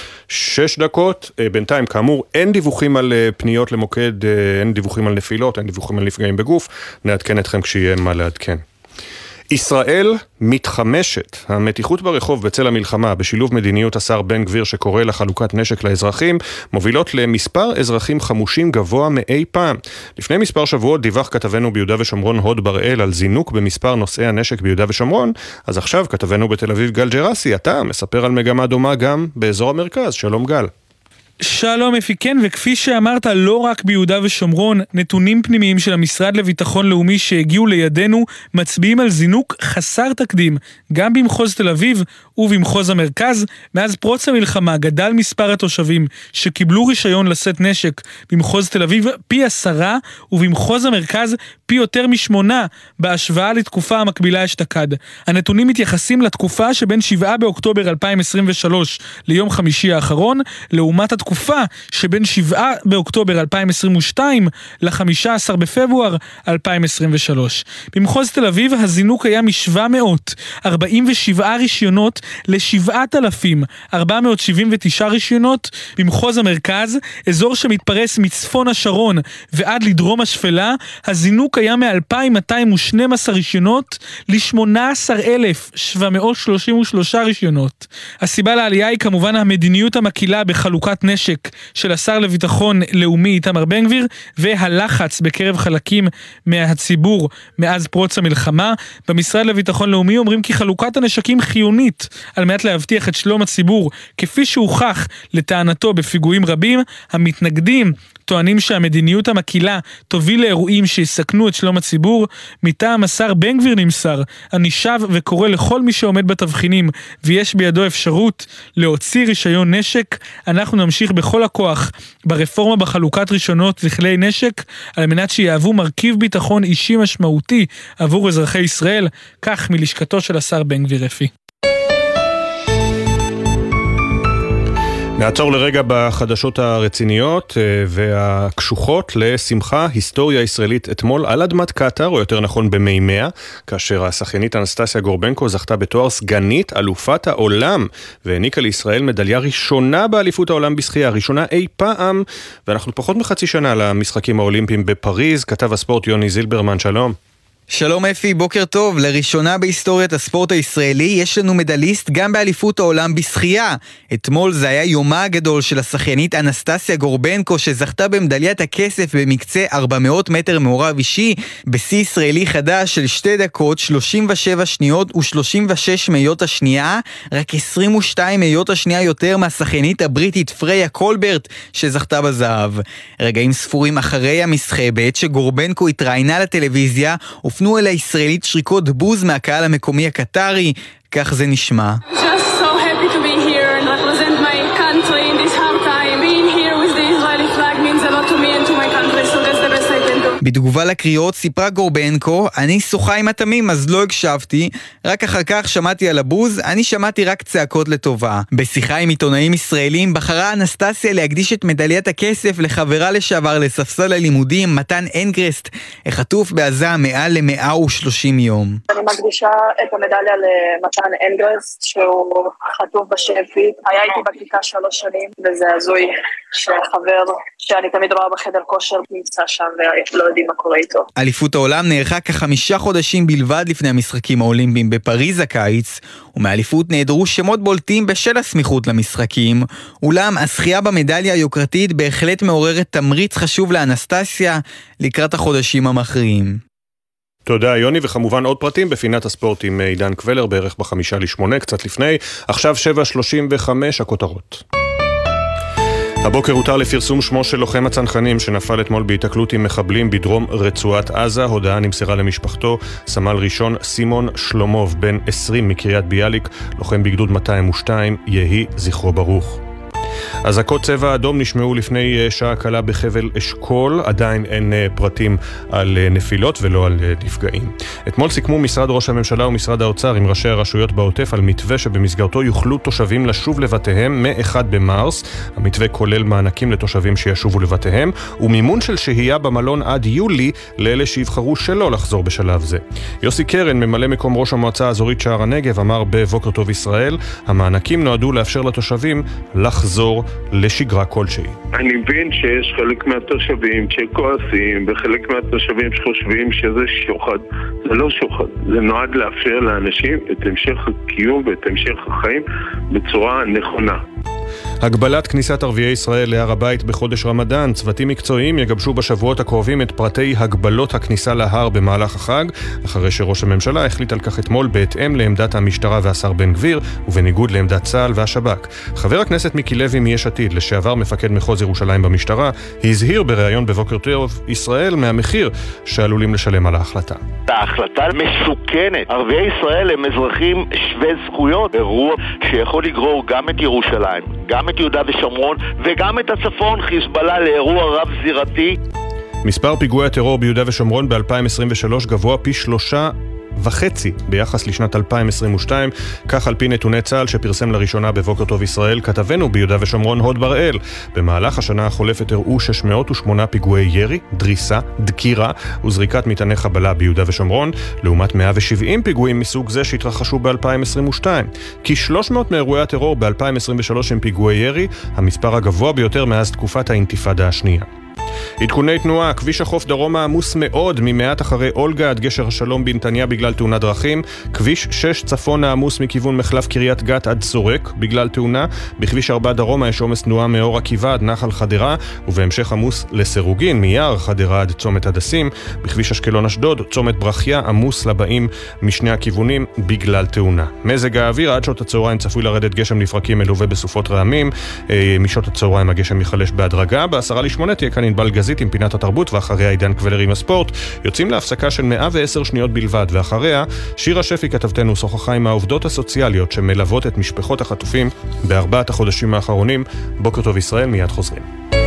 כשש דקות. בינתיים, כאמור, אין דיווחים על פניות למוקד, אין דיווחים על נפילות, אין דיווחים על נפגעים בגוף. נעדכן אתכם כשיהיה מה לעדכן. ישראל מתחמשת. המתיחות ברחוב בצל המלחמה, בשילוב מדיניות השר בן גביר שקורא לחלוקת נשק לאזרחים, מובילות למספר אזרחים חמושים גבוה מאי פעם. לפני מספר שבועות דיווח כתבנו ביהודה ושומרון הוד בראל על זינוק במספר נושאי הנשק ביהודה ושומרון, אז עכשיו כתבנו בתל אביב גל ג'רסי, אתה מספר על מגמה דומה גם באזור המרכז. שלום גל. שלום אפי, כן, וכפי שאמרת, לא רק ביהודה ושומרון, נתונים פנימיים של המשרד לביטחון לאומי שהגיעו לידינו מצביעים על זינוק חסר תקדים, גם במחוז תל אביב ובמחוז המרכז. מאז פרוץ המלחמה גדל מספר התושבים שקיבלו רישיון לשאת נשק במחוז תל אביב פי עשרה, ובמחוז המרכז פי יותר משמונה בהשוואה לתקופה המקבילה אשתקד. הנתונים מתייחסים לתקופה שבין שבעה באוקטובר אלפיים עשרים ושלוש ליום חמישי האחרון, לעומת התקופה שבין שבעה באוקטובר אלפיים עשרים ושתיים ל-חמישה עשר בפברואר אלפיים עשרים ושלוש. במחוז תל אביב הזינוק היה מ-שבע מאות ארבעים ושבע רישיונות ל-שבעת אלפים ארבע מאות שבעים ותשע רישיונות. במחוז המרכז, אזור שמתפרס מצפון השרון ועד לדרום השפלה, הזינוק היה מ-אלפיים מאתיים ושתים עשרה רישיונות ל-שמונה עשר אלף שבע מאות שלושים ושלושה רישיונות. הסיבה לעלייה היא כמובן המדיניות המקילה בחלוקת נשק של השר לביטחון לאומי איתמר בן גביר, והלחץ בקרב חלקים מהציבור מאז פרוץ המלחמה. במשרד לביטחון לאומי אומרים כי חלוקת הנשקים חיונית על מנת להבטיח את שלום הציבור, כפי שהוכח לטענתו בפיגועים רבים. המתנגדים טוענים שהמדיניות המקילה תוביל לאירועים שיסכנו את שלום הציבור. מטעם השר בן גביר נמסר: אני שב וקורא לכל מי שעומד בתבחינים ויש בידו אפשרות להוציא רישיון נשק. אנחנו נמשיך בכל הכוח ברפורמה בחלוקת רישיונות וכלי נשק על מנת שיהוו מרכיב ביטחון אישי משמעותי עבור אזרחי ישראל. כך מלשכתו של השר בן גביר אפי. נעצור לרגע בחדשות הרציניות והקשוחות לשמחה היסטוריה ישראלית אתמול על אדמת קטר, או יותר נכון במימיה, כאשר השחיינית אנסטסיה גורבנקו זכתה בתואר סגנית אלופת העולם והעניקה לישראל מדליה ראשונה באליפות העולם בשחייה, ראשונה אי פעם. ואנחנו פחות מחצי שנה למשחקים האולימפיים בפריז. כתב הספורט יוני זילברמן, שלום. שלום אפי, בוקר טוב. לראשונה בהיסטוריית הספורט הישראלי יש לנו מדליסט גם באליפות העולם בשחייה. אתמול זה היה יומה הגדול של השחיינית אנסטסיה גורבנקו, שזכתה במדליית הכסף במקצה ארבע מאות מטר מעורב אישי, בשיא ישראלי חדש של שתי דקות שלושים ושבע שניות ו-שלושים ושש מאיות השנייה, רק עשרים ושתיים מאיות השנייה יותר מהשחיינית הבריטית פריה קולברט שזכתה בזהב. רגעים ספורים אחרי המשחק, בעת שגורבנקו התראיינה לטלוויזיה, הופנו אל הישראלית שריקות בוז מהקהל המקומי הקטרי. כך זה נשמע. Just so happy to be here and represent my country in this hard time. Being here with the Israeli flag means a lot to me and to my country, so that's the best I can do. בתגובה לקריאות סיפרה גורבנקו: אני שוחה עם התמים אז לא הקשבתי, רק אחר כך שמעתי על הבוז, אני שמעתי רק צעקות לטובה. בשיחה עם עיתונאים ישראלים בחרה אנסטסיה להקדיש את מדליית הכסף לחברה לשעבר לספסל הלימודים מתן אנגרסט, החטוף בעזה מעל ל-מאה ושלושים יום. אני מקדישה את המדליה למתן אנגרסט שהוא חטוף בשבי, היה איתי בכיתה שלוש שנים, וזה הזוי שחבר שאני תמיד רואה בחדר כושר נמצא שם ולא יודעים מה קורה איתו. אליפות העולם נערכה כחמישה חודשים בלבד לפני המשחקים האולימפיים בפריז הקיץ, ומאליפות נעדרו שמות בולטים בשל הסמיכות למשחקים. אולם השחייה במדליה היוקרתית בהחלט מעוררת תמריץ חשוב לאנסטסיה לקראת החודשים המכריעים. תודה יוני, וכמובן עוד פרטים בפינת הספורט עם עידן קבלר בערך בחמישה לשמונה, קצת לפני. עכשיו שבע שלושים וחמש, הכותרות. הבוקר הותר לפרסום שמו של לוחם הצנחנים שנפל אתמול בהיתקלות עם מחבלים בדרום רצועת עזה. הודעה נמסרה למשפחתו. סמל ראשון סימון שלומוב, בן עשרים מקריית ביאליק, לוחם בגדוד מאתיים ושתיים, יהי זכרו ברוך. אזעקות צבע אדום נשמעו לפני שעה קלה בחבל אשכול, עדיין אין פרטים על נפילות ולא על נפגעים. אתמול סיכמו משרד ראש הממשלה ומשרד האוצר עם ראשי הרשויות בעוטף על מתווה שבמסגרתו יוכלו תושבים לשוב לבתיהם מ-אחד במרס. המתווה כולל מענקים לתושבים שישובו לבתיהם ומימון של שהייה במלון עד יולי לאלה שיבחרו שלא לחזור בשלב זה. יוסי קרן, ממלא מקום ראש המועצה האזורית שער הנגב, אמר בבוקר טוב ישראל: המענקים נועדו לאפשר לתושבים לחזור לשגרה כלשהי. אני מבין שיש חלק מהתושבים שכועסים וחלק מהתושבים שחושבים שזה שוחד. זה לא שוחד, זה נועד לאפשר לאנשים את המשך הקיום ואת המשך החיים בצורה נכונה. הגבלת כניסת ערביי ישראל להר הבית בחודש רמדאן. צוותים מקצועיים יגבשו בשבועות הקרובים את פרטי הגבלות הכניסה להר במהלך החג, אחרי שראש הממשלה החליט על כך אתמול בהתאם לעמדת המשטרה והשר בן גביר, ובניגוד לעמדת צה"ל והשב"כ. חבר הכנסת מיקי לוי מיש עתיד, לשעבר מפקד מחוז ירושלים במשטרה, הזהיר בריאיון בבוקר טוב ישראל מהמחיר שעלולים לשלם על ההחלטה. ההחלטה מסוכנת. ערביי ישראל הם אזרחים שווי זכויות, אירוע שיכול לגרור גם את ירושלים, גם את יהודה ושומרון וגם את הצפון, חיזבאללה, לאירוע רב זירתי. מספר פיגועי הטרור ביהודה ושומרון ב-אלפיים עשרים ושלוש גבוה פי שלושה וחצי ביחס לשנת אלפיים עשרים ושתיים, כך על פי נתוני צה"ל שפרסם לראשונה בבוקר טוב ישראל כתבנו ביהודה ושומרון הוד בראל. במהלך השנה החולפת הראו שש מאות ושמונה פיגועי ירי, דריסה, דקירה וזריקת מטעני חבלה ביהודה ושומרון, לעומת מאה ושבעים פיגועים מסוג זה שהתרחשו ב-אלפיים עשרים ושתיים. כ-שלוש מאות מאירועי הטרור ב-אלפיים עשרים ושלוש הם פיגועי ירי, המספר הגבוה ביותר מאז תקופת האינתיפאדה השנייה. עדכוני תנועה, כביש החוף דרומה עמוס מאוד ממעט אחרי אולגה עד גשר השלום בנתניה בגלל תאונת דרכים. כביש שש צפונה עמוס מכיוון מחלף קריית גת עד סורק בגלל תאונה. בכביש ארבע דרומה יש עומס תנועה מאור עקיבא עד נחל חדרה, ובהמשך עמוס לסירוגין מיער חדרה עד צומת הדסים. בכביש אשקלון אשדוד צומת ברכיה עמוס לבאים משני הכיוונים בגלל תאונה. מזג האוויר, עד שעות הצהריים צפוי לרדת גשם לפרקים מלווה בסופות רעמים. משעות הצהריים הגשם יחלש בהדרגה. בעשרה לשמונה תהיה כאן ענבל גזית עם פינת התרבות, ואחריה עידן קבלר עם הספורט. יוצאים להפסקה של מאה ועשר שניות בלבד, ואחריה שירה שפי כתבתנו שוחחה עם העובדות הסוציאליות שמלוות את משפחות החטופים בארבעת החודשים האחרונים. בוקר טוב ישראל, מיד חוזרים.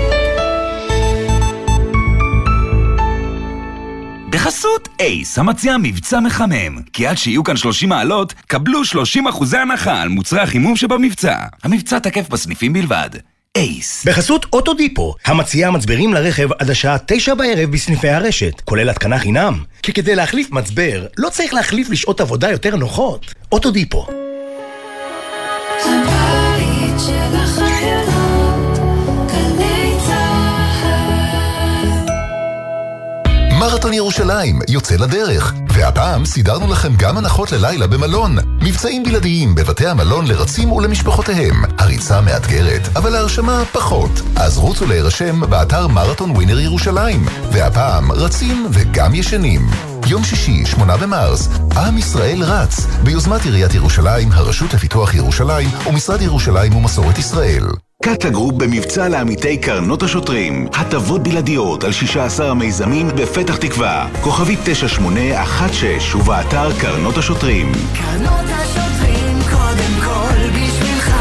בחסות אייס, המציע מבצע מחמם, כי עד שיהיו כאן שלושים מעלות, קבלו שלושים אחוזי הנחה על מוצרי החימום שבמבצע. המבצע תקף בסניפים בלבד. אייס. בחסות אוטודיפו, המציעה מצברים לרכב עד השעה תשע בערב בסניפי הרשת, כולל התקנה חינם. כי כדי להחליף מצבר, לא צריך להחליף לשעות עבודה יותר נוחות. אוטודיפו. הבית של החיילות, גלי צהל. מרתון ירושלים יוצא לדרך, והפעם סידרנו לכם גם הנחות ללילה במלון. מבצעים בלעדיים בבתי המלון לרצים ולמשפחותיהם. הריצה מאתגרת, אבל ההרשמה פחות. אז רוצו להירשם באתר מרתון ווינר ירושלים. והפעם רצים וגם ישנים. יום שישי, שמונה במרס, עם ישראל רץ, ביוזמת עיריית ירושלים, הרשות לפיתוח ירושלים ומשרד ירושלים ומסורת ישראל. קאטה גרופ במבצע לעמיתי קרנות השוטרים. הטבות בלעדיות על שישה עשר המיזמים בפתח תקווה. כוכבית תשע שמונה אחת שש ובאתר קרנות השוטרים. קרנות השוטרים קודם כל בשבילך.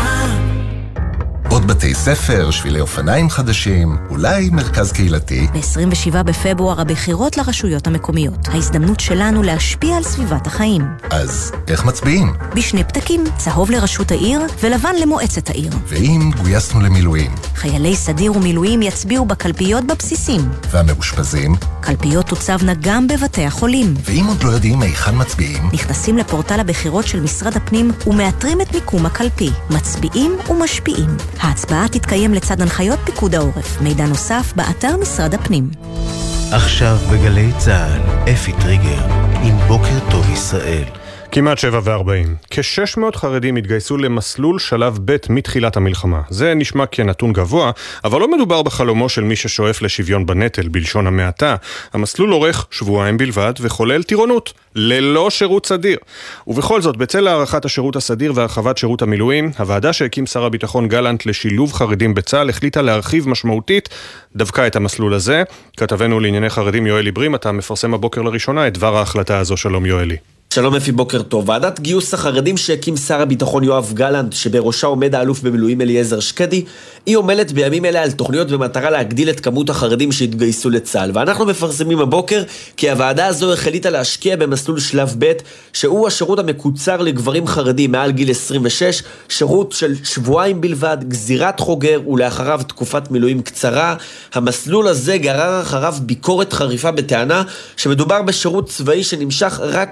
עוד בתי ספר, שבילי אופניים חדשים, אולי מרכז קהילתי. ב-עשרים ושבעה בפברואר הבחירות לרשויות המקומיות. ההזדמנות שלנו להשפיע על סביבת החיים. אז איך מצביעים? בשני פתקים, צהוב לרשות העיר ולבן למועצת העיר. ואם גויסנו למילואים? חיילי סדיר ומילואים יצביעו בקלפיות בבסיסים. והמאושפזים? קלפיות תוצבנה גם בבתי החולים. ואם עוד לא יודעים היכן מצביעים? נכנסים לפורטל הבחירות של משרד הפנים ומאתרים את מיקום הקלפי. מצביעים ומשפיעים. ההצבעה תתקיים לצד הנחיות פיקוד העורף. מידע נוסף באתר משרד הפנים. עכשיו בגלי צהל, אפי טריגר עם בוקר טוב ישראל. כמעט שבע וארבעים. כ-שש מאות חרדים התגייסו למסלול שלב ב' מתחילת המלחמה. זה נשמע כנתון גבוה, אבל לא מדובר בחלומו של מי ששואף לשוויון בנטל, בלשון המעטה. המסלול אורך שבועיים בלבד וחולל טירונות, ללא שירות סדיר. ובכל זאת, בצל הערכת השירות הסדיר והרחבת שירות המילואים, הוועדה שהקים שר הביטחון גלנט לשילוב חרדים בצה"ל החליטה להרחיב משמעותית דווקא את המסלול הזה. כתבנו לענייני חרדים יואלי ברים, אתה מפרסם הבוקר לראשונה את דבר ההחלטה הזו. שלום יואלי. שלום אפי, בוקר טוב. ועדת גיוס החרדים שהקים שר הביטחון יואב גלנט, שבראשה עומד האלוף במילואים אליעזר שקדי, היא עומלת בימים אלה על תוכניות במטרה להגדיל את כמות החרדים שהתגייסו לצה"ל. ואנחנו מפרסמים הבוקר כי הוועדה הזו החליטה להשקיע במסלול שלב ב', שהוא השירות המקוצר לגברים חרדים מעל גיל עשרים ושש, שירות של שבועיים בלבד, גזירת חוגר ולאחריו תקופת מילואים קצרה. המסלול הזה גרר אחריו ביקורת חריפה בטענה שמדובר בשירות צבאי שנמשך רק שבועיים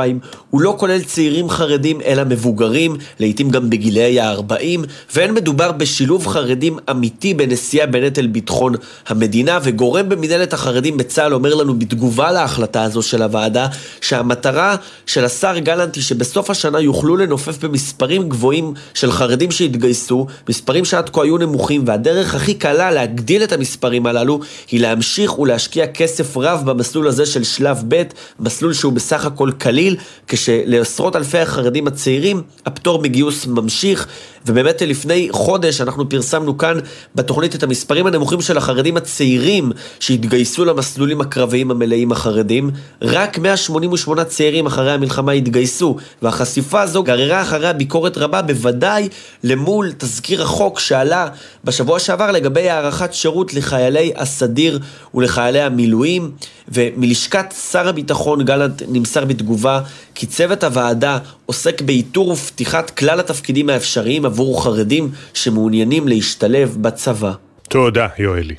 בסוגריים, הוא לא כולל צעירים חרדים אלא מבוגרים, לעתים גם בגילי ה-ארבעים, ואין מדובר בשילוב חרדים אמיתי בנשיאה בנטל ביטחון המדינה, וגורם במנהלת החרדים בצה"ל אומר לנו בתגובה להחלטה הזו של הוועדה, שהמטרה של השר גלנט היא שבסוף השנה יוכלו לנופף במספרים גבוהים של חרדים שהתגייסו, מספרים שעד כה היו נמוכים, והדרך הכי קלה להגדיל את המספרים הללו היא להמשיך ולהשקיע כסף רב במסלול הזה של שלב ב', מסלול שהוא בסך הכל קליל, כשלעשרות אלפי החרדים הצעירים הפטור מגיוס ממשיך. ובאמת לפני חודש אנחנו פרסמנו כאן בתוכנית את המספרים הנמוכים של החרדים הצעירים שהתגייסו למסלולים הקרביים המלאים החרדים. רק מאה שמונים ושמונה צעירים אחרי המלחמה התגייסו, והחשיפה הזו גררה אחריה ביקורת רבה, בוודאי למול תזכיר החוק שעלה בשבוע שעבר לגבי הערכת שירות לחיילי הסדיר ולחיילי המילואים. ומלשכת שר הביטחון גלנט נמסר בתגובה כי צוות הוועדה עוסק באיתור ופתיחת כלל התפקידים האפשריים עבור חרדים שמעוניינים להשתלב בצבא. תודה יואלי.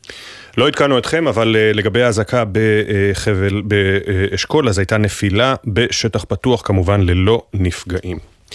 לא התקענו אתכם, אבל לגבי ההזקה בחבל, באשכול, אז הייתה נפילה בשטח פתוח, כמובן ללא נפגעים.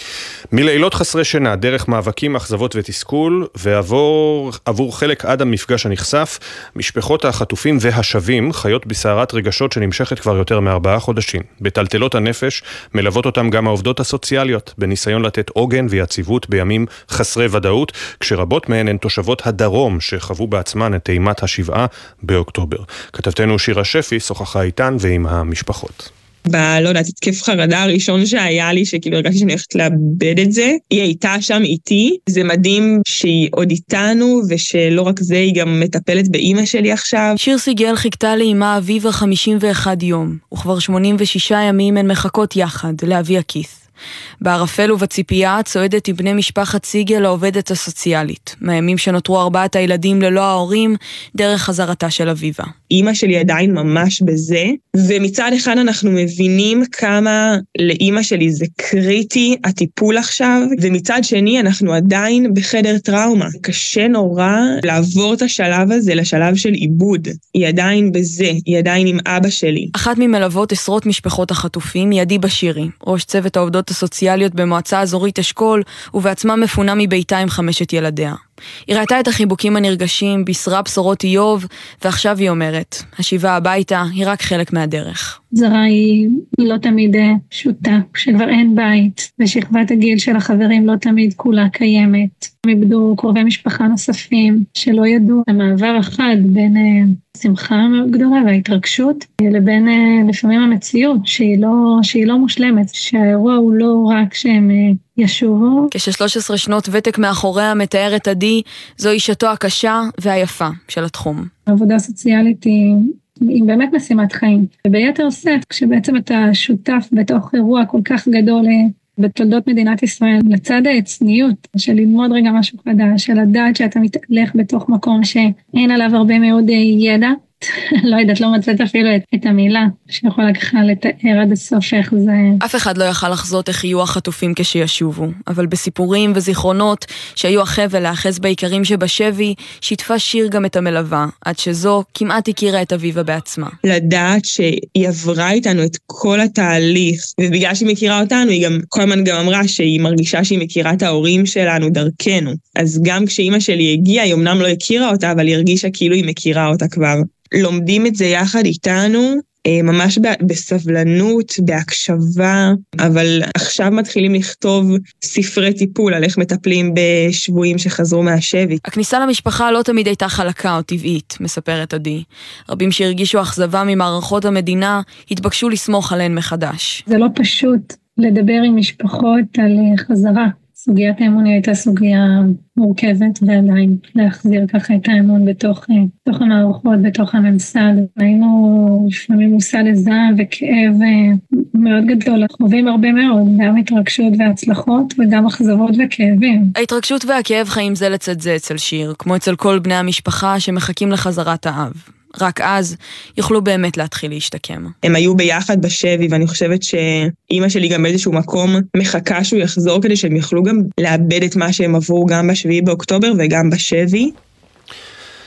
מלילות חסרי שינה, דרך מאבקים, אכזבות ותסכול, ועבור עבור חלק עד המפגש הנחשף, משפחות החטופים והשבים חיות בסערת רגשות שנמשכת כבר יותר מארבעה חודשים. בטלטלות הנפש מלוות אותם גם העובדות הסוציאליות, בניסיון לתת עוגן ויציבות בימים חסרי ודאות, כשרבות מהן הן תושבות הדרום שחוו בעצמן את אימת השבעה באוקטובר. כתבתנו שירה שפי שוחחה איתן ועם המשפחות. בלא יודעת, התקף חרדה הראשון שהיה לי, שכאילו הרגשתי שאני הולכת לאבד את זה, היא הייתה שם איתי, זה מדהים שהיא עוד איתנו, ושלא רק זה, היא גם מטפלת באמא שלי עכשיו. שיר סיגל חיכתה לאמא אביבה חמישים ואחד יום, וכבר שמונים ושישה ימים הן מחכות יחד, לאבי הכיס. בערפל ובציפייה צועדת עם בני משפחת סיגל העובדת הסוציאלית, מהימים שנותרו ארבעת הילדים ללא ההורים, דרך חזרתה של אביבה. אמא שלי עדיין ממש בזה, ומצד אחד אנחנו מבינים כמה לאמא שלי זה קריטי הטיפול עכשיו, ומצד שני אנחנו עדיין בחדר טראומה. קשה נורא לעבור את השלב הזה לשלב של עיבוד. היא עדיין בזה, היא עדיין עם אבא שלי. אחת ממלוות עשרות משפחות החטופים היא עדי בשירי, ראש צוות העובדות הסוציאליות במועצה אזורית אשכול, ובעצמה מפונה מביתה עם חמשת ילדיה. היא ראתה את החיבוקים הנרגשים, בישרה בשורות איוב, ועכשיו היא אומרת, השיבה הביתה היא רק חלק מהדרך. זרה היא לא תמיד פשוטה, שכבר אין בית, ושכבת הגיל של החברים לא תמיד כולה קיימת. הם איבדו קרובי משפחה נוספים שלא ידעו. המעבר אחד בין שמחה מאוד גדולה וההתרגשות, לבין לפעמים המציאות שהיא לא, שהיא לא מושלמת, שהאירוע הוא לא רק שהם ישובו. כש-שלוש עשרה שנות ותק מאחוריה מתארת עדי, זו אישתו הקשה והיפה של התחום. העבודה הסוציאלית היא, היא באמת משימת חיים. וביתר סט, כשבעצם אתה שותף בתוך אירוע כל כך גדול בתולדות מדינת ישראל, לצד הצניעות של ללמוד רגע משהו חדש, של לדעת שאתה מתהלך בתוך מקום שאין עליו הרבה מאוד ידע, לא יודעת, לא מצאת אפילו את, את המילה שיכולה ככה לתאר עד הסוף איך זה. אף אחד לא יכל לחזות איך יהיו החטופים כשישובו, אבל בסיפורים וזיכרונות שהיו החבל להאחז בעיקרים שבשבי, שיתפה שיר גם את המלווה, עד שזו כמעט הכירה את אביבה בעצמה. לדעת שהיא עברה איתנו את כל התהליך, ובגלל שהיא מכירה אותנו, היא גם כל הזמן גם אמרה שהיא מרגישה שהיא מכירה את ההורים שלנו דרכנו. אז גם כשאימא שלי הגיעה, היא אמנם לא הכירה אותה, אבל היא הרגישה כאילו היא מכירה אותה כבר. לומדים את זה יחד איתנו, ממש בסבלנות, בהקשבה, אבל עכשיו מתחילים לכתוב ספרי טיפול על איך מטפלים בשבויים שחזרו מהשבי. הכניסה למשפחה לא תמיד הייתה חלקה או טבעית, מספרת עדי. רבים שהרגישו אכזבה ממערכות המדינה, התבקשו לסמוך עליהן מחדש. זה לא פשוט לדבר עם משפחות על חזרה. סוגיית האמון הייתה סוגיה מורכבת, ועדיין להחזיר ככה את האמון בתוך, בתוך המערכות, בתוך הממסד. היינו לפעמים מושא לזעם וכאב מאוד גדול. חווים הרבה מאוד, גם התרגשות והצלחות וגם אכזבות וכאבים. ההתרגשות והכאב חיים זה לצד זה אצל שיר, כמו אצל כל בני המשפחה שמחכים לחזרת האב. רק אז יוכלו באמת להתחיל להשתקם. הם היו ביחד בשבי, ואני חושבת שאימא שלי גם באיזשהו מקום מחכה שהוא יחזור, כדי שהם יוכלו גם לאבד את מה שהם עברו גם בשביעי באוקטובר וגם בשבי.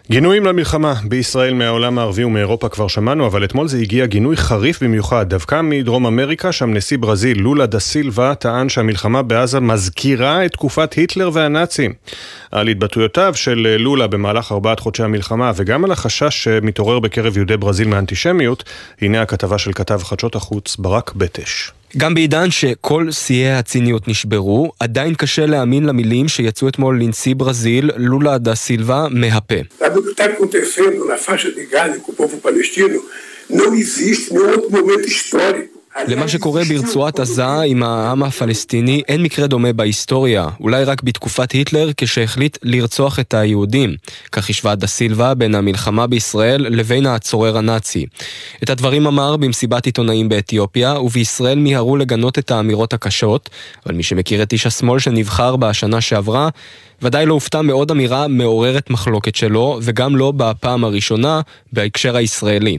גינויים למלחמה בישראל מהעולם הערבי ומאירופה כבר שמענו, אבל אתמול זה הגיע גינוי חריף במיוחד, דווקא מדרום אמריקה, שם נשיא ברזיל לולה דה סילבה טען שהמלחמה בעזה מזכירה את תקופת היטלר והנאצים. על התבטאויותיו של לולה במהלך ארבעת חודשי המלחמה, וגם על החשש שמתעורר בקרב יהודי ברזיל מאנטישמיות, הנה הכתבה של כתב חדשות החוץ ברק בטש. גם בעידן שכל שיאי הציניות נשברו, עדיין קשה להאמין למילים שיצאו אתמול לנשיא ברזיל, לולה דה סילבה, מהפה. למה שקורה ברצועת עזה עם העם הפלסטיני אין מקרה דומה בהיסטוריה, אולי רק בתקופת היטלר כשהחליט לרצוח את היהודים. כך השווה דה סילבה בין המלחמה בישראל לבין הצורר הנאצי. את הדברים אמר במסיבת עיתונאים באתיופיה, ובישראל מיהרו לגנות את האמירות הקשות, אבל מי שמכיר את איש השמאל שנבחר בשנה שעברה, ודאי לא הופתע מאוד אמירה מעוררת מחלוקת שלו, וגם לא בפעם הראשונה בהקשר הישראלי.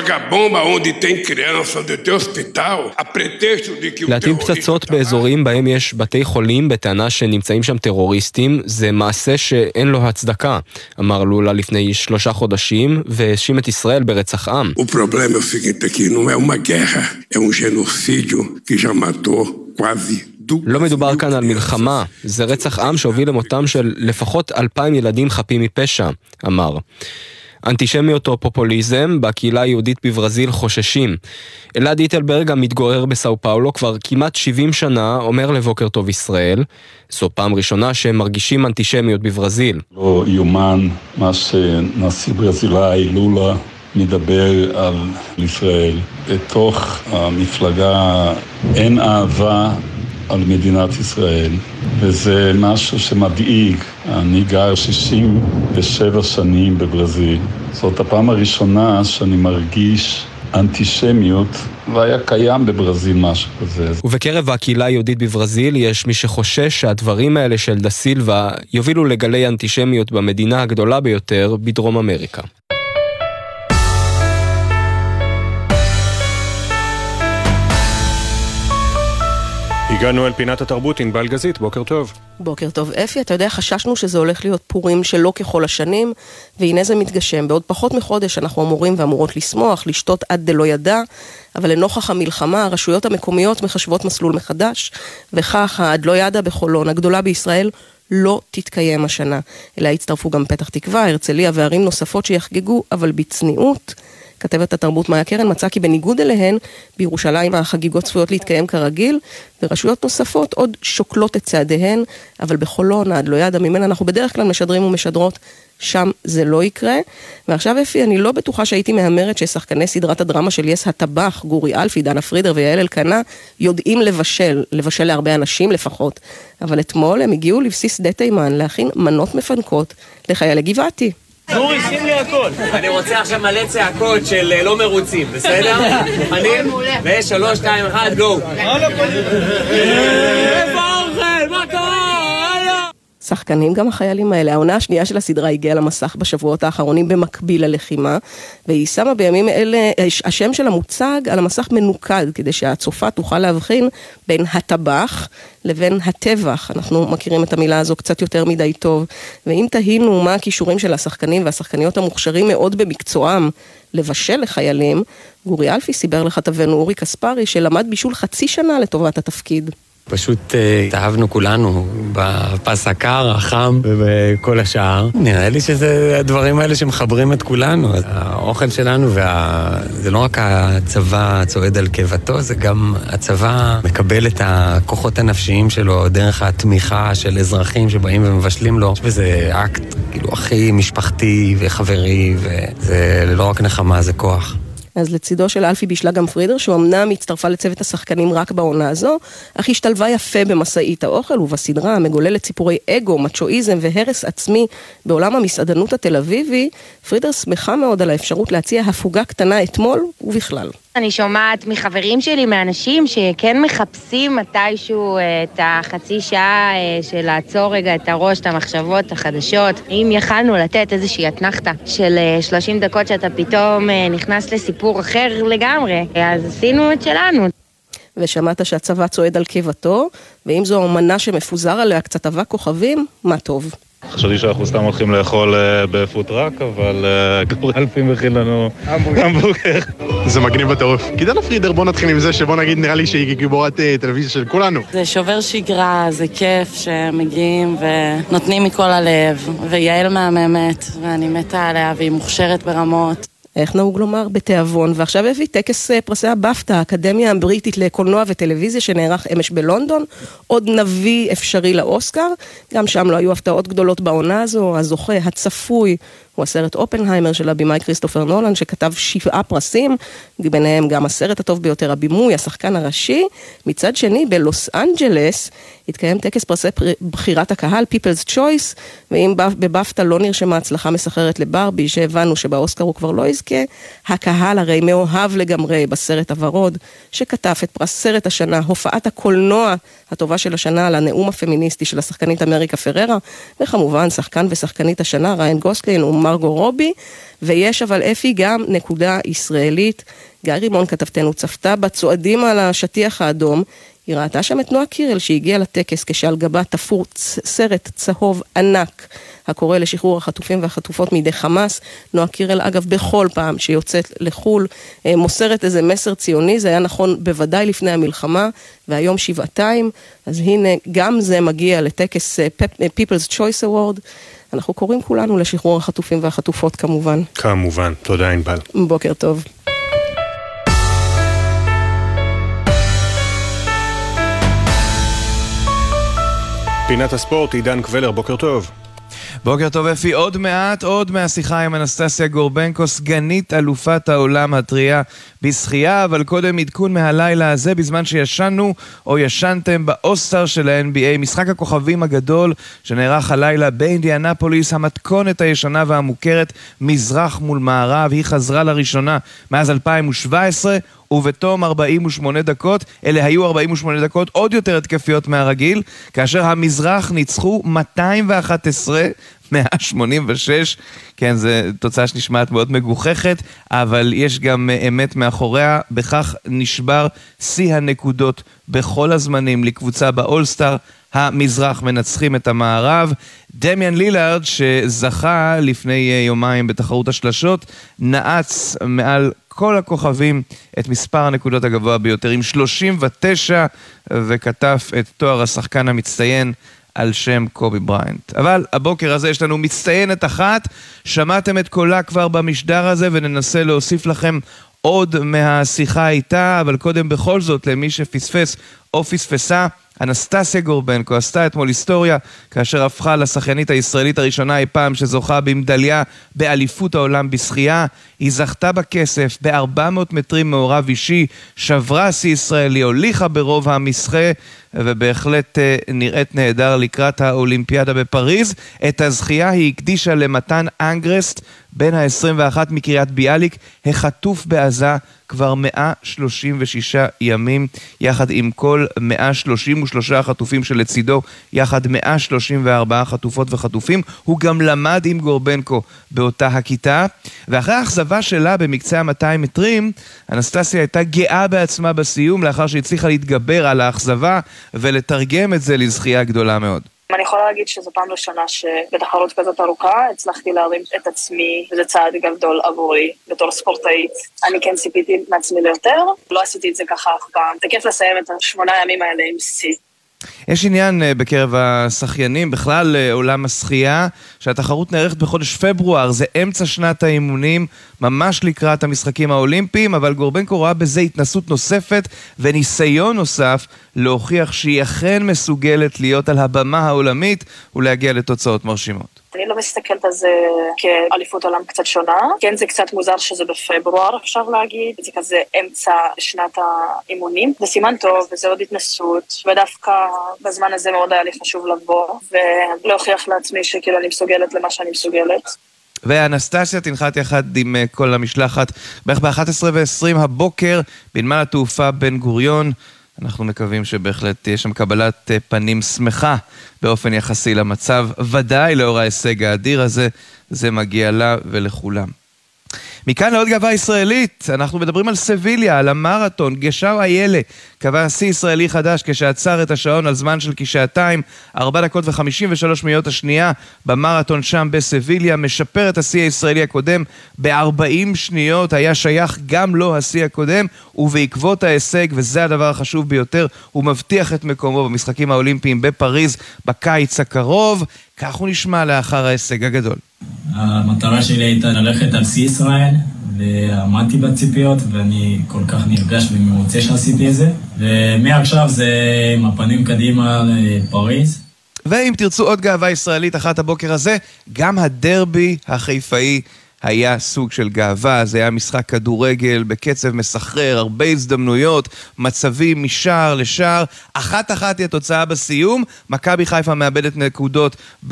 להטיל פצצות באזורים בהם יש בתי חולים בטענה שנמצאים שם טרוריסטים, זה מעשה שאין לו הצדקה, אמר לולה לפני שלושה חודשים, והאשים את ישראל ברצח עם. O problema é o seguinte aqui, não é uma guerra, é um genocídio que já matou quase לא מדובר כאן על מלחמה, זה רצח עם שהוביל למותם של לפחות אלפיים ילדים חפים מפשע, אמר. אנטישמיות או פופוליזם בקהילה היהודית בברזיל חוששים. אלעד איטלברג המתגורר בסאו פאולו כבר כמעט שבעים שנה אומר לבוקר טוב ישראל, זו פעם ראשונה שהם מרגישים אנטישמיות בברזיל. לא יומן מה שנשיא ברזילאי לולה מדבר על ישראל. בתוך המפלגה אין אהבה על מדינת ישראל, וזה משהו שמדאיג. אני גר שישים ושבע שנים בברזיל. זאת הפעם הראשונה שאני מרגיש אנטישמיות, והיה קיים בברזיל משהו כזה. ובקרב הקהילה היהודית בברזיל יש מי שחושש שהדברים האלה של דה סילבה יובילו לגלי אנטישמיות במדינה הגדולה ביותר בדרום אמריקה. הגענו אל פינת התרבות, ענבל גזית, בוקר טוב. בוקר טוב, אפי, אתה יודע, חששנו שזה הולך להיות פורים שלא ככל השנים, והנה זה מתגשם. בעוד פחות מחודש אנחנו אמורים ואמורות לשמוח, לשתות עד דלא ידע, אבל לנוכח המלחמה, הרשויות המקומיות מחשבות מסלול מחדש, וכך עד לא ידע בחולון, הגדולה בישראל, לא תתקיים השנה. אלא הצטרפו גם פתח תקווה, הרצליה וערים נוספות שיחגגו, אבל בצניעות. כתבת התרבות מאיה קרן מצא כי בניגוד אליהן, בירושלים החגיגות צפויות להתקיים כרגיל, ורשויות נוספות עוד שוקלות את צעדיהן, אבל בחולון עד לא ידע ממנה אנחנו בדרך כלל משדרים ומשדרות, שם זה לא יקרה. ועכשיו אפי, אני לא בטוחה שהייתי מהמרת ששחקני סדרת הדרמה של יס הטבח, גורי אלפי, דנה פרידר ויעל אלקנה, יודעים לבשל, לבשל להרבה אנשים לפחות. אבל אתמול הם הגיעו לבסיס שדה תימן להכין מנות מפנקות לחיילי גבעתי. גורי, שים לי הכל. אני רוצה עכשיו מלא צעקות של לא מרוצים, בסדר? מוכנים? ושלוש, שתיים, אחד, גו. איפה האוכל? מה קרה? שחקנים גם החיילים האלה. העונה השנייה של הסדרה הגיעה למסך בשבועות האחרונים במקביל ללחימה, והיא שמה בימים אלה, השם של המוצג על המסך מנוקד, כדי שהצופה תוכל להבחין בין הטבח לבין הטבח. אנחנו מכירים את המילה הזו קצת יותר מדי טוב, ואם תהינו מה הכישורים של השחקנים והשחקניות המוכשרים מאוד במקצועם לבשל לחיילים, גורי אלפי סיבר לכתבנו אורי קספרי שלמד בישול חצי שנה לטובת התפקיד. פשוט התאהבנו כולנו בפס הקר, החם ובכל השאר. נראה לי שזה הדברים האלה שמחברים את כולנו. האוכל שלנו, זה לא רק הצבא צועד על קיבתו, זה גם הצבא מקבל את הכוחות הנפשיים שלו דרך התמיכה של אזרחים שבאים ומבשלים לו. וזה אקט כאילו הכי משפחתי וחברי, וזה לא רק נחמה, זה כוח. אז לצידו של אלפי בישלה גם פרידר, שהוא אמנם הצטרפה לצוות השחקנים רק בעונה הזו, אך השתלבה יפה במסעית האוכל ובסדרה המגוללת סיפורי אגו, מצ'ואיזם והרס עצמי בעולם המסעדנות התל אביבי. פרידר שמחה מאוד על האפשרות להציע הפוגה קטנה אתמול ובכלל. אני שומעת מחברים שלי, מאנשים שכן מחפשים מתישהו את החצי שעה של לעצור רגע את הראש, את המחשבות החדשות. אם יכלנו לתת איזושהי אתנחתה של שלושים דקות שאתה פתאום נכנס לסיפור אחר לגמרי, אז עשינו את שלנו. ושמעת שהצבא צועד על קיבתו, ואם זו אמנה שמפוזר עליה קצת אבק כוכבים, מה טוב. חשבתי שאנחנו סתם הולכים לאכול בפוטראק, אבל גברי אלפים הכין לנו המבורגר. זה מגניב בטירוף. כדאי פרידר, בוא נתחיל עם זה שבוא נגיד נראה לי שהיא גיבורת טלוויזיה של כולנו. זה שובר שגרה, זה כיף שמגיעים ונותנים מכל הלב, ויעל מהממת, ואני מתה עליה והיא מוכשרת ברמות. איך נהוג לומר? בתיאבון. ועכשיו הביא טקס פרסי הבאפטה, האקדמיה הבריטית לקולנוע וטלוויזיה שנערך אמש בלונדון, עוד נביא אפשרי לאוסקר, גם שם לא היו הפתעות גדולות בעונה הזו, הזוכה הצפוי הוא הסרט אופנהיימר של הבימאי כריסטופר נולן, שכתב שבעה פרסים, ביניהם גם הסרט הטוב ביותר, הבימוי, השחקן הראשי. מצד שני, בלוס אנג'לס, התקיים טקס פרסי בחירת הקהל, People's Choice, ואם בבאפטה לא נרשמה הצלחה מסחררת לברבי, שהבנו שבאוסקר הוא כבר לא יזכה, הקהל הרי מאוהב לגמרי בסרט הוורוד, שכתב את פרס סרט השנה, הופעת הקולנוע הטובה של השנה, על הנאום הפמיניסטי של השחקנית אמריקה פררה, וכמובן שחקן ושחקנית השנה, ריין גוסלין ומרגו רובי, ויש אבל אפי גם נקודה ישראלית, גיא רימון כתבתנו צפתה בצועדים על השטיח האדום, היא ראתה שם את נועה קירל שהגיעה לטקס כשעל גבה תפור סרט צהוב ענק הקורא לשחרור החטופים והחטופות מידי חמאס. נועה קירל אגב בכל פעם שיוצאת לחול מוסרת איזה מסר ציוני, זה היה נכון בוודאי לפני המלחמה והיום שבעתיים, אז הנה גם זה מגיע לטקס People's Choice Award. אנחנו קוראים כולנו לשחרור החטופים והחטופות כמובן. כמובן, תודה ענבל. בוקר טוב. פינת הספורט, עידן קבלר, בוקר טוב. בוקר טוב אפי, עוד מעט, עוד מהשיחה עם אנסטסיה גורבנקו, סגנית אלופת העולם הטריה בשחייה, אבל קודם עדכון מהלילה הזה, בזמן שישנו או ישנתם באוסטר של ה-אן בי איי, משחק הכוכבים הגדול שנערך הלילה באינדיאנפוליס, המתכונת הישנה והמוכרת, מזרח מול מערב, היא חזרה לראשונה מאז אלפיים שבע עשרה, ובתום ארבעים ושמונה דקות, אלה היו ארבעים ושמונה דקות עוד יותר התקפיות מהרגיל, כאשר המזרח ניצחו מאתיים ואחת עשרה מאה שמונים ושש, כן, זו תוצאה שנשמעת מאוד מגוחכת, אבל יש גם אמת מאחוריה, בכך נשבר שיא הנקודות בכל הזמנים לקבוצה באולסטאר, המזרח מנצחים את המערב. דמיאן לילארד שזכה לפני יומיים בתחרות השלשות, נעץ מעל כל הכוכבים את מספר הנקודות הגבוה ביותר עם שלושים ותשע, וכתב את תואר השחקן המצטיין על שם קובי בריינט. אבל הבוקר הזה יש לנו מצטיינת אחת, שמעתם את קולה כבר במשדר הזה וננסה להוסיף לכם עוד מהשיחה איתה, אבל קודם בכל זאת למי שפספס או פספסה, אנסטסיה גורבנקו עשתה אתמול היסטוריה כאשר הפכה לשחיינית הישראלית הראשונה אי פעם שזוכה במדליה באליפות העולם בשחייה. היא זכתה בכסף ב-ארבע מאות מטרים מעורב אישי, שברה שיא ישראלי, הוליכה ברוב המשחה ובהחלט נראית נהדר לקראת האולימפיאדה בפריז. את הזכייה היא הקדישה למתן אנגרסט בן ה-עשרים ואחת מקריית ביאליק, החטוף בעזה כבר מאה שלושים ושישה ימים, יחד עם כל מאה שלושים ושלושה חטופים שלצידו, יחד מאה שלושים וארבעה חטופות וחטופים. הוא גם למד עם גורבנקו באותה הכיתה, ואחרי האכזבה שלה במקצה ה-מאתיים מטרים, אנסטסיה הייתה גאה בעצמה בסיום, לאחר שהצליחה להתגבר על האכזבה ולתרגם את זה לזכייה גדולה מאוד. אני יכולה להגיד שזו פעם ראשונה שבתחרות כזאת ארוכה הצלחתי להרים את עצמי, וזה צעד גדול עבורי בתור ספורטאית. אני כן ציפיתי מעצמי ליותר, לא עשיתי את זה ככה אף פעם. זה כיף לסיים את השמונה ימים האלה עם שיא. יש עניין בקרב השחיינים, בכלל עולם השחייה, שהתחרות נערכת בחודש פברואר, זה אמצע שנת האימונים, ממש לקראת המשחקים האולימפיים, אבל גורבנקו רואה בזה התנסות נוספת וניסיון נוסף להוכיח שהיא אכן מסוגלת להיות על הבמה העולמית ולהגיע לתוצאות מרשימות. אני לא מסתכלת על זה כאליפות עולם קצת שונה. כן, זה קצת מוזר שזה בפברואר, אפשר להגיד. זה כזה אמצע שנת האימונים. זה סימן טוב, וזה עוד התנסות. ודווקא בזמן הזה מאוד היה לי חשוב לבוא, ולהוכיח לעצמי שכאילו אני מסוגלת למה שאני מסוגלת. ואנסטסיה תנחת יחד עם כל המשלחת בערך ב-אחת עשרה ועשרים הבוקר בנמל התעופה בן גוריון. אנחנו מקווים שבהחלט תהיה שם קבלת פנים שמחה באופן יחסי למצב, ודאי לאור ההישג האדיר הזה, זה מגיע לה ולכולם. מכאן לעוד גאווה ישראלית, אנחנו מדברים על סביליה, על המרתון. גשאו איילה קבע שיא ישראלי חדש כשעצר את השעון על זמן של כשעתיים, ארבע דקות וחמישים ושלוש שניות השנייה במרתון שם בסביליה, משפר את השיא הישראלי הקודם ב-ארבעים שניות, היה שייך גם לו השיא הקודם, ובעקבות ההישג, וזה הדבר החשוב ביותר, הוא מבטיח את מקומו במשחקים האולימפיים בפריז בקיץ הקרוב. כך הוא נשמע לאחר ההישג הגדול. המטרה שלי הייתה ללכת על שיא ישראל, ועמדתי בציפיות, ואני כל כך נרגש ומרוצה שעשיתי את זה. ומעכשיו זה עם הפנים קדימה לפריז. ואם תרצו עוד גאווה ישראלית אחת הבוקר הזה, גם הדרבי החיפאי היה סוג של גאווה. זה היה משחק כדורגל בקצב מסחרר, הרבה הזדמנויות, מצבים משער לשער, אחת אחת היא התוצאה בסיום. מכבי חיפה מאבדת נקודות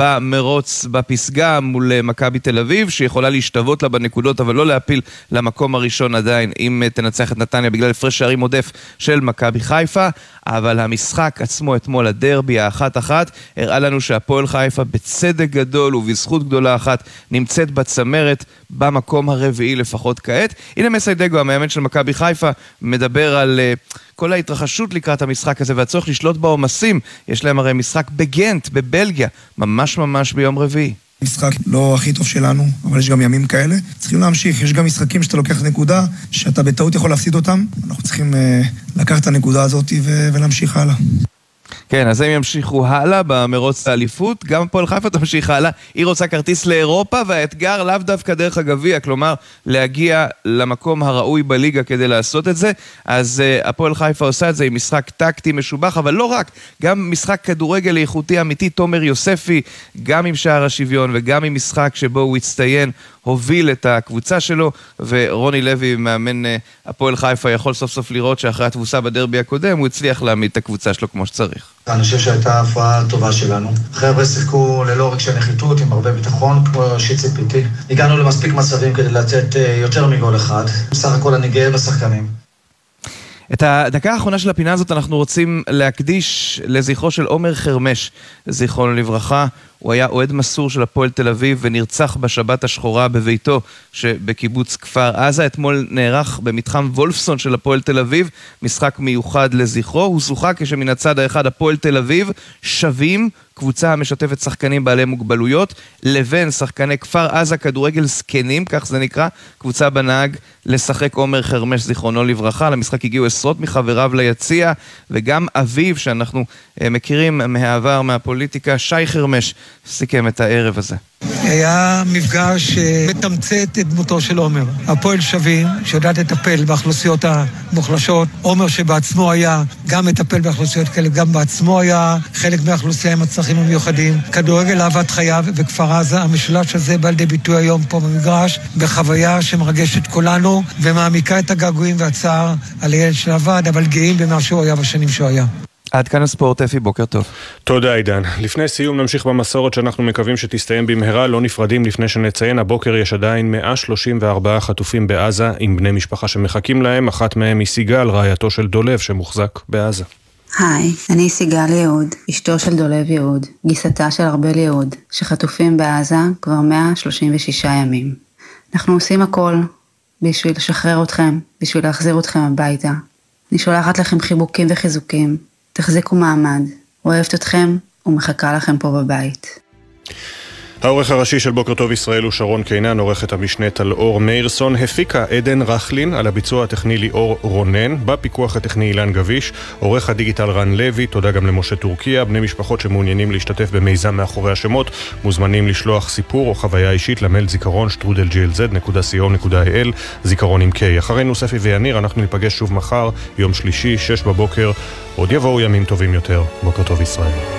במרוץ בפסגה מול מכבי תל אביב, שיכולה להשתוות לה בנקודות אבל לא להפיל למקום הראשון עדיין אם תנצח את נתניה בגלל הפרש שערים עודף של מכבי חיפה. אבל המשחק עצמו אתמול, הדרבי האחת אחת, הראה לנו שהפועל חיפה בצדק גדול ובזכות גדולה אחת נמצאת בצמרת במקום הרביעי לפחות כעת. הנה מסיידגו, המאמן של מכבי חיפה, מדבר על uh, כל ההתרחשות לקראת המשחק הזה והצורך לשלוט בעומסים. יש להם הרי משחק בגנט, בבלגיה, ממש ממש ביום רביעי. משחק לא הכי טוב שלנו, אבל יש גם ימים כאלה. צריכים להמשיך, יש גם משחקים שאתה לוקח נקודה, שאתה בטעות יכול להפסיד אותם. אנחנו צריכים uh, לקחת את הנקודה הזאת ו- ולהמשיך הלאה. כן, אז הם ימשיכו הלאה במרוץ האליפות, גם הפועל חיפה תמשיך הלאה, היא רוצה כרטיס לאירופה, והאתגר לאו דווקא דרך הגביע, כלומר להגיע למקום הראוי בליגה כדי לעשות את זה. אז uh, הפועל חיפה עושה את זה עם משחק טקטי משובח, אבל לא רק, גם משחק כדורגל איכותי אמיתי. תומר יוספי, גם עם שער השוויון וגם עם משחק שבו הוא הצטיין, הוביל את הקבוצה שלו, ורוני לוי, מאמן הפועל חיפה, יכול סוף סוף לראות שאחרי התבוסה בדרבי הקודם, הוא הצליח להעמיד את הקבוצה שלו כמו שצריך. אני חושב שהייתה הפרעה טובה שלנו. חבר'ה שיחקו ללא רגשי נחיתות, עם הרבה ביטחון, כמו שציפיתי. הגענו למספיק מצבים כדי לצאת יותר מגול אחד. בסך הכל אני גאה בשחקנים. את הדקה האחרונה של הפינה הזאת אנחנו רוצים להקדיש לזכרו של עומר חרמש, זכרונו לברכה. הוא היה אוהד מסור של הפועל תל אביב ונרצח בשבת השחורה בביתו שבקיבוץ כפר עזה. אתמול נערך במתחם וולפסון של הפועל תל אביב משחק מיוחד לזכרו. הוא שוחה כשמן הצד האחד הפועל תל אביב שווים, קבוצה המשתפת שחקנים בעלי מוגבלויות, לבין שחקני כפר עזה כדורגל סקנים, כך זה נקרא, קבוצה בנהג לשחק עומר חרמש זיכרונו לברכה. למשחק הגיעו עשרות מחבריו ליציע, וגם אביו שאנחנו מכירים מהעבר מהפוליטיקה, שי חרמש, סיכם את הערב הזה. היה מפגש מתמצת את דמותו של עומר. הפועל שווים, שיודעת לטפל באוכלוסיות המוחלשות. עומר שבעצמו היה גם מטפל באוכלוסיות כאלה, גם בעצמו היה חלק מהאוכלוסייה עם הצרכים המיוחדים. כדורגל אהבת חייו וכפר עזה, המשולש הזה בא לידי ביטוי היום פה במגרש, בחוויה שמרגשת כולנו, ומעמיקה את הגעגועים והצער על הילד של עבד, אבל גאים במה שהוא היה בשנים שהוא היה. עד כאן הספורט, אפי, בוקר טוב. תודה עידן. לפני סיום נמשיך במסורת שאנחנו מקווים שתסתיים במהרה, לא נפרדים לפני שנציין. הבוקר יש עדיין מאה שלושים וארבעה חטופים בעזה עם בני משפחה שמחכים להם, אחת מהם היא סיגל, רעייתו של דולב שמוחזק בעזה. היי, אני סיגל יהוד, אשתו של דולב יהוד, גיסתה של ארבל יהוד, שחטופים בעזה כבר מאה שלושים ושישה ימים. אנחנו עושים הכל בשביל לשחרר אתכם, בשביל להחזיר אתכם הביתה. אני שולחת לכם חיבוקים וחיזוקים. תחזיקו מעמד, אוהבת אתכם ומחכה לכם פה בבית. העורך הראשי של בוקר טוב ישראל הוא שרון קינן, עורכת המשנה טל-אור מאירסון, הפיקה עדן רחלין, על הביצוע הטכני ליאור רונן, בפיקוח הטכני אילן גביש, עורך הדיגיטל רן לוי, תודה גם למשה טורקיה. בני משפחות שמעוניינים להשתתף במיזם מאחורי השמות, מוזמנים לשלוח סיפור או חוויה אישית למייל זיכרון שטרודל ג'י אל זד נקודה סי או נקודה איי אל, זיכרון עם קיי. אחרינו ספי ויניר, אנחנו ניפגש שוב מחר, יום שלישי, שש בבוקר, עוד יבואו ימים טובים יותר. בוקר טוב ישראל.